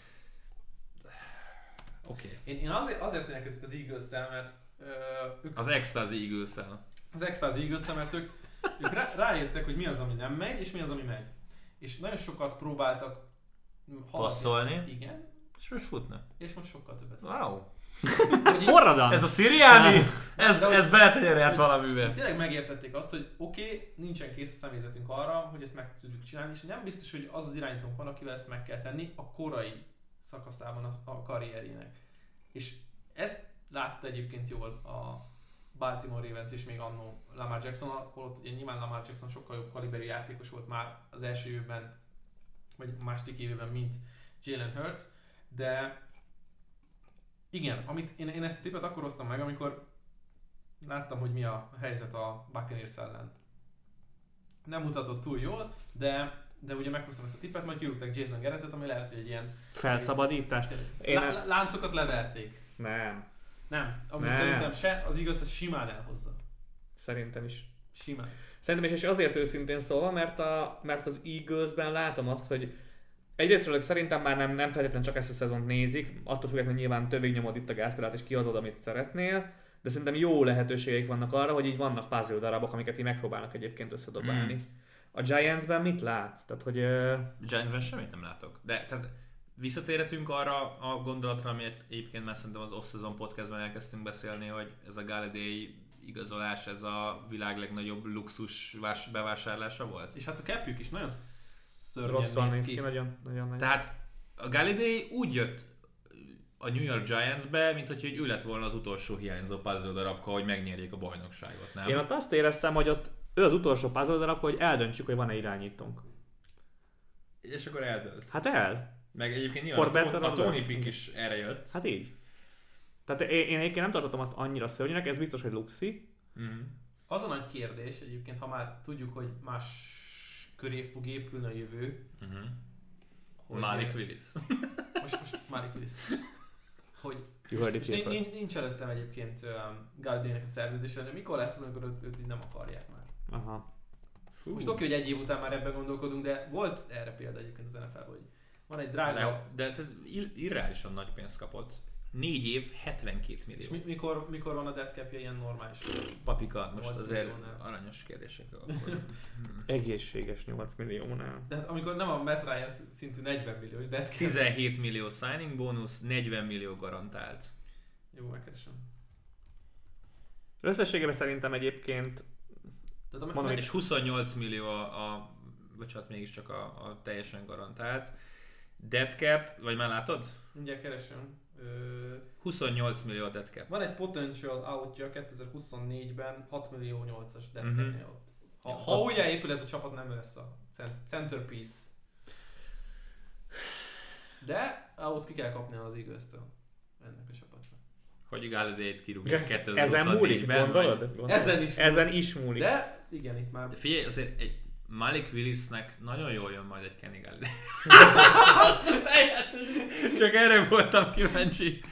Oké. Én azért menekülök az Eagles-szel, mert... Az Ecstasy Eagles-szel. Az Ecstasy Eagles-szel, mert ők rájöttek, hogy mi az, ami nem megy, és mi az, ami megy. És nagyon sokat próbáltak passzolni. Igen. És most futnak. És most sokkal többet. Wow. Forradalom! Ez a Sirianni? Ez beletenyerelt valamivel. Tényleg megértették azt, hogy oké, nincsen kész a személyzetünk arra, hogy ezt meg tudjuk csinálni, és nem biztos, hogy az irányítónk van, akivel ezt meg kell tenni a korai szakaszában a karrierjének. És ezt látta egyébként jól a Baltimore Ravens is még annó Lamar Jackson, holott ugye nyilván Lamar Jackson sokkal jobb kaliberű játékos volt már az első évben, vagy a második évben, mint Jalen Hurts, de igen, amit én ezt a tippet akkor hoztam meg, amikor láttam, hogy mi a helyzet a Buccaneers ellen. Nem mutatott túl jól, de ugye meghoztam ezt a tippet, majd kirúgták Jason Garrettet, ami lehet, hogy egy ilyen... Felszabadítás? Láncokat leverték. Nem, ami szerintem se, az igaz, az simán elhozza. Szerintem is. Simán. Szerintem is, és azért őszintén szólva, mert az Eaglesben látom azt, hogy egyrésztről szerintem már nem feltétlenül csak ezt a szezont nézik, attól függetlenül nyilván többig nyomod itt a gázpedát és kihozod, amit szeretnél, de szerintem jó lehetőségeik vannak arra, hogy így vannak puzzle darabok, amiket így megpróbálnak egyébként összedobálni. A Giantsben mit látsz? Tehát, hogy... Giantsben semmit nem látok, de tehát visszatérhetünk arra a gondolatra, amit egyébként már szerintem az off-season podcastben elkezdtünk beszélni, hogy ez a Galladay igazolás, ez a világ legnagyobb luxus bevásárlása volt. És hát a capjük is nagyon rosszul néz ki. Nagyon. Tehát a Galladay úgy jött a New York Giantsbe, mint hogy ő lett volna az utolsó hiányzó puzzle darabka, hogy megnyerjék a bajnokságot, nem? Én ott azt éreztem, hogy ott ő az utolsó puzzle darabka, hogy eldöntsük, hogy van-e irányítónk. És akkor eldölt. Hát meg egyébként nyilván a Tony Pick is erre jött. Hát így. Tehát én egyébként nem tartottam azt annyira szörnyűnek, ez biztos, hogy luxi. Az a nagy kérdés egyébként, ha már tudjuk, hogy más köré fog épülni a jövő. Malik Willis. Most Malik Willis. Hogy nincs előttem egyébként Galladaynek a szerződése, de mikor lesz az, amikor őt így nem akarják már. Aha. Most oké, hogy egy év után már ebben gondolkodunk, de volt erre példa egyébként az NFL-ben, hogy van egy drága... De irreálisan nagy pénzt kapott. 4 év, 72 millió. És mikor van a dead capja ilyen normális? Papika, most azért aranyos kérdések. Egészséges 8 milliónál. De hát amikor nem a Matt Ryan szintű 40 milliós dead cap. 17 millió signing bónusz, 40 millió garantált. Jó, megkeresem. Összességében szerintem egyébként mondom, és 28 millió bocsánat, mégiscsak a teljesen garantált. Dead cap, vagy már látod? Mindjárt keresem. 28 millió dead cap. Van egy potential outja 2024-ben 6 millió 8-as dead capnél ott. Ha újjáépül ez a csapat, nem lesz a centerpiece. De ahhoz ki kell kapni az Eagles-től ennek a csapatnak. Hogy Galladay-t kirúgják 2024-ben. Ezen múlik, gondolod? Ezen is múlik. De igen, itt már... De figyelj, azért egy Malik Willisnek nagyon jól jön majd egy Kenny Galladay. Csak erre voltam kíváncsi.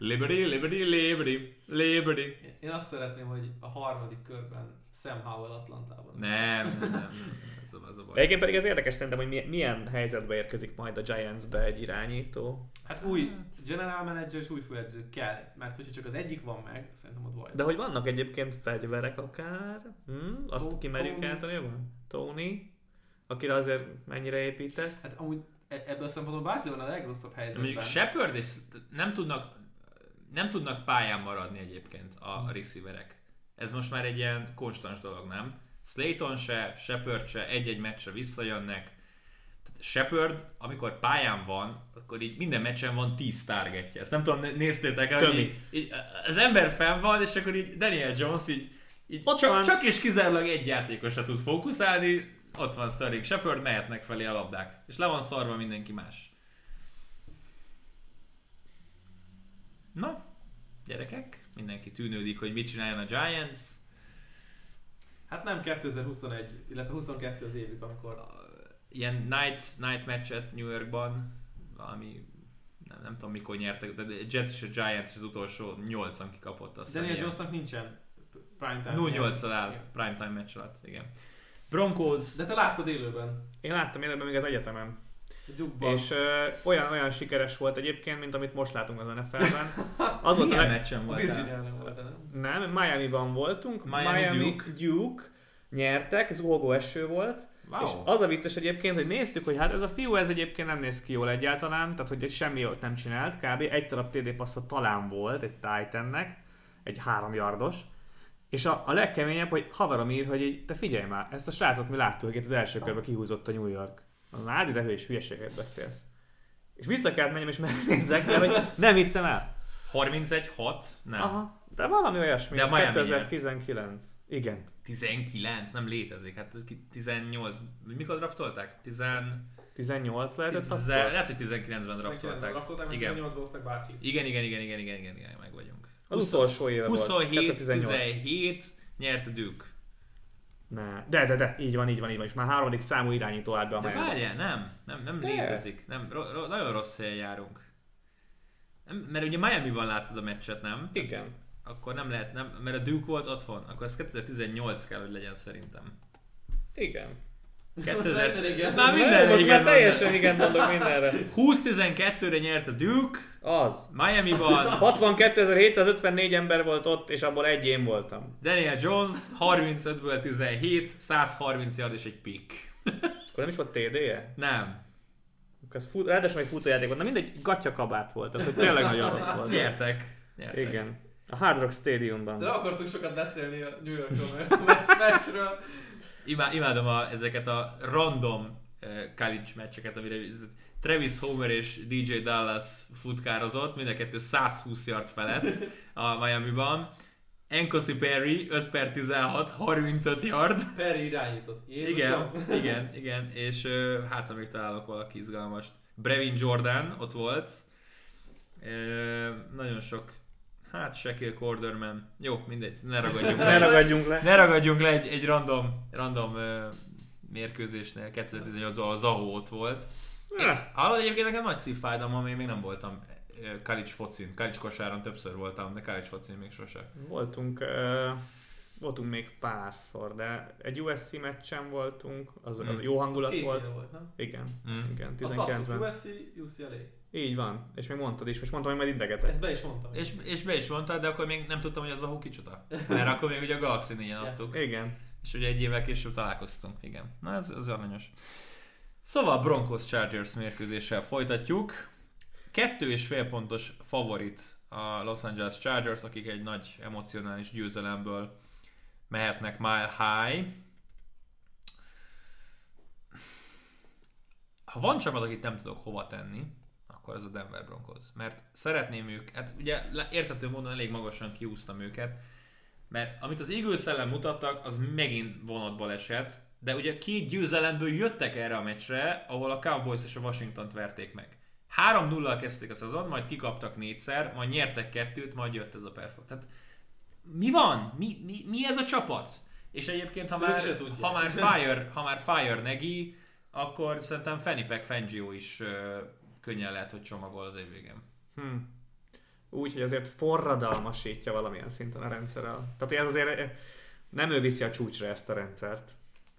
Liberty. Én azt szeretném, hogy a harmadik körben Sam Howell Atlantában. Nem. Ez a baj. Egyébként pedig ez érdekes szerintem, hogy milyen helyzetbe érkezik majd a Giantsbe egy irányító. Hát új general manager és új főedző kell, mert hogyha csak az egyik van meg, szerintem ott baj. De hogy vannak egyébként fegyverek akár? Azt kimerjük jelenteni, van? Tony, akire azért mennyire építesz? Hát amúgy ebből a szempontból Barkley van a legrosszabb helyzetben. Mondjuk Shepard és nem tudnak pályán maradni egyébként a receiverek. Ez most már egy ilyen konstans dolog, nem? Slayton se, Shepard se, egy-egy meccsre visszajönnek. Tehát Shepard, amikor pályán van, akkor így minden meccsen van 10 targetje. Ezt nem tudom, néztétek el, hogy így az ember fenn van, és akkor így Daniel Jones így csak és kizárólag egy játékosra tud fókuszálni, ott van Sterling Shepard, mehetnek felé a labdák. És le van szarva mindenki más. Na, gyerekek, mindenki tűnődik, hogy mit csináljon a Giants. Hát nem 2021, illetve 22 az évük, amikor... Ilyen night matchet New Yorkban, valami, nem tudom mikor nyertek, de Jets és a Giants az utolsó 8-an kikapott. Daniel Jonesnak nincsen primetime. 0-8-al áll primetime match alatt, igen. Broncos... De te láttad élőben? Én láttam élőben még az egyetemen. Dugban. És olyan sikeres volt egyébként, mint amit most látunk az NFL-ben. Az volt milyen meccsen voltál? Virginia-ben voltál, nem? Miami-ban voltunk. Miami Duke nyertek, zuhogó eső volt. Wow. És az a vicces egyébként, hogy néztük, hogy hát ez a fiú ez egyébként nem néz ki jól egyáltalán, tehát hogy semmi jót nem csinált, kb. Egy darab TD passza talán volt egy Titannek, egy 3 yardos. És a legkeményebb, hogy haverom ír, hogy így, te figyelj már, ezt a srácot mi láttuk, hogy az első körben kihúzott a New York. Lád ide, hő és hülyeséget beszélsz. És vissza kellett menjem és megnézzek, mert hogy nem hittem el. 31-6? Nem. Aha, de valami olyasmi, de 2019. Igen. 19? Nem létezik, hát 18. Mikor draftolták? 18 lehetett lehet, hogy 19-ben draftolták. Igen. 18-ban hoztak bárki. Igen, meg vagyunk. Az utolsó éve 27-17 nyert a Duke. Ne. De, így van, és már 3. számú irányító állt be a Miami. De várjál, nem létezik. Nagyon rossz helyen járunk. Mert ugye Miami-ban láttad a meccset, nem? Igen. Akkor nem lehet, mert a Duke volt otthon, akkor ez 2018 kell, hogy legyen szerintem. Igen. 2000... Már mindenre most igen már teljesen igen mondok mindenre. 20-12-re nyert a Duke. Az. Miami-ban. 62.754 ember volt ott, és abból egy én voltam. Daniel Jones 35-ből 17, 130 yard és egy pick. Akkor nem is volt TD-je? Nem. Ráadásul egy futójáték volt, de mindegy gatyakabát volt, tehát hogy tényleg nagyon rossz volt. Nyertek. Igen. A Hard Rock Stadiumban. De akartuk sokat beszélni a New Yorkról, a meccsről. Imádom ezeket a random college meccseket, amire Travis Homer és DJ Dallas futkározott, mind a kettő 120 yard felett a Miami-ban. Nkosi Perry 5/16, 35 yard. Perry irányított. Igen, és hát ha még találok valaki izgalmast. Brevin Jordan ott volt. Nagyon sok. Hát Shaquille Corderman. Jó, mindegy, ne ragadjunk le egy random mérkőzésnél. 2018-ban a Zahó ott volt. Hallod, egyébként nekem nagy szívfájdalmam, én még nem voltam college focin. College kosáron többször voltam, de college focin még sose. Voltunk még párszor, de egy USC meccsen voltunk, az jó hangulat volt. Nem? Igen, 19-ben. Azt láttuk, USC, UCLA. Így van, és még mondtad is, most mondtam, hogy majd idegetek. Ezt be is mondtam. És be is mondtad, de akkor még nem tudtam, hogy az a hó kicsoda. Mert akkor még ugye a Galaxy 4-en adtuk. Igen. És ugye egy évvel később találkoztunk, igen. Na ez aranyos. Szóval Broncos Chargers mérkőzéssel folytatjuk. 2,5 pontos favorit a Los Angeles Chargers, akik egy nagy emocionális győzelemből mehetnek mile high. Ha van csapat, akit nem tudok hova tenni, akkor ez a Denver Broncos. Mert szeretném ők, hát ugye érthető módon elég magasan kiúztam őket, mert amit az Eagles ellen mutattak, az megint vonatból esett, de ugye 2 győzelemből jöttek erre a meccsre, ahol a Cowboys és a Washingtont verték meg. 3-0-al kezdték a szezon, majd kikaptak 4-szer, majd nyertek 2-t, majd jött ez a performance. Tehát mi van? Mi ez a csapat? És egyébként, ha már fire Nagy, akkor szerintem Fanny Pack Fangio is könnyen lehet, hogy csomagol az év végén. Úgy, hogy azért forradalmasítja valamilyen szinten a rendszerrel. Tehát ez azért nem ő viszi a csúcsra ezt a rendszert.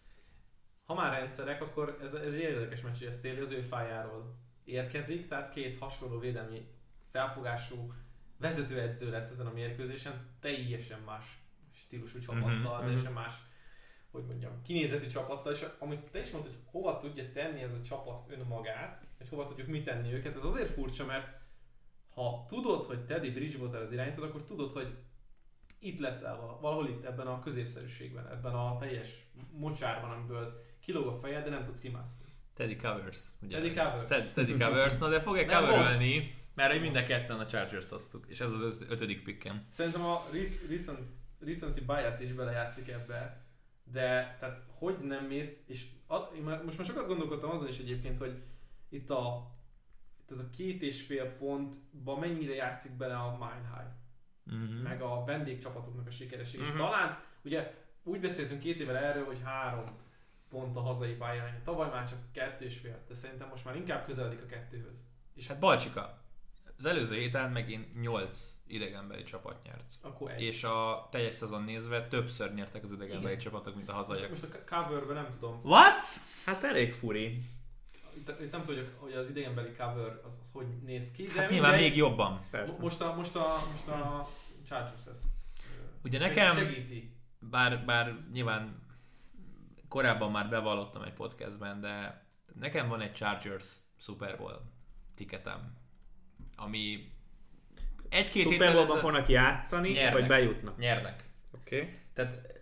Ha már rendszerek, akkor ez egy érdekes meccs, hogy ez tényleg az ő fájáról érkezik, tehát 2 hasonló védelmi felfogású vezetőedző lesz ezen a mérkőzésen, teljesen más stílusú csapattal, teljesen más, hogy mondjam, kinézetű csapattal, és amit te is mondtad, hogy hova tudja tenni ez a csapat önmagát, hogy hova tudjuk mi tenni őket, ez azért furcsa, mert ha tudod, hogy Teddy Bridgewater az irányítod, akkor tudod, hogy itt leszel valahol itt ebben a középszerűségben, ebben a teljes mocsárban, amiből kilóg a fejed, de nem tudsz kimászni. Teddy Covers, ugye? Teddy Covers, na de fog-e coverölni, mert mind a ketten a Chargers-t hoztuk, és ez az 5. picken. Szerintem a recency bias is belejátszik ebbe, de tehát hogy nem mész, és most már sokat gondolkodtam azon is egyébként, hogy itt ez a 2,5 pontban mennyire játszik bele a Mile High, meg a vendégcsapatoknak a sikeresség. És talán, ugye úgy beszéltünk 2 évvel erről, hogy 3 pont a hazai pályán, tavaly már csak 2,5, de szerintem most már inkább közeledik a 2-höz. És hát Balcsika, az előző héten megint 8 idegenbeli csapat nyert. Akkor egy. És a teljes szezon nézve többször nyertek az idegenbeli csapatok, mint a hazaiak. Most a coverben nem tudom. What? Hát elég furi. Itt nem tudjuk, hogy az idegenbeli cover az hogy néz ki, de hát nyilván még jobban. Persze. Most a Chargers ezt ugye nekem, segíti. Bár nyilván korábban már bevallottam egy podcastben, de nekem van egy Chargers Super Bowl ticketem, ami 1-2 Super Bowl-ban fognak játszani, nyernek, vagy bejutnak? Nyernek. Oké. Tehát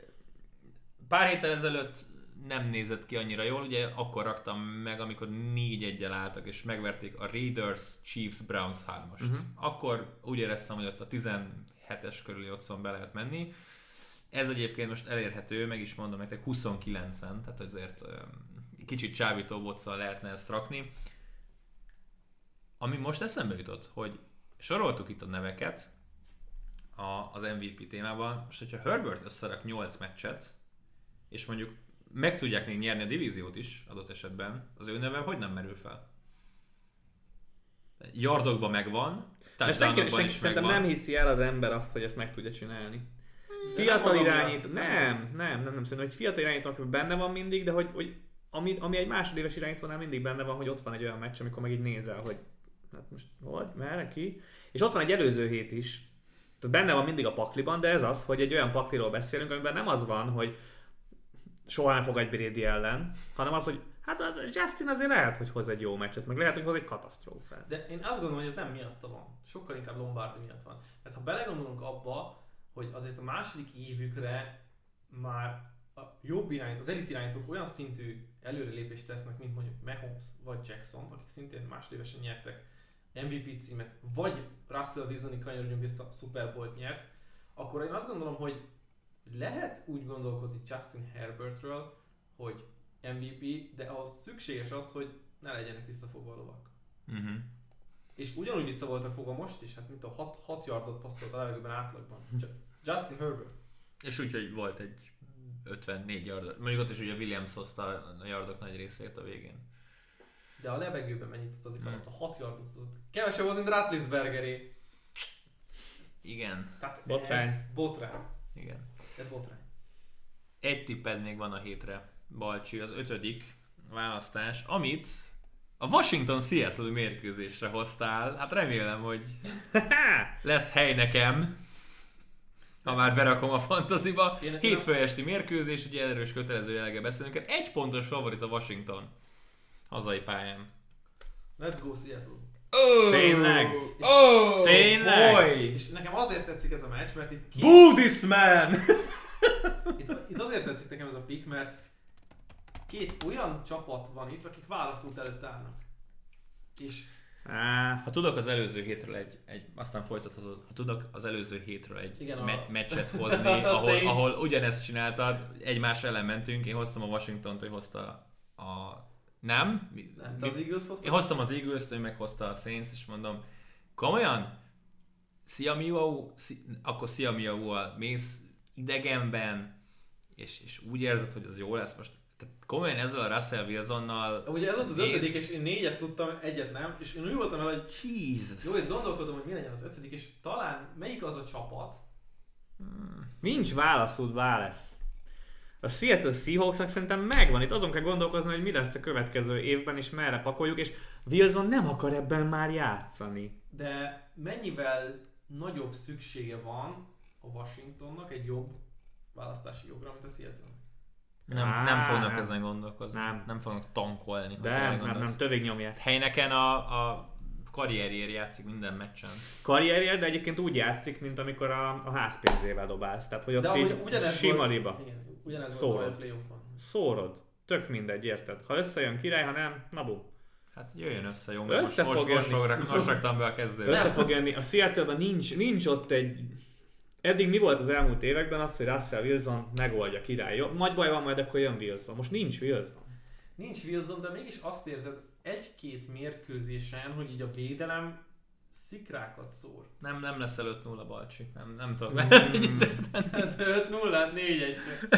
pár héttel ezelőtt nem nézett ki annyira jól, ugye akkor raktam meg, amikor 4-1-jel álltak, és megverték a Raiders, Chiefs, Browns 3-ast. Akkor úgy éreztem, hogy ott a 17-es körüli otthon be lehet menni. Ez egyébként most elérhető, meg is mondom nektek 29-en, tehát azért kicsit csábító boccal lehetne ezt rakni. Ami most eszembe jutott, hogy soroltuk itt a neveket az MVP témában, most hogyha Herbert összerak 8 meccset, és mondjuk meg tudják még nyerni a divíziót is adott esetben, az ő neve hogy nem merül fel? Yardokban megvan, touchdownokban is szerintem megvan. nem hiszi el az ember azt, hogy ezt meg tudja csinálni. Fiatal irányító, nem, szerintem, hogy fiatal irányító, aki benne van mindig, de hogy ami egy másodéves irányítónál mindig benne van, hogy ott van egy olyan meccs, amikor meg így nézel, hogy hát most hogy, merre ki? És ott van egy előző hét is, tehát benne van mindig a pakliban, de ez az, hogy egy olyan pakliról beszélünk, amiben nem az van, hogy soha nem fogadj Brady ellen, hanem az, hogy hát az Justin azért lehet, hogy hoz egy jó meccset, meg lehet, hogy hoz egy katasztrófát. De én azt gondolom, hogy ez nem miatta van. Sokkal inkább Lombardi miatt van. Mert ha belegondolunk abba, hogy azért a második évükre már a jobb irányítók, az elit irányítók olyan szintű előrelépést tesznek, mint mondjuk Mahomes vagy Jackson, akik szintén másodévesen nyertek MVP címet, vagy Russell Wilson-i kanyarodjunk vissza, Super Bowl-t nyert, akkor én azt gondolom, hogy lehet úgy gondolkodni Justin Herbertről, hogy MVP, de ahhoz szükséges az, hogy ne legyenek visszafogva a lovak. És ugyanúgy vissza voltak fogva most is, hát mint a 6 yardot passzolt a levegőben átlagban. Justin Herbert. És úgy, hogy volt egy 54 yard, mondjuk ott is ugye Williams hozta a yardok nagy részét a végén. De a levegőben mennyit utazik alatt? A 6 yardot utazott. Kevesebb volt, mint Ratlisbergeré. Igen. Tehát botrány. Ez botrány. Igen. Ez botrány. Egy tipped még van a hétre, Balcsi, az 5. választás, amit a Washington-Seattle mérkőzésre hoztál. Hát remélem, hogy lesz hely nekem, ha már berakom a fantasyba. Hétfő esti mérkőzés, ugye erős kötelező jelleggel beszélünk. 1 pontos favorit a Washington hazai pályán. Let's go Seattle. Tényleg? Tényleg? Boy! És nekem azért tetszik ez a meccs, mert itt Boo this man! itt azért tetszik nekem ez a pick, mert két olyan csapat van itt, akik válaszút előtt állnak. És Ha tudok az előző hétről aztán folytathatod, ha tudok az előző hétről egy meccset hozni, ahol ugyanezt csináltad, egymás ellen mentünk, én hoztam a Washingtont, ő hozta Nem, te az Eagles hoztad? Én hoztam az Eagles-t, ő meg hozta a Saints, és mondom, komolyan? Akkor Szia Miau-val mész idegenben, és úgy érzed, hogy az jó lesz most. Tehát komolyan ezzel a Russell Wilsonnal... Ugye ez volt az ötödik, és én 4-et tudtam, 1-et nem, és én úgy voltam vele, hogy Jesus. jó, és gondolkodom, hogy mi legyen az 5. és talán melyik az a csapat. Nincs válaszút, válasz. A Seattle Seahawksnak szerintem megvan. Itt azon kell gondolkozni, hogy mi lesz a következő évben, és merre pakoljuk, és Wilson nem akar ebben már játszani. De mennyivel nagyobb szüksége van a Washingtonnak egy jobb választási jogra, mint a Seattle? Nem fognak ezen gondolkozni. Nem fognak tankolni. Nem, tövig nyomják. Helyneken a karrierjér játszik minden meccsen. Karrierjér, de egyébként úgy játszik, mint amikor a házpénzével dobálsz. Tehát, hogy ott így sima riba. Ugyanez volt a playoffban. Szórod. Tök mindegy, érted? Ha összejön király, ha nem, na bum. Hát jöjjön össze, jó? Most raktam be a kezdőbe. Össze fog jönni. A Seattle-ben nincs ott egy... Eddig mi volt az elmúlt években az, hogy Russell Wilson megoldja király. Jó? Nagy baj van, majd akkor jön Wilson. Most nincs Wilson. Nincs Wilson, de mégis azt érzed egy-két mérkőzésen, hogy így a védelem szikrákat szór. Nem lesz el 5-0 Balcsi. Nem tudok. 5-0, 4-1.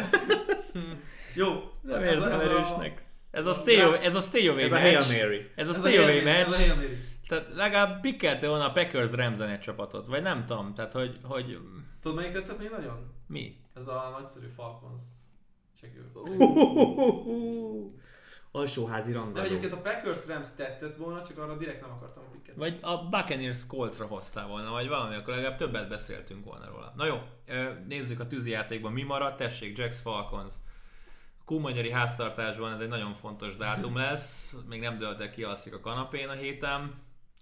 Jó. Nem érzem erősnek. Ez a stay away Ez a Hail Mary. Ez a stay away match. Tehát legalább pikkelte volna a Packers Ramsen egy csapatot. Vagy nem tudom. Tehát, hogy... Tudod, melyik tetszett még nagyon? Mi? Ez a nagyszerű Falcons segő. Alsóházi rangadó. De egyébként a Packers Rams tetszett volna, csak arra direkt nem akartam a picket. Vagy a Buccaneers Coltsra hoztál volna, vagy valami, akkor legalább többet beszéltünk volna róla. Na jó, nézzük a tűzijátékban mi maradt. Tessék, Jacks Falcons. A Kunmegyeri háztartásban ez egy nagyon fontos dátum lesz. Még nem dölte ki, alszik a kanapén a héten.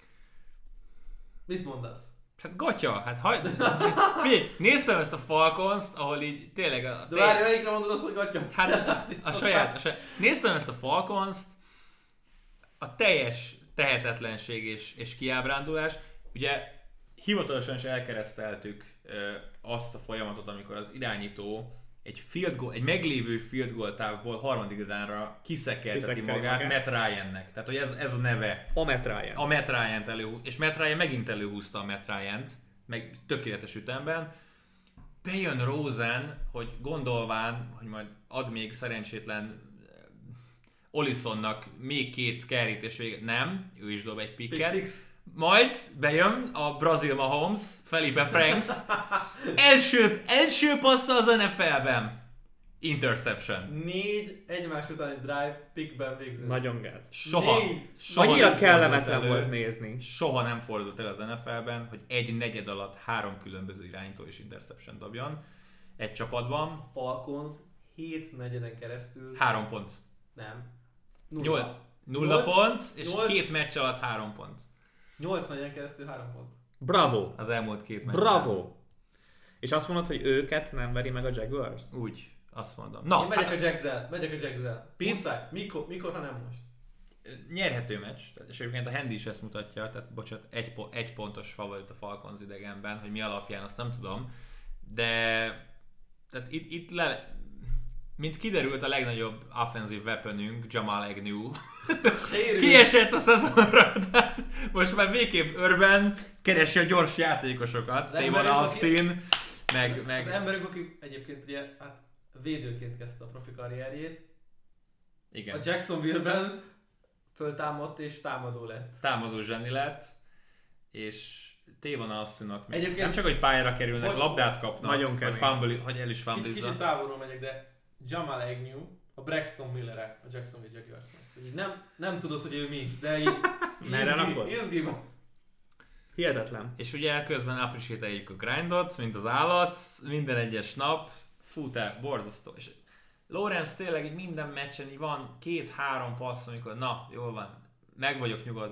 Mit mondasz? Hát gatya, figyelj, néztem ezt a Falcons-t, ahol így tényleg De várj, melyikre mondod azt, hogy gatya? Hát a saját. Néztem ezt a Falcons-t, a teljes tehetetlenség és kiábrándulás. Ugye hivatalosan is elkereszteltük azt a folyamatot, amikor az irányító egy meglévő field goal távból harmadik dánra kiszekelteti magát Matt Ryannek. Tehát, hogy ez a neve. A Matt Ryan. A Matt Ryant és Matt Ryan megint előhúzta a Matt Ryant, meg tökéletes ütemben. Bejön Rosen, hogy gondolván, hogy majd ad még szerencsétlen Ollisonnak még 2 kerítés véget. Nem, ő is dob egy picket. Majd bejön a Brazil Mahomes, Felipe Franks. első passza az NFL-ben. Interception. 4 egymás utáni drive pickben végzett. Nagyon gáz. Soha annyira kellemetlen volt nézni. Soha nem fordult el az NFL-ben, hogy egy negyed alatt 3 különböző irányító és interception dobjon egy csapatban. Falcons 7 negyeden keresztül. 3 pont. Nem. 0 pont, és 2 meccs alatt 3 pont. 8 negyen keresztül 3 pont. Bravo! Az elmúlt 2 meccs. Bravo! És azt mondod, hogy őket nem veri meg a Jaguars? Úgy, azt mondom. Na, én megyek a Jagszel. Muszáj. Mikor, ha nem most? Nyerhető meccs, és egyébként a Handy is ezt mutatja, tehát bocsánat, egy pontos favorit a Falcons idegenben, hogy mi alapján, azt nem tudom, de tehát itt mint kiderült, a legnagyobb offensive weaponünk, Jamal Agnew, kiesett a szezonra, tehát most már végképp Urban keresi a gyors játékosokat, Tavon Austin, meg... Az emberünk, aki egyébként ugye, hát védőként kezdte a profi karrierjét, igen. A Jacksonville-ben föltámadt és támadó lett. Támadó zseni lett, és Tavon Austinnak még nem csak, hogy pályára kerülnek, labdát kapnak, nagyon hogy el is fumblizza. Kicsit távolról megyek, de Jamal Agnew, a Braxton Miller-e a Jacksonville Jaguarsnak. Így nem tudod, hogy ő mi, de így izgiban. Hihetetlen. És ugye közben appreciate-eljük a grindot, mint az állat, minden egyes nap, futár, borzasztó. És Lawrence tényleg így minden meccsen így van 2-3 passz, amikor na, jól van, meg vagyok nyugodva, mert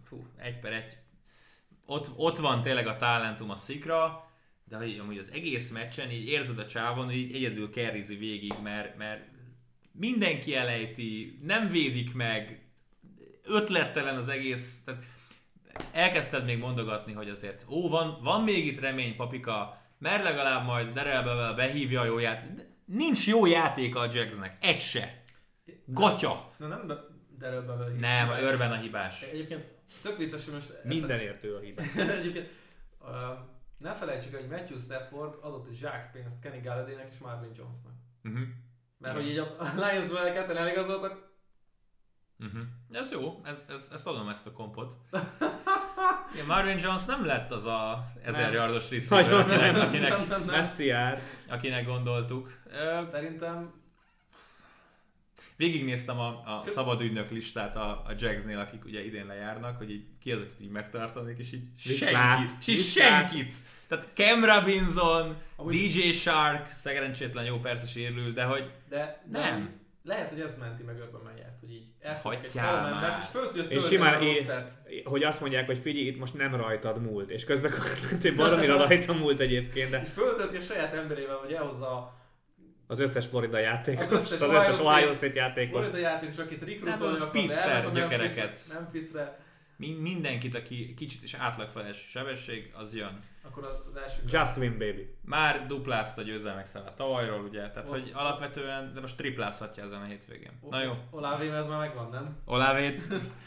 1-1. Ott van tényleg a talentum a szikra, de amúgy az egész meccsen így érzed a csávon, hogy így egyedül carryzi végig, mert mindenki elejti, nem védik meg, ötlettelen az egész, tehát elkezdted még mondogatni, hogy azért van még itt remény, papika, mert legalább majd Darrell behívja a jó játék. Nincs jó játéka a Jagsnek, egy se. Gatya. Nem Darrell nem, Irvin a hibás. Egyébként tök vicces, hogy most... Mindenért ő a hibás. Egyébként ne felejtsük, hogy Matthew Stafford adott egy zsákpénzt Kenny Galladaynek és Marvin Jonesnak. Mert hogy így a Lions-ből ketten eligazoltak. Ez jó, ezt adom ezt a kompot. Ja, Marvin Jones nem lett az a 1000 yardos receiver, akinek gondoltuk. Szerintem... Végignéztem a szabad ügynök listát a Jagsnél, akik ugye idén lejárnak, hogy így ki azok, így megtartanék, és így senkit. Tehát Cam Robinson, DJ Shark, szerencsétlen jó persze sérül, de hogy nem. Lehet, hogy ez menti meg Urban Meyert, hogy így hagyjál már. És föl tudja és simán hogy azt mondják, hogy figyelj, itt most nem rajtad múlt, és közben baromira rajta múlt egyébként. De... És föltölti a saját emberével, hogy elhozza az összes Florida játékos, az összes Ohio State játékos. Florida játékos, akit rekrutolnak a speedster gyökereket. Memphisre. Mindenkit, aki kicsit is átlagfeles sebesség, az jön. Akkor az első... Just win, baby. Már duplázta a győzelmek számát tavalyról, ugye? Tehát, hogy alapvetően, de most triplázhatja ezen a hétvégén. Na jó. Olave ez már megvan, nem? Olávét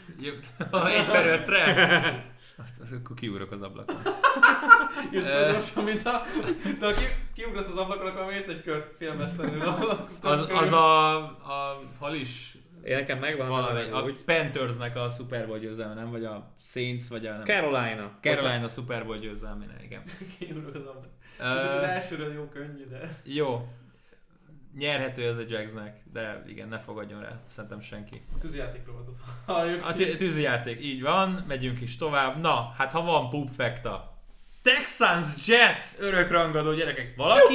1/5-re? Akkor kiugrok az ablakon. Gyorsan, mint de ha kiugrasz az ablakon, akkor mész egy kört filmesztenül. Az a hal is nekem megvan valami, a Panthersnek a Super Bowl győzelme, nem? Vagy a Saints, vagy a... Carolina Super Bowl győzelme, igen. Kiugrok az ablakon. Az elsőről jó könnyű, de... Jó. Nyerhető ez a Jagsnek, de igen, ne fogadjon rá, szerintem senki. A tűzijátékról volt ott halljuk. A tűzijáték, így van, megyünk is tovább. Na, hát ha van pupfekta. Texans Jets örökrangadó gyerekek.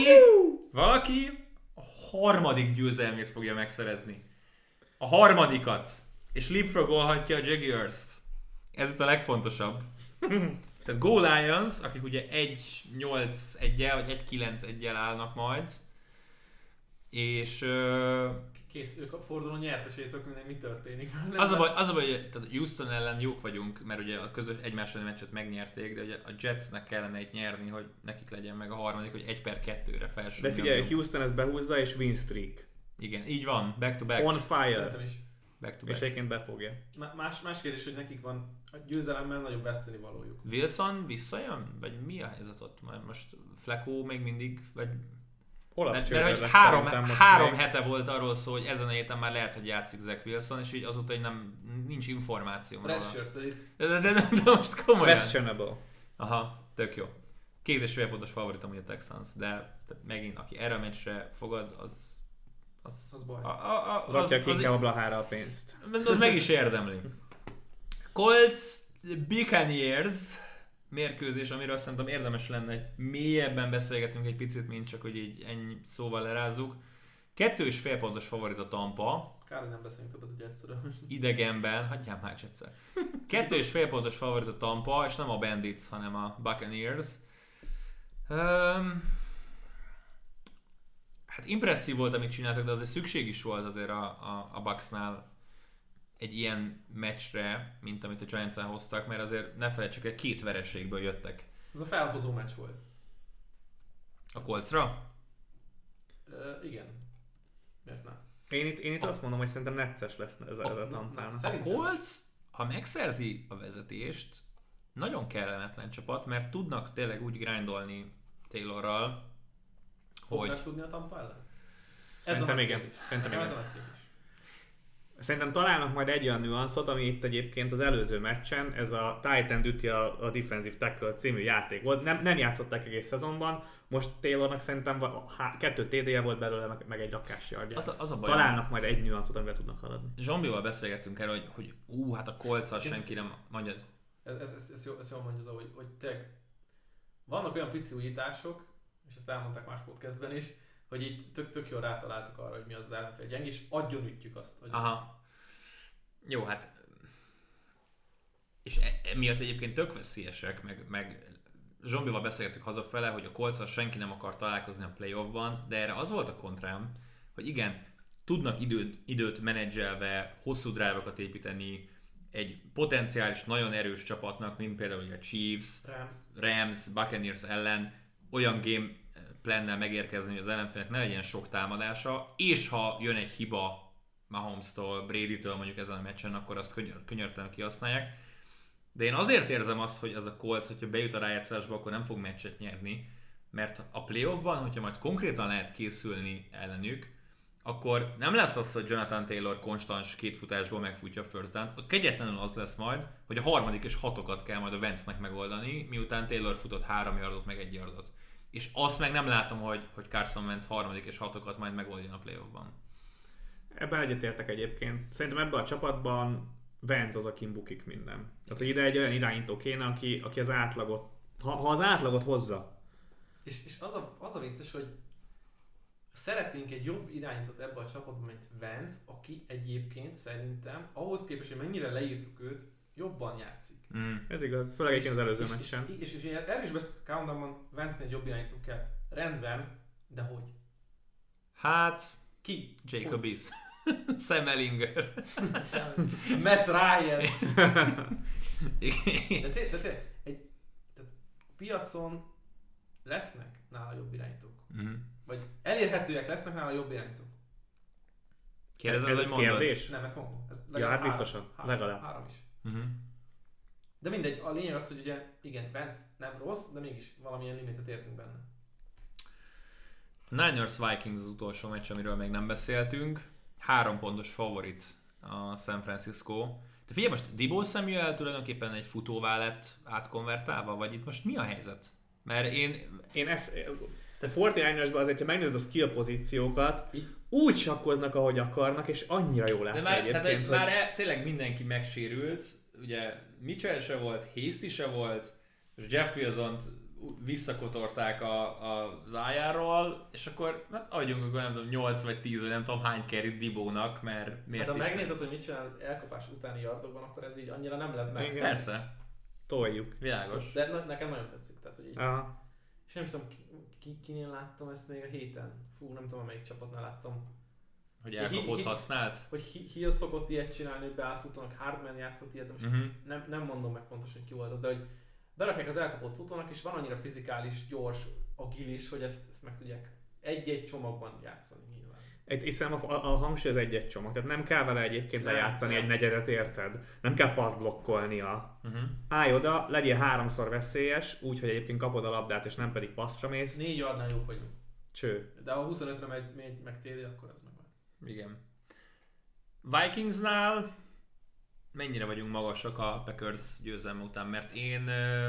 Valaki a harmadik győzelmét fogja megszerezni. A harmadikat. És leapfrogolhatja a Jaguars-t. Ez itt a legfontosabb. Tehát Go Lions, akik ugye 1-8-1-el, vagy 1-9-1-el állnak majd. És... Kész, ők a forduló nyertesétől minden mi történik. Az a baj, hogy tehát Houston ellen jók vagyunk, mert ugye a közös egymás elleni meccset megnyerték, de ugye a Jetsnek kellene itt nyerni, hogy nekik legyen meg a harmadik, hogy 1/2-re felső. De figyelj, Houston ezt behúzza és win streak. Igen, így van, back to back. On fire. Szerintem is. Back to back. És egyébként befogja. Más kérdés, hogy nekik van a győzelemmel nagyobb veszteni valójuk. Wilson visszajön? Vagy mi a helyzet ott? Most Flacco még mindig, vagy... Olasz mert hogy három hete volt arról szó, hogy ezen a héten már lehet, hogy játszik Zach Wilson, és így azóta nincs információm róla. De most komolyan. Questionable. Aha, tök jó. 2,5 pontos favorit amúgy a Texans, de megint aki erre a meccsre fogad, az baj. Rakják inkább a blahára a pénzt. Az meg is érdemli. Colts Buccaneers mérkőzés, amiről szerintem érdemes lenne mélyebben beszélgetünk egy picit, mint csak, hogy így ennyi szóval lerázzuk. 2,5 pontos favorit a Tampa. Kár, hogy nem beszélünk többet a Jetsről. Idegenben, hagyjál már Jetszel. 2,5 pontos favorit a Tampa, és nem a Bandits, hanem a Buccaneers. Hát impresszív volt, amit csináltak, de azért szükség is volt azért a Bucksnál egy ilyen meccsre, mint amit a Giants-en hoztak, mert azért ne felejtsük el, 2 vereségből jöttek. Ez a felhozó meccs volt. A Coltsra? Igen. Miért nem? Én itt azt mondom, hogy szerintem necces lesz ez a Tampának. A Colts, ha megszerzi a vezetést, nagyon kellemetlen csapat, mert tudnak tényleg úgy grindolni Taylorral, hogy... Fognak tudni a Tampa ellen? Szerintem igen. Szerintem találnak majd egy olyan nüanszot, ami itt egyébként az előző meccsen, ez a Titan üti a Defensive Tackle című játék volt. Nem játszották egész szezonban, most Taylornak szerintem 2 TD-je volt belőle, meg egy rakássardja. Az a baj. Találnak majd egy nüanszot, amivel tudnak haladni. Zsombival beszélgettünk erről, hogy hát a Colts-al senki nem mondjad. Ez jól mondja, hogy tényleg vannak olyan pici újítások, és ezt elmondták más podcastben is, hogy így tök jól rátaláltuk arra, hogy mi az ellenfél gyeng, és agyon ütjük azt. Aha. Jó, hát és emiatt egyébként tök veszélyesek, meg Zsombival beszéltük hazafele, hogy a Colts-al senki nem akar találkozni a playoffban, de erre az volt a kontrám, hogy igen, tudnak időt menedzselve hosszú drive-okat építeni egy potenciális nagyon erős csapatnak, mint például a Chiefs, Rams, Buccaneers ellen olyan game plannel megérkezni, hogy az ellenfélnek ne legyen sok támadása, és ha jön egy hiba Mahomes-tól, Brady-től mondjuk ezen a meccsen, akkor azt könyörtelen kihasználják. De én azért érzem azt, hogy ez a Colts, hogyha bejut a rájátszásba, akkor nem fog meccset nyerni, mert a playoffban, hogyha majd konkrétan lehet készülni ellenük, akkor nem lesz az, hogy Jonathan Taylor konstans 2 futásból megfutja a first down-t. Ott kegyetlenül az lesz majd, hogy a 3. és 6-okat kell majd a Vance-nek megoldani, miután Taylor futott 3 yardot, meg 1 yardot. És azt meg nem látom, hogy Carson Wentz 3. és 6-okat majd megoldjon a playoffban. Ebben egyetértek egyébként. Szerintem ebben a csapatban Vance az, akin bukik minden. Tehát, hogy ide egy olyan irányító kéne, aki az átlagot, ha az átlagot hozza. És az a vicces, hogy szeretnénk egy jobb irányítót ebbe a csapatban, mint Vance, aki egyébként szerintem ahhoz képest, hogy mennyire leírtuk őt, jobban játszik. Ez igaz, főleg egyébként az előző meccsen. És erről is beszéltük a Countdownban, Vance-nél jobb irányító kell. Rendben, de hogy? Hát... Ki? Jacob East. Sam Ellinger. Matt Ryan. Tehát piacon lesznek nála jobb irányítók. Vagy elérhetőek lesznek nála jobb irányítók. Kérdezed, ez kérdés? Nem, ezt mondom. Ez hát biztosan. Legalább. 3 is. De mindegy, a lényeg az, hogy ugye igen, Vance nem rossz, de mégis valamilyen limitet érzünk benne. A Niners-Vikings az utolsó meccs, amiről még nem beszéltünk. 3 pontos favorit a San Francisco. De figyelj, most Deebo Samuel tulajdonképpen egy futóvá lett átkonvertálva, vagy itt most mi a helyzet? Mert én ezt... Tehát 49ersben azért, ha megnézed a skill pozíciókat, úgy sakkoznak, ahogy akarnak, és annyira jó lesz egyébként. Már tényleg mindenki megsérült, ugye Mitchell se volt, Hasty se volt, és Jeff Wilson-t visszakotorták a zájáról, és akkor hát adjunk akkor nem tudom 8 vagy 10, vagy nem tudom hány carry Deebo-nak, mert miért hát, is. ha megnézed, hogy mit csinál elkapás utáni yardokban, akkor ez így annyira nem lett meg. Persze. Toljuk. Világos. De nekem nagyon tetszik, tehát hogy így. Aha. És nem is tudom, kinél láttam ezt még a héten. Fú, nem tudom, melyik csapatnál láttam. Hogy elkapott használt? Hogy Hill szokott ilyet csinálni, hogy beállfutónak, Hardman játszott ilyet, most nem mondom meg pontosan, hogy ki volt az, de hogy berakják az elkapott futónak, és van annyira fizikális, gyors, agilis, hogy ezt meg tudják egy-egy csomagban játszani nyilván. Hiszen a hangsúly az egy-egy csomag, tehát nem kell vele egyébként lejátszani egy negyedet, érted? Nem kell passzblokkolnia. Állj oda, legyél 3-szor veszélyes, úgyhogy egyébként kapod a labdát, és nem pedig passzra mész. 4 yardnál jók vagyunk. Cső. De ha 25-re megy meg TD, akkor az meg van. Igen. Vikingsnál mennyire vagyunk magasak a Packers győzelme után, mert én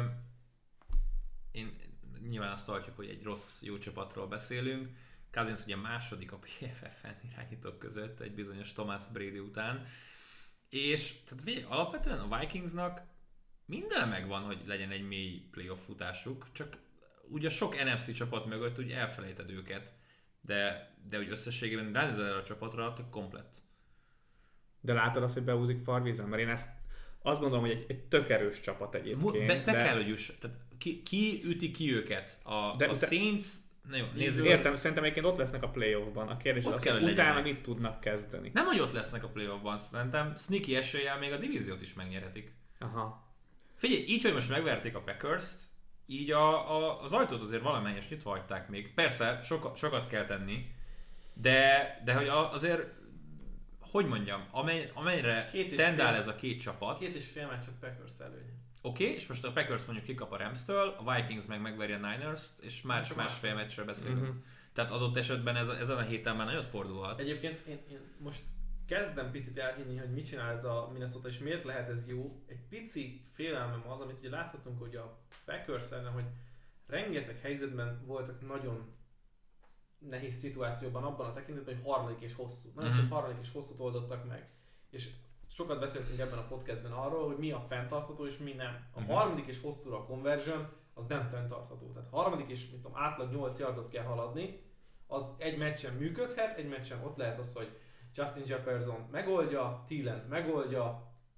nyilván azt tartjuk, hogy egy rossz, jó csapatról beszélünk. Cousins ugye második a PFF-en irányítók között egy bizonyos Thomas Brady után. És tehát alapvetően a Vikingsnak minden megvan, hogy legyen egy mély playoff futásuk, csak ugye sok NFC csapat mögött úgy elfelejted őket, de úgy összességében ránézel erre a csapatra, tök komplett. De látod azt, hogy beúzik farvízen? Mert én ezt azt gondolom, hogy egy tök erős csapat egyébként. Be kell, hogy juss. Tehát ki üti ki őket? A Saints... Na jó, nézzük. Értem, szerintem egyébként ott lesznek a playoffban. A kérdés az, hogy utána mit tudnak kezdeni. Nem, hogy ott lesznek a playoffban, szerintem sneaky eséllyel még a divíziót is megnyerhetik. Aha. Figyelj, így, hogy most megverték a Packers-t, így az ajtót azért valamelyest nyitva hagyták még. Persze, sokat kell tenni, de hogy azért, hogy mondjam, amennyire tendál ez a két csapat. 2,5 meccs a Packers előny. Oké, és most a Packers mondjuk kikap a Rams-től, a Vikings meg megveri a Niners-t, és másfél meccsről beszélünk. Tehát adott esetben ezen a héten már nagyot fordulhat. Egyébként én most kezdem picit elhinni, hogy mit csinál ez a Minnesota, és miért lehet ez jó. Egy pici félelmem az, amit ugye láthatunk, hogy a Packers ellen, hogy rengeteg helyzetben voltak nagyon nehéz szituációban abban a tekintetben, hogy harmadik és hosszú. Nagyon sok harmadik és hosszút oldottak meg. És sokat beszéltünk ebben a podcastben arról, hogy mi a fenntartható és mi nem. A harmadik és hosszúra a conversion az nem fenntartható. Tehát harmadik és átlag 8 yardot kell haladni, az egy meccsen működhet, egy meccsen ott lehet az, hogy Justin Jefferson megoldja, Thielen megoldja,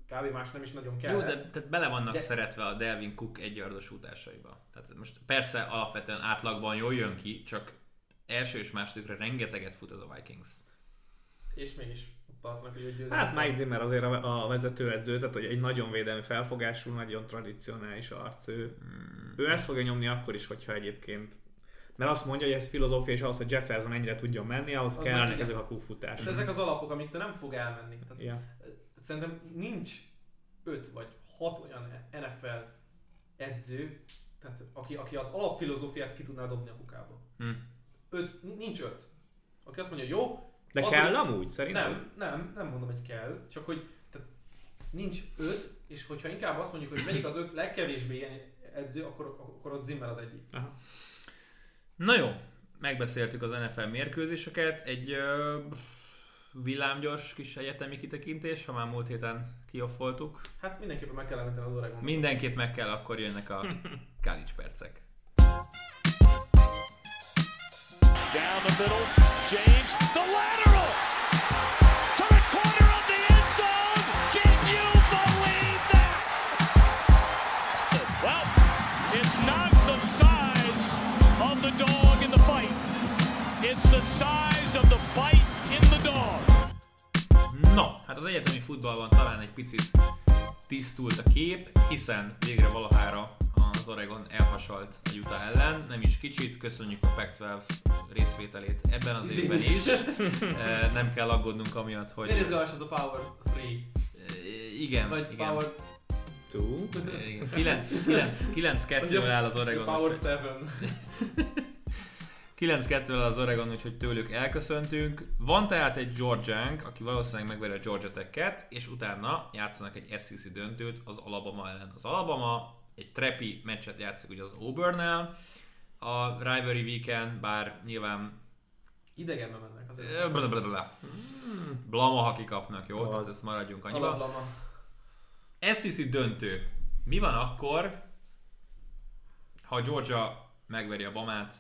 kb. Más nem is nagyon Jó, kellett. de tehát bele vannak szeretve a Dalvin Cook egyardos futásaiba. Tehát most persze alapvetően átlagban jól jön ki, csak első és másodikra rengeteget fut az a Vikings. És mégis tartanak, hogy győzelmet. Hát Mike Zimmer azért a vezetőedző, tehát hogy egy nagyon védelmi felfogású, nagyon tradicionális arc. Ő ezt fogja nyomni akkor is, hogyha egyébként. Mert azt mondja, hogy ez filozófia, és ahhoz, hogy Jefferson ennyire tudjon menni, ahhoz kellene ezek a kúfutások. Ezek az alapok, amiktől nem fog elmenni. Tehát Ja. szerintem nincs 5 vagy 6 olyan NFL edző, tehát aki az alapfilozófiát ki tudná dobni a kukába. Nincs 5. Aki azt mondja, jó, De kell amúgy, szerintem? Nem mondom, hogy kell, csak hogy tehát nincs 5, és hogyha inkább azt mondjuk, hogy melyik az 5 legkevésbé ilyen edző, akkor ott Zimmer az egyik. Aha. Na jó, megbeszéltük az NFL mérkőzéseket, egy villámgyors kis egyetemi kitekintés, ha már múlt héten kioffoltuk. Hát mindenképpen meg kell említeni az Oregon. Mindenkit meg kell, akkor jönnek a college percek. Down the middle, James, the lateral to the corner of the end zone. Can you believe that? Well, it's not the size of the dog in the fight. It's the size of the fight in the dog. No, hát az egyetemi futballban talán egy picit tisztult a kép, hiszen végre valahára az Oregon elhasalt a Utah ellen, nem is kicsit, köszönjük a Pac-12 részvételét ebben az évben is. Nem kell aggódnunk amiatt, hogy... Miért izgalmas ez a Power 3? Igen, Vagy igen. Power 2? 9-2-vel áll az Oregon. Power 7. 9-2-vel az Oregon, úgyhogy tőlük elköszöntünk. Van tehát egy Georgiánk, aki valószínűleg megveri a Georgia Tech-et, és utána játszanak egy SEC döntőt az Alabama ellen. Az Alabama egy trepi meccset játszik ugye az Auburn-nel, a Rivalry Weekend, bár nyilván Idegenbe mennek azért. Blama, ha kikapnak, jó? Tehát ezt maradjunk annyiba. Alabama. SEC döntő. Mi van akkor, ha Georgia megveri a Bamát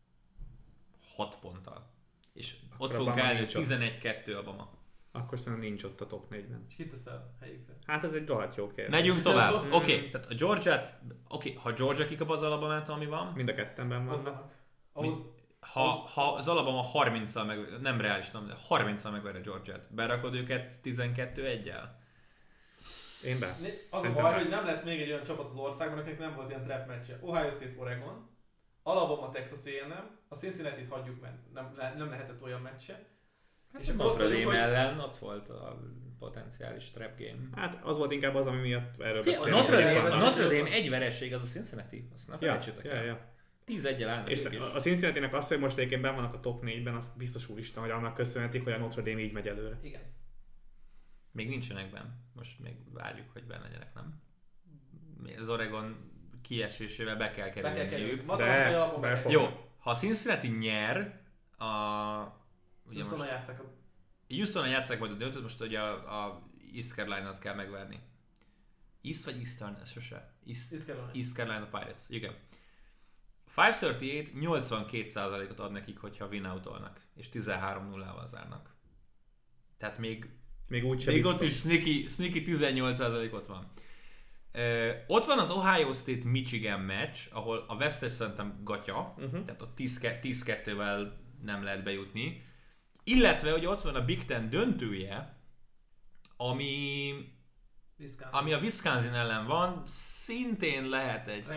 6 ponttal? És ott fogunk állni, 11-2 a Bama. Akkor szerintem nincs ott a top 4-ben. És kit teszel helyükre? Hát ez egy rohadt jó kérdés. Megyünk tovább. Oké, tehát a Georgiát, ha Georgia kikap az Alabamától, ami van, Mind a kettenben Ott vannak. vannak. ha az Alabama 30-al nem reális, de 30-al megveri a Georgiát, berakod őket 12-1-jel? Én be. Az a Szerintem baj, be. hogy nem lesz még egy olyan csapat az országban, akinek nem volt ilyen trap meccse. Ohio State, Oregon, Alabama, Texas A&M, a Cincinnati-t hagyjuk, mert nem lehetett olyan meccse. Hát és a akkor ott Notre vagyunk, Dame hogy ellen ott volt a potenciális trap game. Hát az volt inkább az, ami miatt erről A beszélünk. Notre Dame egy vereség, az a Cincinnati. Azt ne felejtsétek el. Ja. 10-1-el állnak És ők is. a Cincinnati-nek az, hogy most egyébként benn vannak a top 4-ben, az biztos úristen, hogy annak köszönhetik, hogy a Notre Dame így megy előre. Igen. Még nincsenek benn. Most még várjuk, hogy benne legyenek, nem? Az Oregon kiesésével be kell kerülniük. Matematikai alapon be kell. Jó, ha a Cincinnati nyer, ugye Houston-nal most játsszák. Houston-nal játsszák majd a döntőt, most ugye a East Carolina-t kell megverni. East vagy Eastern? Ez sose. East Carolina Pirates. Igen. 538 82%-ot ad nekik, hogyha win-outolnak, és 13-0-val zárnak. Tehát még Még ott is sneaky 18% ott van. Ott van az Ohio State-Michigan meccs, ahol a West-es szerintem gatya, tehát ott 10-2-vel nem lehet bejutni. Illetve, hogy ott van a Big Ten döntője, ami a Wisconsin ellen van, szintén lehet egy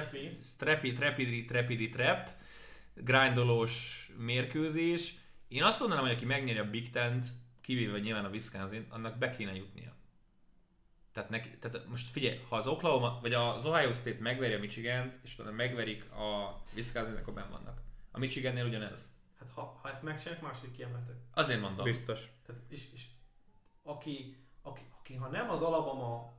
trap, grindolós mérkőzés. Én azt mondanám, hogy aki megnyeri a Big Tent, kivéve nyilván a Wisconsin, annak be kéne jutnia. Tehát most figyelj, ha az Oklahoma, vagy az Ohio State megveri a Michigant, és utána megverik a Wisconsin, akkor benn vannak. A Michigannél ugyanez. Hát ha ezt megcsinálják, második kiemeltek. Azért mondom. Biztos. Tehát, és aki ha nem az Alabama,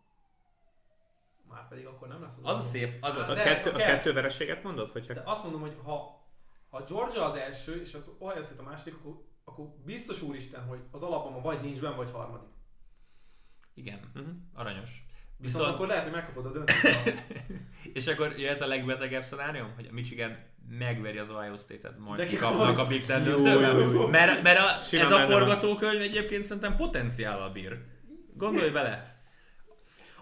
már pedig akkor nem lesz az Az a szép, az A kettő vereséget mondod? Vagy de azt mondom, hogy ha Georgia az első, és az Ohio State a második, akkor biztos úristen, hogy az Alabama vagy nincs benn, vagy harmadik. Igen, aranyos. Viszont akkor lehet, hogy megkapod a döntőt. És akkor jöhet a legbetegebb szenárium, hogy a Michigan megveri az Ohio State-et, majd De kikapnak a Big Ten Jó. döntőben. Mert Simán ez a benne van. forgatókönyv egyébként szerintem potenciállal bír. Gondolj bele!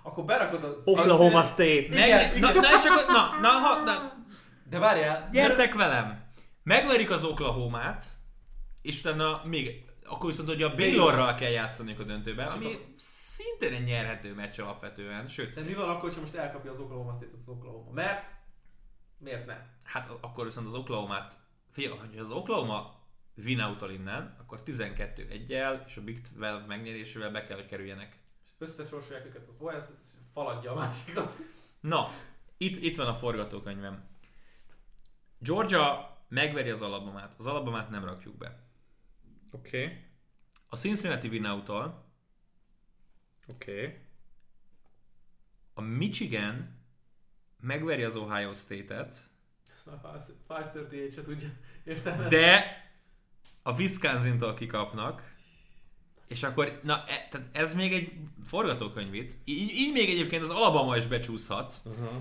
Akkor berakod az... Oklahoma State. Igen. Na, és akkor, De várjál. gyertek velem! Megverik az Oklahomát, és utána még, akkor viszont ugye a Baylorral kell játszaniuk a döntőben, ami szintén egy nyerhető meccs alapvetően, sőt... De mi van akkor, ha most elkapja az Oklahoma State-et az Oklahoma? Mert? Miért nem? Hát akkor viszont az Oklahomát, figyelj, hogy az Oklahoma win out-tól innen, akkor 12-1-jel és a Big 12 megnyerésével be kell, hogy kerüljenek. És összesorsolják őket az Ohio State, és faladja a másikat. Na, itt van a forgatókönyvem. Georgia megveri az Alabamát. Az Alabamát nem rakjuk be. Oké. A Cincinnati win out-tól Oké. a Michigan megveri az Ohio State-et, Ezt már 538 se tudja értelmezni. de a Wisconsin-tól kikapnak, és akkor, tehát ez még egy forgatókönyv itt. Így még egyébként az Alabama is becsúszhat,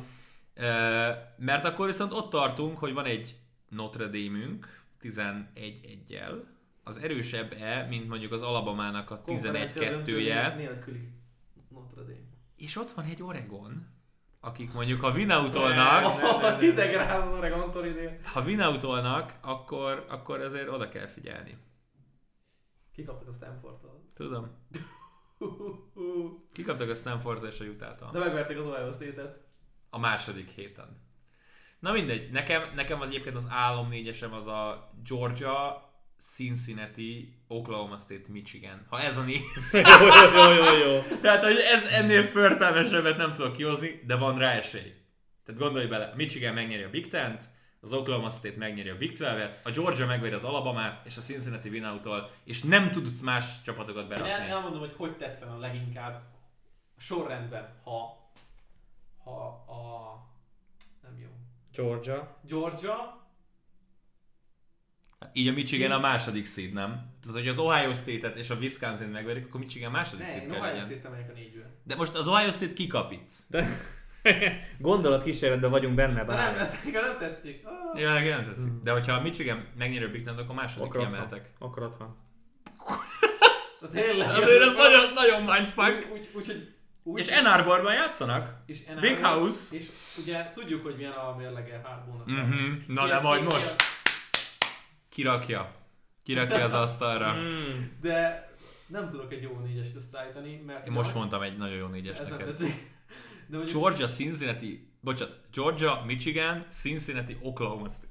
mert akkor viszont ott tartunk, hogy van egy Notre Dame-ünk 11-1-jel, az erősebb-e, mint mondjuk az Alabamának a 11-2-je. Nélküli Notre Dame. És ott van egy Oregon, akik mondjuk ha win-out-olnak, Hidegráz az Oregon-tól idén. ha win-out-olnak, akkor azért oda kell figyelni. Kikaptak a Stanfordtól. Tudom. Kikaptak a Stanfordtól és a Utah-tól. De megverték az Ohio State-et. A második héten. Na mindegy, nekem az egyébként az álom négyesem az a Georgia, Cincinnati, Oklahoma State, Michigan. Ha ez a négy... Jó. Tehát, hogy ez ennél förtelmesebbet nem tudok kihozni, de van rá esély. Tehát gondolj bele, Michigan megnyeri a Big Ten-t, az Oklahoma State megnyeri a Big 12-et, a Georgia megveri az Alabamát, és a Cincinnati win out-tól, és nem tudsz más csapatokat berakni. Én elmondom, hogy tetszen a leginkább a sorrendben, ha a... nem jó. Georgia, Így a Michigan a második seed, nem? Tehát, hogy az Ohio State-et és a Wisconsin megverik, akkor Michigan második seed kell Ohio legyen. State-en megyek a 4-ből. De most az Ohio State kikap itt. Gondolatkísérletben vagyunk benne, De bár. nem, ezt nekem nem tetszik. Ja, nekem nem tetszik. De hogyha a Michigan megnyeri a Big Ten-t, akkor második Akkor ott van. kiemeltek. Akkor ott van. Tényleg. Azért ez nagyon, nagyon mindfuck. Úgy, És Ann Arborban játszanak. és Big House. És ugye tudjuk, hogy milyen a mérlege Harbónak. Na de majd most kirakja az asztalra. De nem tudok egy jó 4-est összeállítani, mert... Én most mondtam egy nagyon jó Ez négyes nem neked. tetszik. De mondjuk Georgia, Cincinnati, Georgia, Michigan, Cincinnati, Oklahoma State.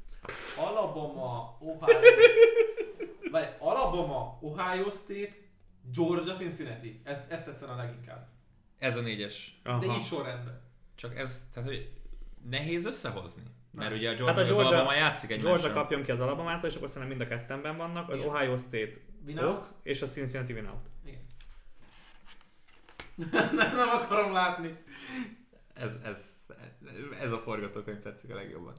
Alabama, Ohio State, Georgia, Cincinnati. Ez tetszen a leginkább. Ez a négyes. De így sorrendben. Csak ez, tehát hogy nehéz összehozni. Mert ugye a Hát Georgia, a az Georgia- Alabama játszik egymással. Georgia kapjon ki az Alabamától, és akkor szerintem mind a kettenben vannak. Az Igen. Ohio State Win out? ott, és a Cincinnati win out. Igen. nem akarom látni. Ez a forgatókönyv tetszik a legjobban.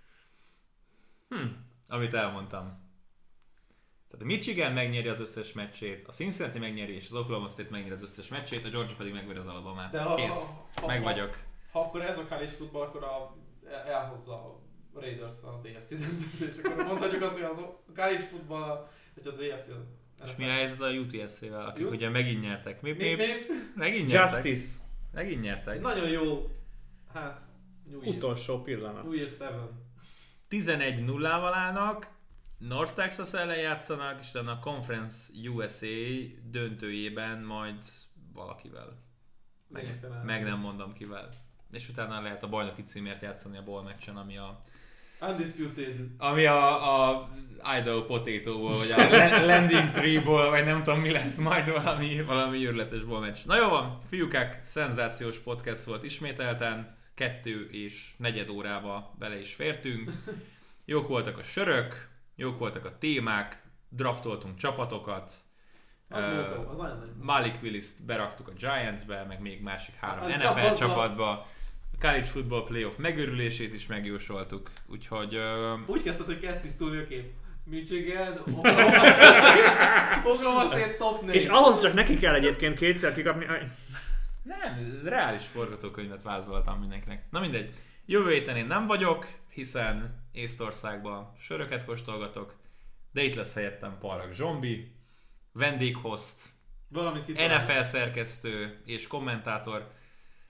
Amit elmondtam. Tehát a Michigan megnyeri az összes meccsét, a Cincinnati megnyeri, és az Oklahoma State megnyeri az összes meccsét, a Georgia pedig megveri az Alabamát. De Kész. Meg vagyok. Ha akkor ez a college football, akkor elhozza a Raiders az AFC döntőt, és akkor mondhatjuk azt, hogy az a college football, vagy az AFC az... És mi a helyzet a UTSC-vel, akik ugye megint nyertek? Mi? Megint nyertek. Justice. Megint nyertek. Nagyon jó. Hát, New Year's. Utolsó pillanat. New Year's 7. 11-0-val állnak, North Texas ellen játszanak, és utána a Conference USA döntőjében majd valakivel. Meg nem mondom kivel. És utána lehet a bajnoki címért játszani a bowl meccsen, ami a Idaho Potato-ból, vagy a Landing Tree-ból, vagy nem tudom mi lesz majd valami őrületes bowl meccs. Na jó van, fiúkák, szenzációs podcast volt ismételten, 2,4 órába bele is fértünk. Jók voltak a sörök, jók voltak a témák, draftoltunk csapatokat. Az nagyon nagy. Malik Willis-t beraktuk a Giantsbe, meg még másik 3 A NFL csapatba. A College Football Playoff megőrülését is megjósoltuk, úgyhogy... Úgy kezdted, hogy kezd tisztulni a kép. Michigan, Oklahoma State top 4. És ahhoz csak neki kell egyébként kétszer kikapni. Nem, reális forgatókönyvet vázoltam mindenkinek. Na mindegy, jövő héten én nem vagyok, hiszen Észtországban söröket kóstolgatok, de itt lesz helyettem Parag Zsombi, vendéghost, NFL szerkesztő és kommentátor.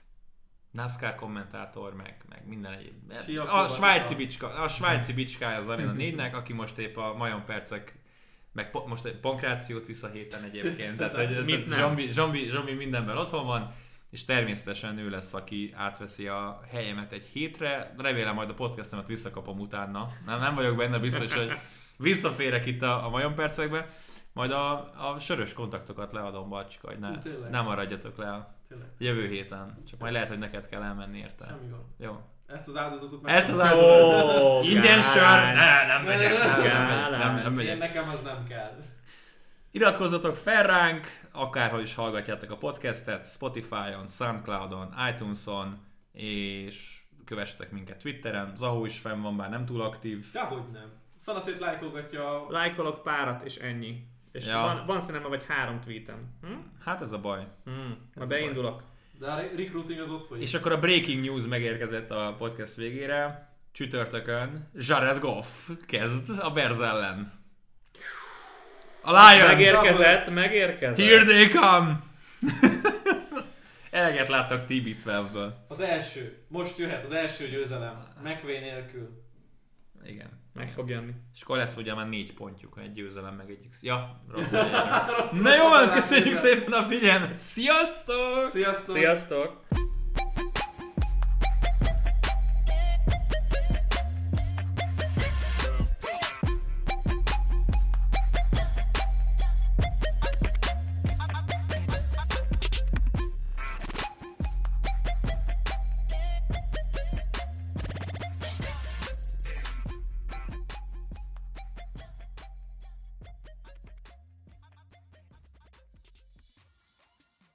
NASCAR kommentátor, meg minden egyéb. A svájci bicskája az Arena 4-nek, aki most épp a Majom Percek, meg most egy pankrációt visz a héten egyébként. Tehát Zsombi mindenben otthon van, és természetesen ő lesz, aki átveszi a helyemet egy hétre. Remélem majd a podcastemet visszakapom utána. Nem vagyok benne biztos, hogy visszaférek itt a Majom Percekbe. Majd a sörös kontaktokat leadom, Balcsika, hogy ne maradjatok le a jövő héten. Csak majd lehet, hogy neked kell elmenni érte. Semmi gond. Jó. Ezt az áldozatot ingyen sör? Nem megyek. Nem megyek. Nekem az nem kell. Iratkozzatok fel ránk, akárhol is hallgatjátok a podcastet, Spotify-on, Soundcloud-on, iTunes-on, és kövessetek minket Twitteren. Zahó is fenn van, bár nem túl aktív. Dehogy nem. Szanaszét lájkolgatja. Lájkolok párat, és ennyi. És van szerintem vagy 3 tweetem. Hát ez a baj. Majd beindulok. De a recruiting az ott folyik. És akkor a breaking news megérkezett a podcast végére. Csütörtökön Jared Goff kezd a Bears ellen. A Lions! Megérkezett. Here they come! Eleget láttak TB12-ből. Az első. Most jöhet az első győzelem. McVay nélkül. Igen. Meg fog jönni. És akkor lesz ugye már 4 pontjuk, egy győzelem meg egy X. Ja, rossz. Na jó, köszönjük szépen a figyelmet! Sziasztok! Sziasztok! Sziasztok!